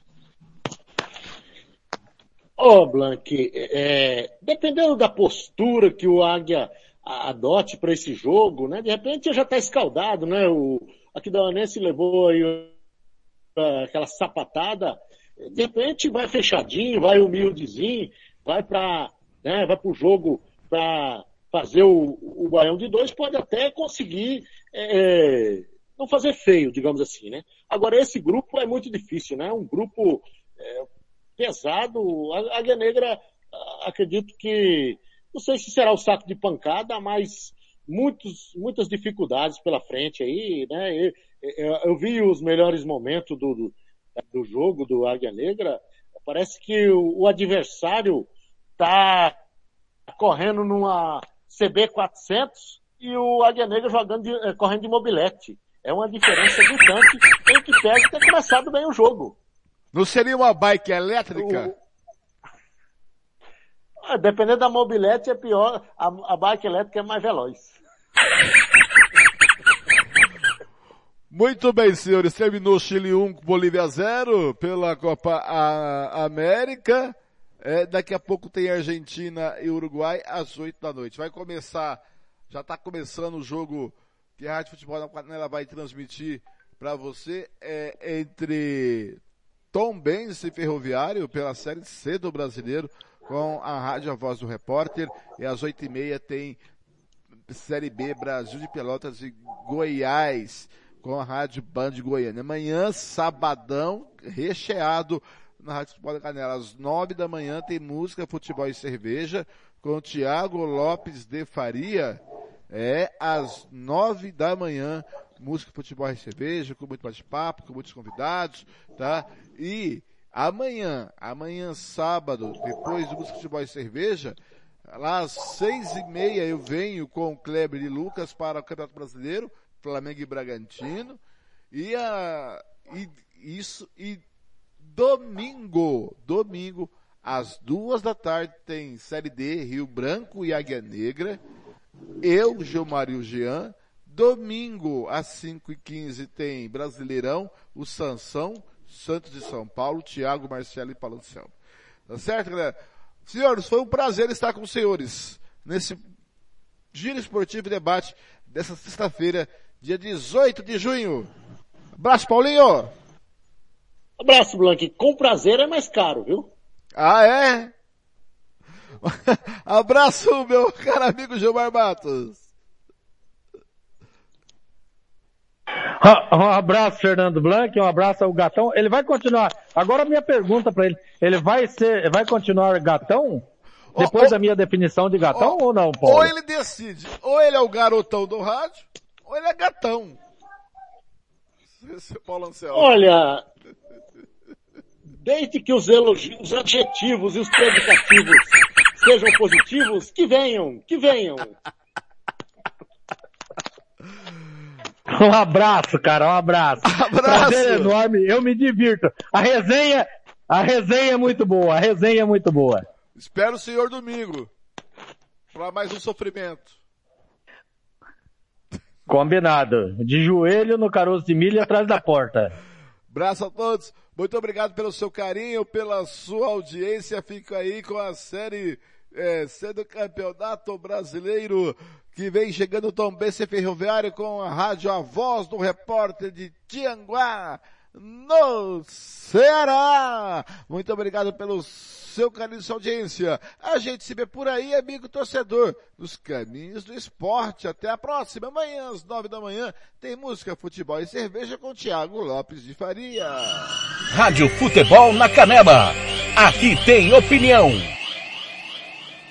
Ô, oh, Blanc, é, dependendo da postura que o Águia adote para esse jogo, né? De repente já está escaldado, né? O Aquidauanense levou aí aquela sapatada, de repente vai fechadinho, vai humildezinho, vai para, né, vai pro jogo para fazer o, o baião de dois, pode até conseguir é, não fazer feio, digamos assim, né? Agora, esse grupo é muito difícil, né? Um grupo é, pesado. A Águia Negra, acredito que, não sei se será o saco de pancada, mas muitos, muitas dificuldades pela frente aí, né? Eu, eu, eu vi os melhores momentos do, do, do jogo do Águia Negra. Parece que o, o adversário tá correndo numa C B quatrocentos e o Águia Negra jogando de, correndo de mobilete. É uma diferença gritante em que pede ter começado bem o jogo. Não seria uma bike elétrica? O... Ah, dependendo da mobilete é pior, a, a bike elétrica é mais veloz. Muito bem, senhores. Terminou Chile um, Bolívia zero pela Copa a América. É, daqui a pouco tem Argentina e Uruguai às oito da noite. Vai começar, já está começando o jogo que a Rádio Futebol na Canela vai transmitir para você, é, entre Tombense e Ferroviário pela Série C do Brasileiro com a Rádio A Voz do Repórter, e às oito e meia tem Série B Brasil de Pelotas e Goiás com a Rádio Band de Goiânia. Amanhã, sabadão, recheado na Rádio Futebol da Canela. Às nove da manhã tem música, futebol e cerveja com o Tiago Lopes de Faria. É às nove da manhã, música, futebol e cerveja, com muito bate-papo, com muitos convidados, tá? E amanhã, amanhã sábado, depois do música, futebol e cerveja, lá às seis e meia eu venho com o Kleber e Lucas para o Campeonato Brasileiro, Flamengo e Bragantino, e a, e isso, e domingo, domingo, às duas da tarde tem Série D, Rio Branco e Águia Negra, eu, Gilmar e o Jean. Domingo, às cinco e quinze, tem Brasileirão, o Sansão, Santos de São Paulo, Thiago, Marcelo e Paulo Anselmo. Tá certo, galera? Senhores, foi um prazer estar com os senhores nesse Giro Esportivo e Debate dessa sexta-feira, dia dezoito de junho. Abraço, Paulinho! Abraço, Blanque. Com prazer é mais caro, viu? Ah, é? Abraço, meu caro amigo Gilmar Matos. Um abraço, Fernando Blanc, um abraço ao Gatão. Ele vai continuar. Agora a minha pergunta para ele, ele vai ser, vai continuar Gatão? Depois oh, oh, da minha definição de Gatão oh, ou não, Paulo? Ou ele decide, ou ele é o garotão do rádio, ou ele é Gatão. Paulo Anselmo. Olha, desde que os elogios, os adjetivos e os predicativos sejam positivos, que venham, que venham. Um abraço, cara, um abraço. Abraço. Prazer enorme, eu me divirto. A resenha, a resenha é muito boa, a resenha é muito boa. Espero o senhor domingo para mais um sofrimento. Combinado. De joelho no caroço de milho atrás da porta. Abraço a todos. Muito obrigado pelo seu carinho, pela sua audiência. Fico aí com a série é, C do Campeonato Brasileiro, que vem chegando o Tombense Ferroviário com a rádio A Voz do Repórter de Tianguá, no Ceará. Muito obrigado pelo seu carinho e sua audiência. A gente se vê por aí, amigo torcedor, nos caminhos do esporte. Até a próxima. Amanhã, às nove da manhã, tem música, futebol e cerveja com Thiago Lopes de Faria. Rádio Futebol na Canela. Aqui tem opinião.